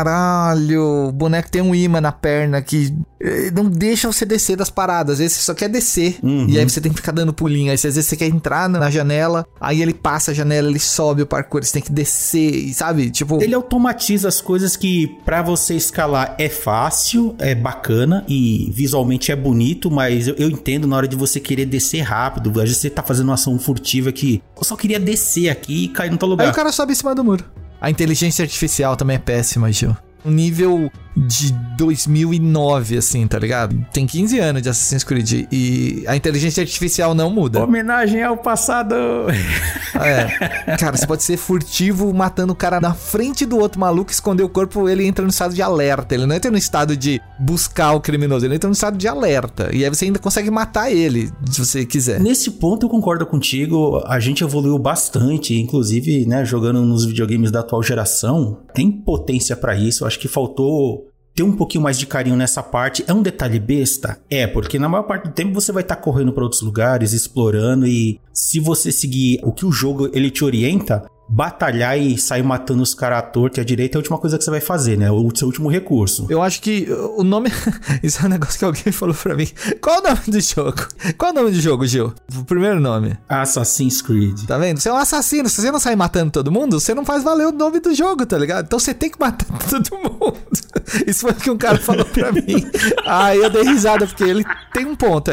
[SPEAKER 1] Caralho, o boneco tem um imã na perna que não deixa você descer das paradas. Às vezes você só quer descer. Uhum. E aí você tem que ficar dando pulinho. Aí às vezes você quer entrar na janela, aí ele passa a janela, ele sobe o parkour, você tem que descer, sabe? Tipo...
[SPEAKER 2] ele automatiza as coisas que pra você escalar é fácil, é bacana e visualmente é bonito, mas eu, eu entendo na hora de você querer descer rápido. Às vezes você tá fazendo uma ação furtiva que eu só queria descer aqui e cair no teu lugar.
[SPEAKER 1] Aí o cara sobe em cima do muro. A inteligência artificial também é péssima, Gil. Um nível de dois mil e nove, assim, tá ligado? Tem quinze anos de Assassin's Creed e a inteligência artificial não muda.
[SPEAKER 2] Homenagem ao passado.
[SPEAKER 1] É. Cara, você pode ser furtivo matando o cara na frente do outro maluco, esconder o corpo, ele entra no estado de alerta. Ele não entra no estado de buscar o criminoso, ele entra no estado de alerta. E aí você ainda consegue matar ele, se você quiser.
[SPEAKER 2] Nesse ponto eu concordo contigo, a gente evoluiu bastante, inclusive, né, jogando nos videogames da atual geração, tem potência pra isso. Eu acho que faltou ter um pouquinho mais de carinho nessa parte. É um detalhe besta? É, porque na maior parte do tempo você vai estar tá correndo para outros lugares, explorando, e se você seguir o que o jogo ele te orienta, batalhar e sair matando os caras à torta e à direita é a última coisa que você vai fazer, né? O seu último recurso.
[SPEAKER 1] Eu acho que o nome... isso é um negócio que alguém falou pra mim. Qual é o nome do jogo? Qual é o nome do jogo, Gil? O primeiro nome.
[SPEAKER 2] Assassin's Creed.
[SPEAKER 1] Tá vendo? Você é um assassino. Se você não sair matando todo mundo, você não faz valer o nome do jogo, tá ligado? Então você tem que matar todo mundo. Isso foi o que um cara falou pra mim. Aí eu dei risada, porque ele tem um ponto aí.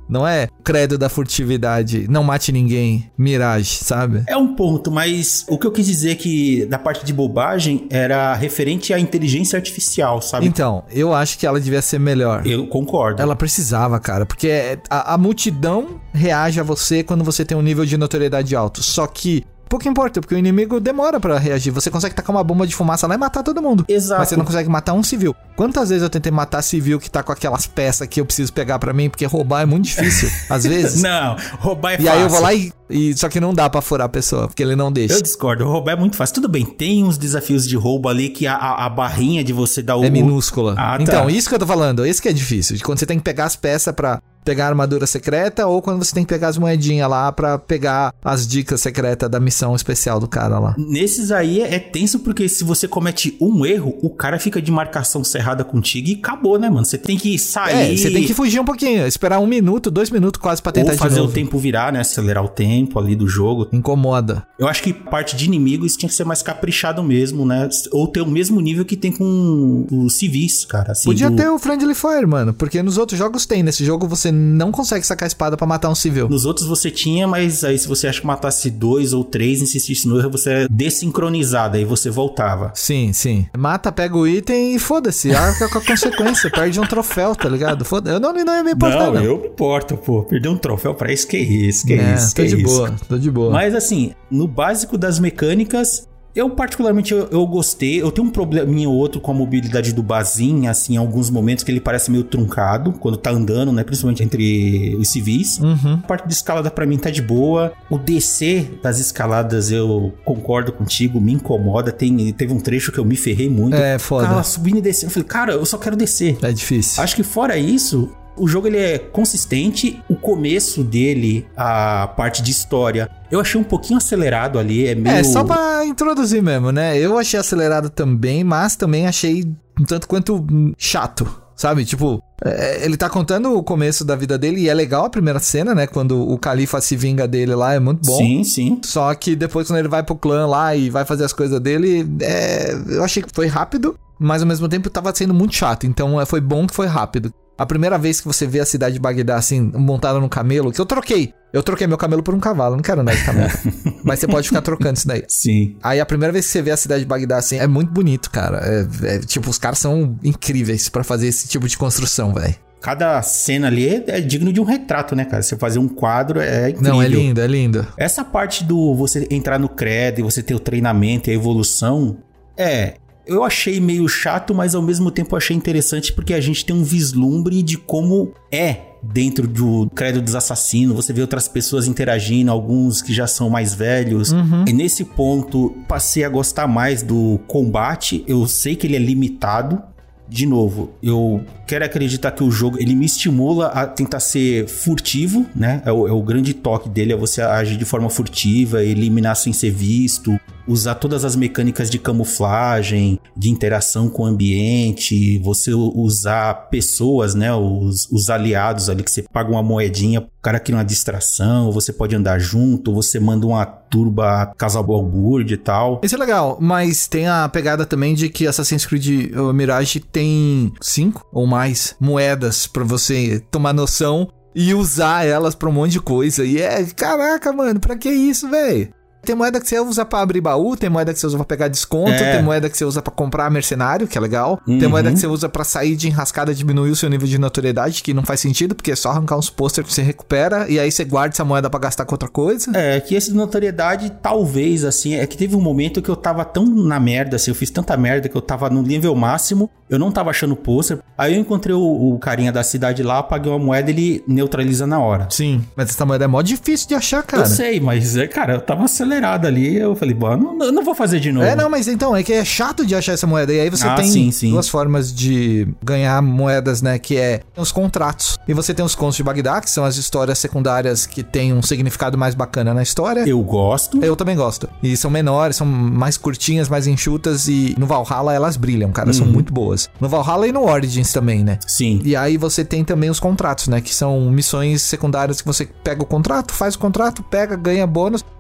[SPEAKER 1] Não é credo da furtividade, não mate ninguém, Mirage, sabe?
[SPEAKER 2] É um ponto, mas o que eu quis dizer que da parte de bobagem era referente à inteligência artificial, sabe?
[SPEAKER 1] Então, eu acho que ela devia ser melhor.
[SPEAKER 2] Eu concordo.
[SPEAKER 1] Ela precisava, cara, porque a, a multidão reage a você quando você tem um nível de notoriedade alto. Só que pouco importa, porque o inimigo demora pra reagir. Você consegue tacar uma bomba de fumaça lá e matar todo mundo.
[SPEAKER 2] Exato.
[SPEAKER 1] Mas você não consegue matar um civil. Quantas vezes eu tentei matar civil que tá com aquelas peças que eu preciso pegar pra mim? Porque roubar é muito difícil, às vezes.
[SPEAKER 2] Não, roubar é
[SPEAKER 1] e
[SPEAKER 2] fácil.
[SPEAKER 1] E aí eu vou lá e, e... Só que não dá pra furar a pessoa, porque ele não deixa.
[SPEAKER 2] Eu discordo, roubar é muito fácil. Tudo bem, tem uns desafios de roubo ali que a, a, a barrinha de você dar o...
[SPEAKER 1] É minúscula.
[SPEAKER 2] Ah, tá.
[SPEAKER 1] Então, isso que eu tô falando, esse que é difícil. De quando você tem que pegar as peças pra pegar a armadura secreta, ou quando você tem que pegar as moedinhas lá pra pegar as dicas secretas da missão especial do cara lá.
[SPEAKER 2] Nesses aí é, é tenso, porque se você comete um erro, o cara fica de marcação cerrada contigo e acabou, né, mano? Você tem que sair...
[SPEAKER 1] É, você tem que fugir um pouquinho, esperar um minuto, dois minutos quase pra tentar
[SPEAKER 2] ou fazer
[SPEAKER 1] de novo.
[SPEAKER 2] O tempo virar, né? Acelerar o tempo ali do jogo.
[SPEAKER 1] Incomoda.
[SPEAKER 2] Eu acho que parte de inimigos tinha que ser mais caprichado mesmo, né? Ou ter o mesmo nível que tem com os civis, cara. Assim,
[SPEAKER 1] Podia
[SPEAKER 2] do...
[SPEAKER 1] ter o Friendly Fire, mano, porque nos outros jogos tem. Nesse jogo você não consegue sacar a espada pra matar um civil.
[SPEAKER 2] Nos outros você tinha, mas aí se você acha que matasse dois ou três, insistisse no erro, você era desincronizado, aí você voltava.
[SPEAKER 1] Sim, sim. Mata, pega o item e foda-se. Arca com a consequência. Perde um troféu, tá ligado? Foda eu não, não ia me importar, não.
[SPEAKER 2] Não, eu me importo, pô. Perder um troféu pra isso, que isso, que é, isso,
[SPEAKER 1] tô
[SPEAKER 2] que
[SPEAKER 1] de
[SPEAKER 2] é
[SPEAKER 1] boa,
[SPEAKER 2] isso.
[SPEAKER 1] tô de boa.
[SPEAKER 2] Mas assim, no básico das mecânicas... Eu, particularmente, eu, eu gostei. Eu tenho um probleminha ou outro com a mobilidade do Bazin, assim, em alguns momentos que ele parece meio truncado, quando tá andando, né? Principalmente entre os civis.
[SPEAKER 1] Uhum.
[SPEAKER 2] A parte de escalada pra mim tá de boa. O descer das escaladas, eu concordo contigo, me incomoda. Tem, teve um trecho que eu me ferrei muito.
[SPEAKER 1] É, foda.
[SPEAKER 2] Cara, subindo e descendo. Eu falei, cara, eu só quero descer.
[SPEAKER 1] É difícil.
[SPEAKER 2] Acho que fora isso... O jogo ele é consistente, o começo dele, a parte de história, eu achei um pouquinho acelerado ali, é meio...
[SPEAKER 1] É, só pra introduzir mesmo, né? Eu achei acelerado também, mas também achei um tanto quanto chato, sabe? Tipo, é, ele tá contando o começo da vida dele e é legal a primeira cena, né? Quando o Califa se vinga dele lá, é muito bom.
[SPEAKER 2] Sim, sim.
[SPEAKER 1] Só que depois quando ele vai pro clã lá e vai fazer as coisas dele, é, eu achei que foi rápido, mas ao mesmo tempo tava sendo muito chato, então foi bom que foi rápido. A primeira vez que você vê a cidade de Bagdá, assim, montada no camelo, que eu troquei. Eu troquei meu camelo por um cavalo, não quero andar de camelo. Mas você pode ficar trocando isso daí.
[SPEAKER 2] Sim.
[SPEAKER 1] Aí a primeira vez que você vê a cidade de Bagdá, assim, é muito bonito, cara. É, é, tipo, os caras são incríveis pra fazer esse tipo de construção, velho.
[SPEAKER 2] Cada cena ali é, é digno de um retrato, né, cara? Você fazer um quadro é incrível.
[SPEAKER 1] Não, é lindo, é lindo.
[SPEAKER 2] Essa parte do você entrar no credo e você ter o treinamento e a evolução, é... Eu achei meio chato, mas ao mesmo tempo achei interessante porque a gente tem um vislumbre de como é dentro do credo dos assassinos. Você vê outras pessoas interagindo, alguns que já são mais velhos. Uhum. E nesse ponto, passei a gostar mais do combate. Eu sei que ele é limitado. De novo, eu quero acreditar que o jogo, ele me estimula a tentar ser furtivo, né? É o, é o grande toque dele, é você agir de forma furtiva, eliminar sem ser visto, usar todas as mecânicas de camuflagem, de interação com o ambiente, você usar pessoas, né? Os, os aliados ali, que você paga uma moedinha, o cara cria uma distração, você pode andar junto, você manda uma turba casal balbúrdia e tal.
[SPEAKER 1] Isso é legal, mas tem a pegada também de que Assassin's Creed Mirage tem cinco ou mais moedas pra você tomar noção e usar elas pra um monte de coisa. E é, caraca, mano, pra que isso, velho? Tem moeda que você usa pra abrir baú, tem moeda que você usa pra pegar desconto, é. tem moeda que você usa pra comprar mercenário, que é legal. Uhum. Tem moeda que você usa pra sair de enrascada, diminuir o seu nível de notoriedade, que não faz sentido, porque é só arrancar uns posters que você recupera, e aí você guarda essa moeda pra gastar com outra coisa.
[SPEAKER 2] É, que esse de notoriedade, talvez, assim, é que teve um momento que eu tava tão na merda, assim, eu fiz tanta merda que eu tava no nível máximo, eu não tava achando pôster, aí eu encontrei o, o carinha da cidade lá, paguei uma moeda, ele neutraliza na hora.
[SPEAKER 1] Sim, mas essa moeda é mó difícil de achar, cara.
[SPEAKER 2] Eu sei, mas, cara, eu tava acelerado ali, eu falei, bom, eu não, eu não vou fazer de novo.
[SPEAKER 1] É, não, mas então, é que é chato de achar essa moeda, e aí você
[SPEAKER 2] ah,
[SPEAKER 1] tem
[SPEAKER 2] sim, sim.
[SPEAKER 1] duas formas de ganhar moedas, né, que é os contratos, e você tem os contos de Bagdá, que são as histórias secundárias que tem um significado mais bacana na história.
[SPEAKER 2] Eu gosto.
[SPEAKER 1] Eu também gosto. E são menores, são mais curtinhas, mais enxutas, e no Valhalla elas brilham, cara, uhum. são muito boas. No Valhalla e no Origins também, né?
[SPEAKER 2] Sim.
[SPEAKER 1] E aí você tem também os contratos, né, que são missões secundárias que você pega o contrato, faz o contrato, pega, ganha bônus.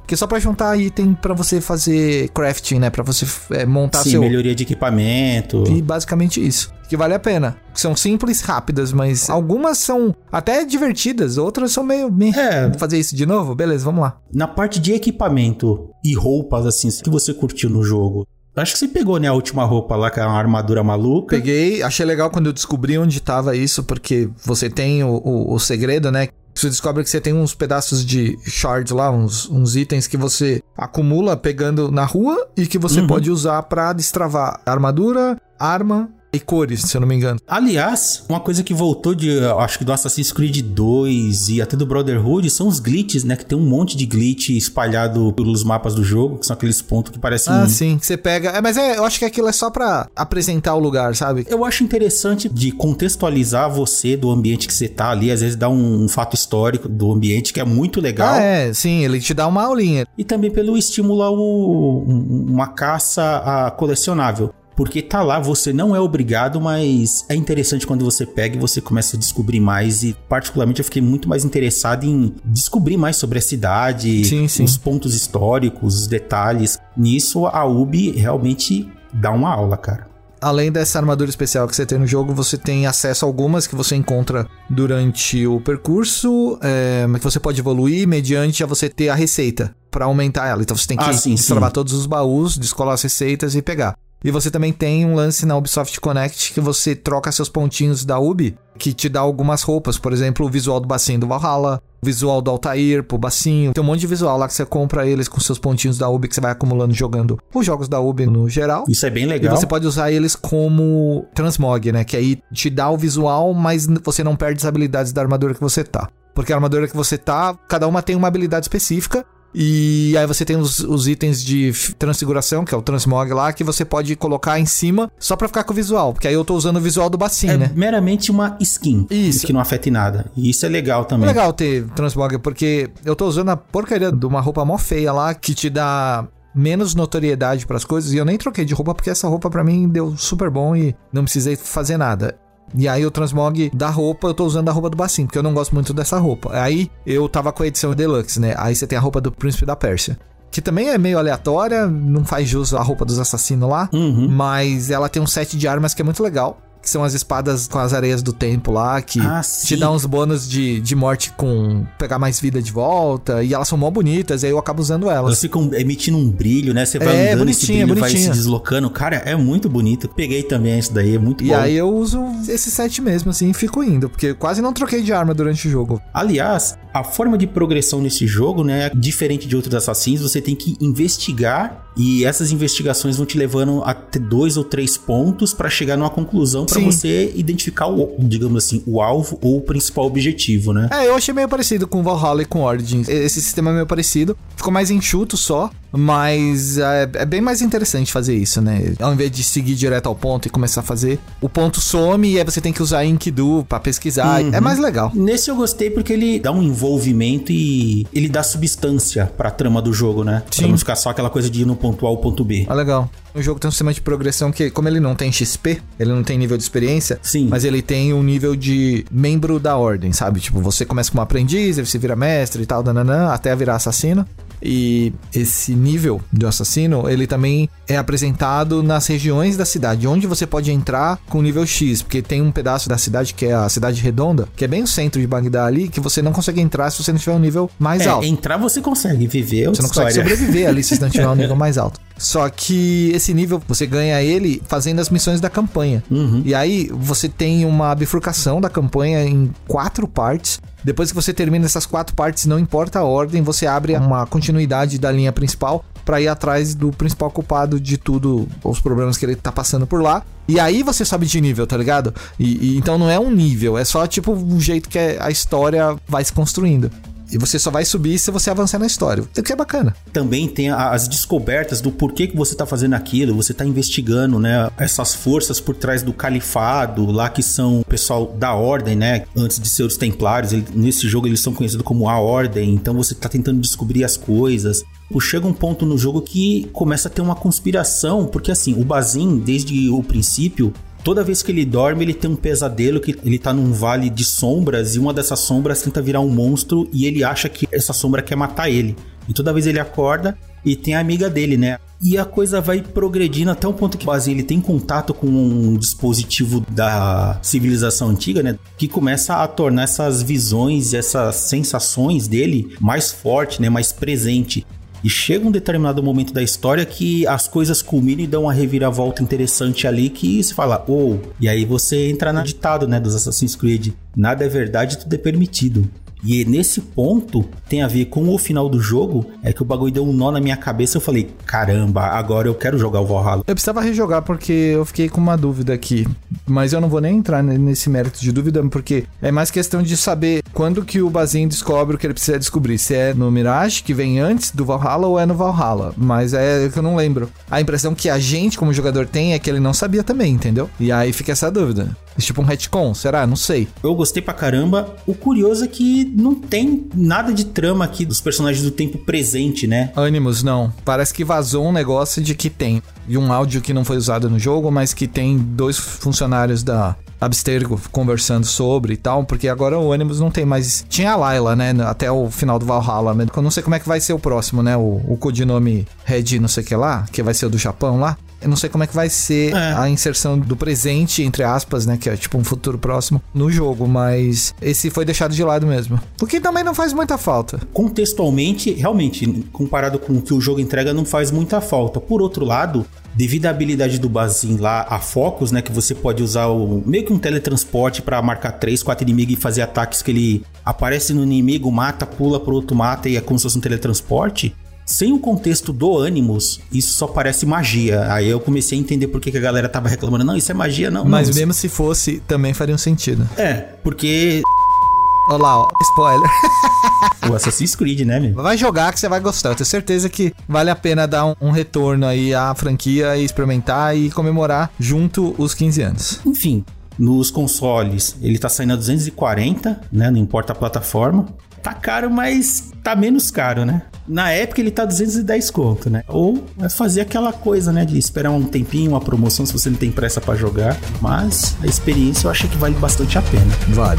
[SPEAKER 1] Porque só pra juntar item pra você fazer crafting, né? Pra você é, montar
[SPEAKER 2] Sim,
[SPEAKER 1] seu...
[SPEAKER 2] melhoria de equipamento.
[SPEAKER 1] E basicamente isso. Que vale a pena. São simples, rápidas, mas algumas são até divertidas, outras são meio... meio...
[SPEAKER 2] É.
[SPEAKER 1] Fazer isso de novo? Beleza, vamos lá.
[SPEAKER 2] Na parte de equipamento e roupas, assim, que você curtiu no jogo? Acho que você pegou, né, a última roupa lá, que é uma armadura maluca.
[SPEAKER 1] Peguei, achei legal quando eu descobri onde tava isso, porque você tem o, o, o segredo, né? Você descobre que você tem uns pedaços de shards lá, uns, uns itens que você acumula pegando na rua e que você uhum. pode usar pra destravar armadura, arma e cores, se eu não me engano.
[SPEAKER 2] Aliás, uma coisa que voltou de, acho que do Assassin's Creed dois e até do Brotherhood, são os glitches, né? Que tem um monte de glitch espalhado pelos mapas do jogo, que são aqueles pontos que parecem...
[SPEAKER 1] Ah, sim, que você pega... É, mas é, eu acho que aquilo é só pra apresentar o lugar, sabe?
[SPEAKER 2] Eu acho interessante de contextualizar você do ambiente que você tá ali, às vezes dá um, um fato histórico do ambiente que é muito legal.
[SPEAKER 1] Ah, é, sim, ele te dá uma aulinha.
[SPEAKER 2] E também pelo estimular o, uma caça a colecionável. Porque tá lá, você não é obrigado, mas é interessante quando você pega e você começa a descobrir mais. E particularmente eu fiquei muito mais interessado em descobrir mais sobre a cidade,
[SPEAKER 1] sim, sim.
[SPEAKER 2] os pontos históricos, os detalhes. Nisso a Ubi realmente dá uma aula, cara.
[SPEAKER 1] Além dessa armadura especial que você tem no jogo, você tem acesso a algumas que você encontra durante o percurso, é, que você pode evoluir mediante a você ter a receita para aumentar ela. Então você tem que
[SPEAKER 2] ah, sim,
[SPEAKER 1] destravar
[SPEAKER 2] sim.
[SPEAKER 1] todos os baús, descolar as receitas e pegar. E você também tem um lance na Ubisoft Connect que você troca seus pontinhos da Ubi, que te dá algumas roupas. Por exemplo, o visual do bacinho do Valhalla, o visual do Altair pro bacinho. Tem um monte de visual lá que você compra eles com seus pontinhos da Ubi que você vai acumulando jogando os jogos da Ubi no geral.
[SPEAKER 2] Isso é bem legal.
[SPEAKER 1] E você pode usar eles como transmog, né? Que aí te dá o visual, mas você não perde as habilidades da armadura que você tá. Porque a armadura que você tá, cada uma tem uma habilidade específica. E aí você tem os, os itens de transfiguração, que é o transmog lá, que você pode colocar em cima só pra ficar com o visual. Porque aí eu tô usando o visual do bacinho,
[SPEAKER 2] é
[SPEAKER 1] né?
[SPEAKER 2] É meramente uma skin.
[SPEAKER 1] Isso.
[SPEAKER 2] Que não afeta em nada. E isso é legal também.
[SPEAKER 1] É legal ter transmog, porque eu tô usando a porcaria de uma roupa mó feia lá, que te dá menos notoriedade pras coisas. E eu nem troquei de roupa, porque essa roupa pra mim deu super bom e não precisei fazer nada. E aí o transmog da roupa, eu tô usando a roupa do bacinho, porque eu não gosto muito dessa roupa. Aí eu tava com a edição Deluxe, né? Aí você tem a roupa do Príncipe da Pérsia, que também é meio aleatória, não faz jus à roupa dos assassinos lá,
[SPEAKER 2] uhum.
[SPEAKER 1] mas ela tem um set de armas que é muito legal. Que são as espadas com as areias do tempo lá, que
[SPEAKER 2] ah,
[SPEAKER 1] te dá uns bônus de, de morte com pegar mais vida de volta, e elas são mó bonitas, e aí eu acabo usando elas.
[SPEAKER 2] Elas ficam emitindo um brilho, né? Você vai
[SPEAKER 1] é,
[SPEAKER 2] andando, esse brilho
[SPEAKER 1] bonitinha.
[SPEAKER 2] vai se deslocando. Cara, é muito bonito. Peguei também isso daí, é muito
[SPEAKER 1] e
[SPEAKER 2] bom.
[SPEAKER 1] E aí eu uso esse set mesmo, assim, e fico indo, porque eu quase não troquei de arma durante o jogo.
[SPEAKER 2] Aliás, a forma de progressão nesse jogo, né, diferente de outros assassinos, você tem que investigar, e essas investigações vão te levando a ter dois ou três pontos pra chegar numa conclusão, pra
[SPEAKER 1] Sim.
[SPEAKER 2] você identificar o, digamos assim, o alvo ou o principal objetivo, né?
[SPEAKER 1] É, eu achei meio parecido com Valhalla e com Origins. Esse sistema é meio parecido. Ficou mais enxuto só, mas é, é bem mais interessante fazer isso, né? Ao invés de seguir direto ao ponto e começar a fazer, o ponto some e aí você tem que usar Enkidu pra pesquisar. Uhum. É mais legal.
[SPEAKER 2] Nesse eu gostei porque ele dá um envolvimento e ele dá substância pra trama do jogo, né?
[SPEAKER 1] Sim.
[SPEAKER 2] Pra não ficar só aquela coisa de ir no ponto A ao ponto B.
[SPEAKER 1] Ah, legal. O jogo tem um sistema de progressão que, como ele não tem X P, ele não tem nível de experiência,
[SPEAKER 2] sim,
[SPEAKER 1] mas ele tem um nível de membro da ordem, sabe? Tipo, você começa como aprendiz, aí você vira mestre e tal, dananã, até virar assassino. E esse nível de assassino, ele também é apresentado nas regiões da cidade, onde você pode entrar com nível X, porque tem um pedaço da cidade que é a cidade redonda, que é bem o centro de Bagdá ali, que você não consegue entrar se você não tiver um nível mais
[SPEAKER 2] é,
[SPEAKER 1] alto.
[SPEAKER 2] Entrar você consegue, viver é outra
[SPEAKER 1] Você não
[SPEAKER 2] história.
[SPEAKER 1] consegue sobreviver ali se você não tiver um nível mais alto. Só que esse nível, você ganha ele fazendo as missões da campanha.
[SPEAKER 2] Uhum.
[SPEAKER 1] E aí, você tem uma bifurcação da campanha em quatro partes. Depois que você termina essas quatro partes, não importa a ordem, você abre uma continuidade da linha principal pra ir atrás do principal culpado de tudo, os problemas que ele tá passando por lá. E aí você sobe de nível, tá ligado? E, e então não é um nível, é só tipo um jeito que a história vai se construindo. E você só vai subir se você avançar na história, o que é bacana.
[SPEAKER 2] Também tem as descobertas do porquê que você tá fazendo aquilo, você tá investigando, né, essas forças por trás do califado, lá que são o pessoal da ordem, né, antes de ser os templários, ele, nesse jogo eles são conhecidos como a ordem, então você tá tentando descobrir as coisas. Chega um ponto no jogo que começa a ter uma conspiração, porque assim, o Bazin, desde o princípio, toda vez que ele dorme, ele tem um pesadelo que ele tá num vale de sombras e uma dessas sombras tenta virar um monstro e ele acha que essa sombra quer matar ele. E toda vez ele acorda e tem a amiga dele, né? E a coisa vai progredindo até um ponto que o Bazin, ele tem contato com um dispositivo da civilização antiga, né? Que começa a tornar essas visões, essas sensações dele mais forte, né? Mais presente. E chega um determinado momento da história que as coisas culminam e dão uma reviravolta interessante ali que se fala, ou... Oh. E aí você entra no ditado, né, dos Assassin's Creed. Nada é verdade, tudo é permitido. E nesse ponto, tem a ver com o final do jogo, é que o bagulho deu um nó na minha cabeça, eu falei, caramba, agora eu quero jogar o Valhalla.
[SPEAKER 1] Eu precisava rejogar porque eu fiquei com uma dúvida aqui, mas eu não vou nem entrar nesse mérito de dúvida, porque é mais questão de saber quando que o Bazin descobre o que ele precisa descobrir, se é no Mirage, que vem antes do Valhalla, ou é no Valhalla, mas é que eu não lembro. A impressão que a gente, como jogador, tem é que ele não sabia também, entendeu? E aí fica essa dúvida. Tipo um retcon, será? Não sei.
[SPEAKER 2] Eu gostei pra caramba. O curioso é que não tem nada de trama aqui dos personagens do tempo presente, né?
[SPEAKER 1] Animus, não. Parece que vazou um negócio de que tem. E um áudio que não foi usado no jogo, mas que tem dois funcionários da Abstergo conversando sobre e tal, porque agora o Animus não tem mais... Tinha a Layla, né? Até o final do Valhalla. Eu não sei como é que vai ser o próximo, né? O, o codinome Red não sei o que lá, que vai ser o do Japão lá. Eu não sei como é que vai ser é. a inserção do presente, entre aspas, né? Que é tipo um futuro próximo no jogo, mas esse foi deixado de lado mesmo. O que também não faz muita falta.
[SPEAKER 2] Contextualmente, realmente, comparado com o que o jogo entrega, não faz muita falta. Por outro lado, devido à habilidade do Bazin lá, a Focus, né? Que você pode usar o, meio que um teletransporte pra marcar três, quatro inimigos e fazer ataques que ele aparece no inimigo, mata, pula pro outro, mata e é como se fosse um teletransporte. Sem o contexto do Animus, isso só parece magia. Aí eu comecei a entender por que, que a galera tava reclamando. Não, isso é magia, não.
[SPEAKER 1] Mas
[SPEAKER 2] não,
[SPEAKER 1] mesmo
[SPEAKER 2] isso...
[SPEAKER 1] se fosse, também faria um sentido.
[SPEAKER 2] É, porque...
[SPEAKER 1] Olha lá, ó, spoiler.
[SPEAKER 2] O Assassin's Creed, né, meu?
[SPEAKER 1] Vai jogar que você vai gostar. Eu tenho certeza que vale a pena dar um, um retorno aí à franquia e experimentar e comemorar junto os quinze anos.
[SPEAKER 2] Enfim, nos consoles, ele tá saindo a duzentos e quarenta, né? Não importa a plataforma. Tá caro, mas tá menos caro, né? Na época ele tá duzentos e dez conto, né? Ou é fazer aquela coisa, né? De esperar um tempinho, uma promoção, se você não tem pressa pra jogar. Mas a experiência eu acho que vale bastante a pena.
[SPEAKER 1] Vale.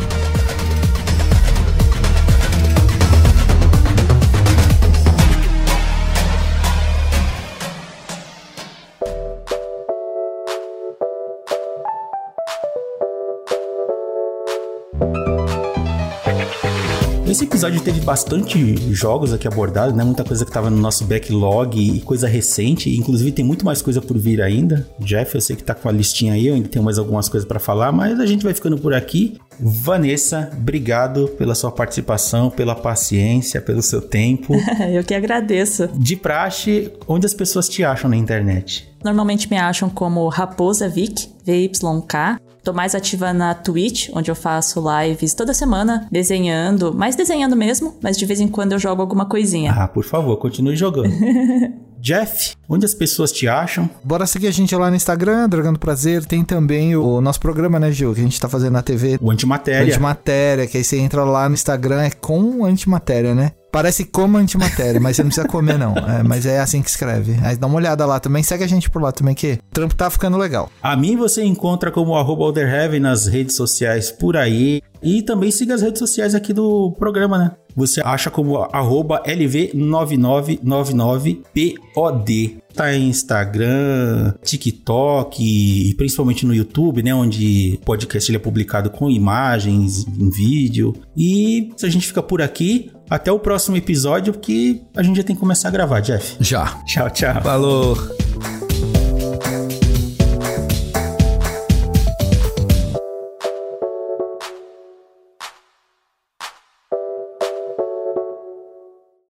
[SPEAKER 2] Esse episódio teve bastante jogos aqui abordados, né? Muita coisa que tava no nosso backlog e coisa recente. Inclusive tem muito mais coisa por vir ainda. Jeff, eu sei que tá com a listinha aí, eu ainda tenho mais algumas coisas pra falar, mas a gente vai ficando por aqui. Vanessa, obrigado pela sua participação, pela paciência, pelo seu tempo.
[SPEAKER 3] Eu que agradeço.
[SPEAKER 2] De praxe, onde as pessoas te acham na internet?
[SPEAKER 3] Normalmente me acham como Raposa Vic, V Y K. Tô mais ativa na Twitch, onde eu faço lives toda semana, desenhando, mais desenhando mesmo, mas de vez em quando eu jogo alguma coisinha.
[SPEAKER 2] Ah, por favor, continue jogando. Jeff, onde as pessoas te acham?
[SPEAKER 1] Bora seguir a gente lá no Instagram, Dragando Prazer. Tem também o, o nosso programa, né, Gil? Que a gente tá fazendo na T V.
[SPEAKER 2] O Antimatéria.
[SPEAKER 1] O Antimatéria, que aí você entra lá no Instagram, é com Antimatéria, né? Parece como Antimatéria, mas você não precisa comer, não. É, mas é assim que escreve. Aí dá uma olhada lá também. Segue a gente por lá também, que o trampo tá ficando legal.
[SPEAKER 2] A mim você encontra como arroba Alderheaven nas redes sociais por aí. E também siga as redes sociais aqui do programa, né? Você acha como arroba L V nove nove nove nove P O D. Tá em Instagram, TikTok e principalmente no YouTube, né? Onde o podcast ele é publicado com imagens, em vídeo. E a gente fica por aqui. Até o próximo episódio, que a gente já tem que começar a gravar, Jeff.
[SPEAKER 1] Já.
[SPEAKER 2] Tchau, tchau.
[SPEAKER 1] Falou.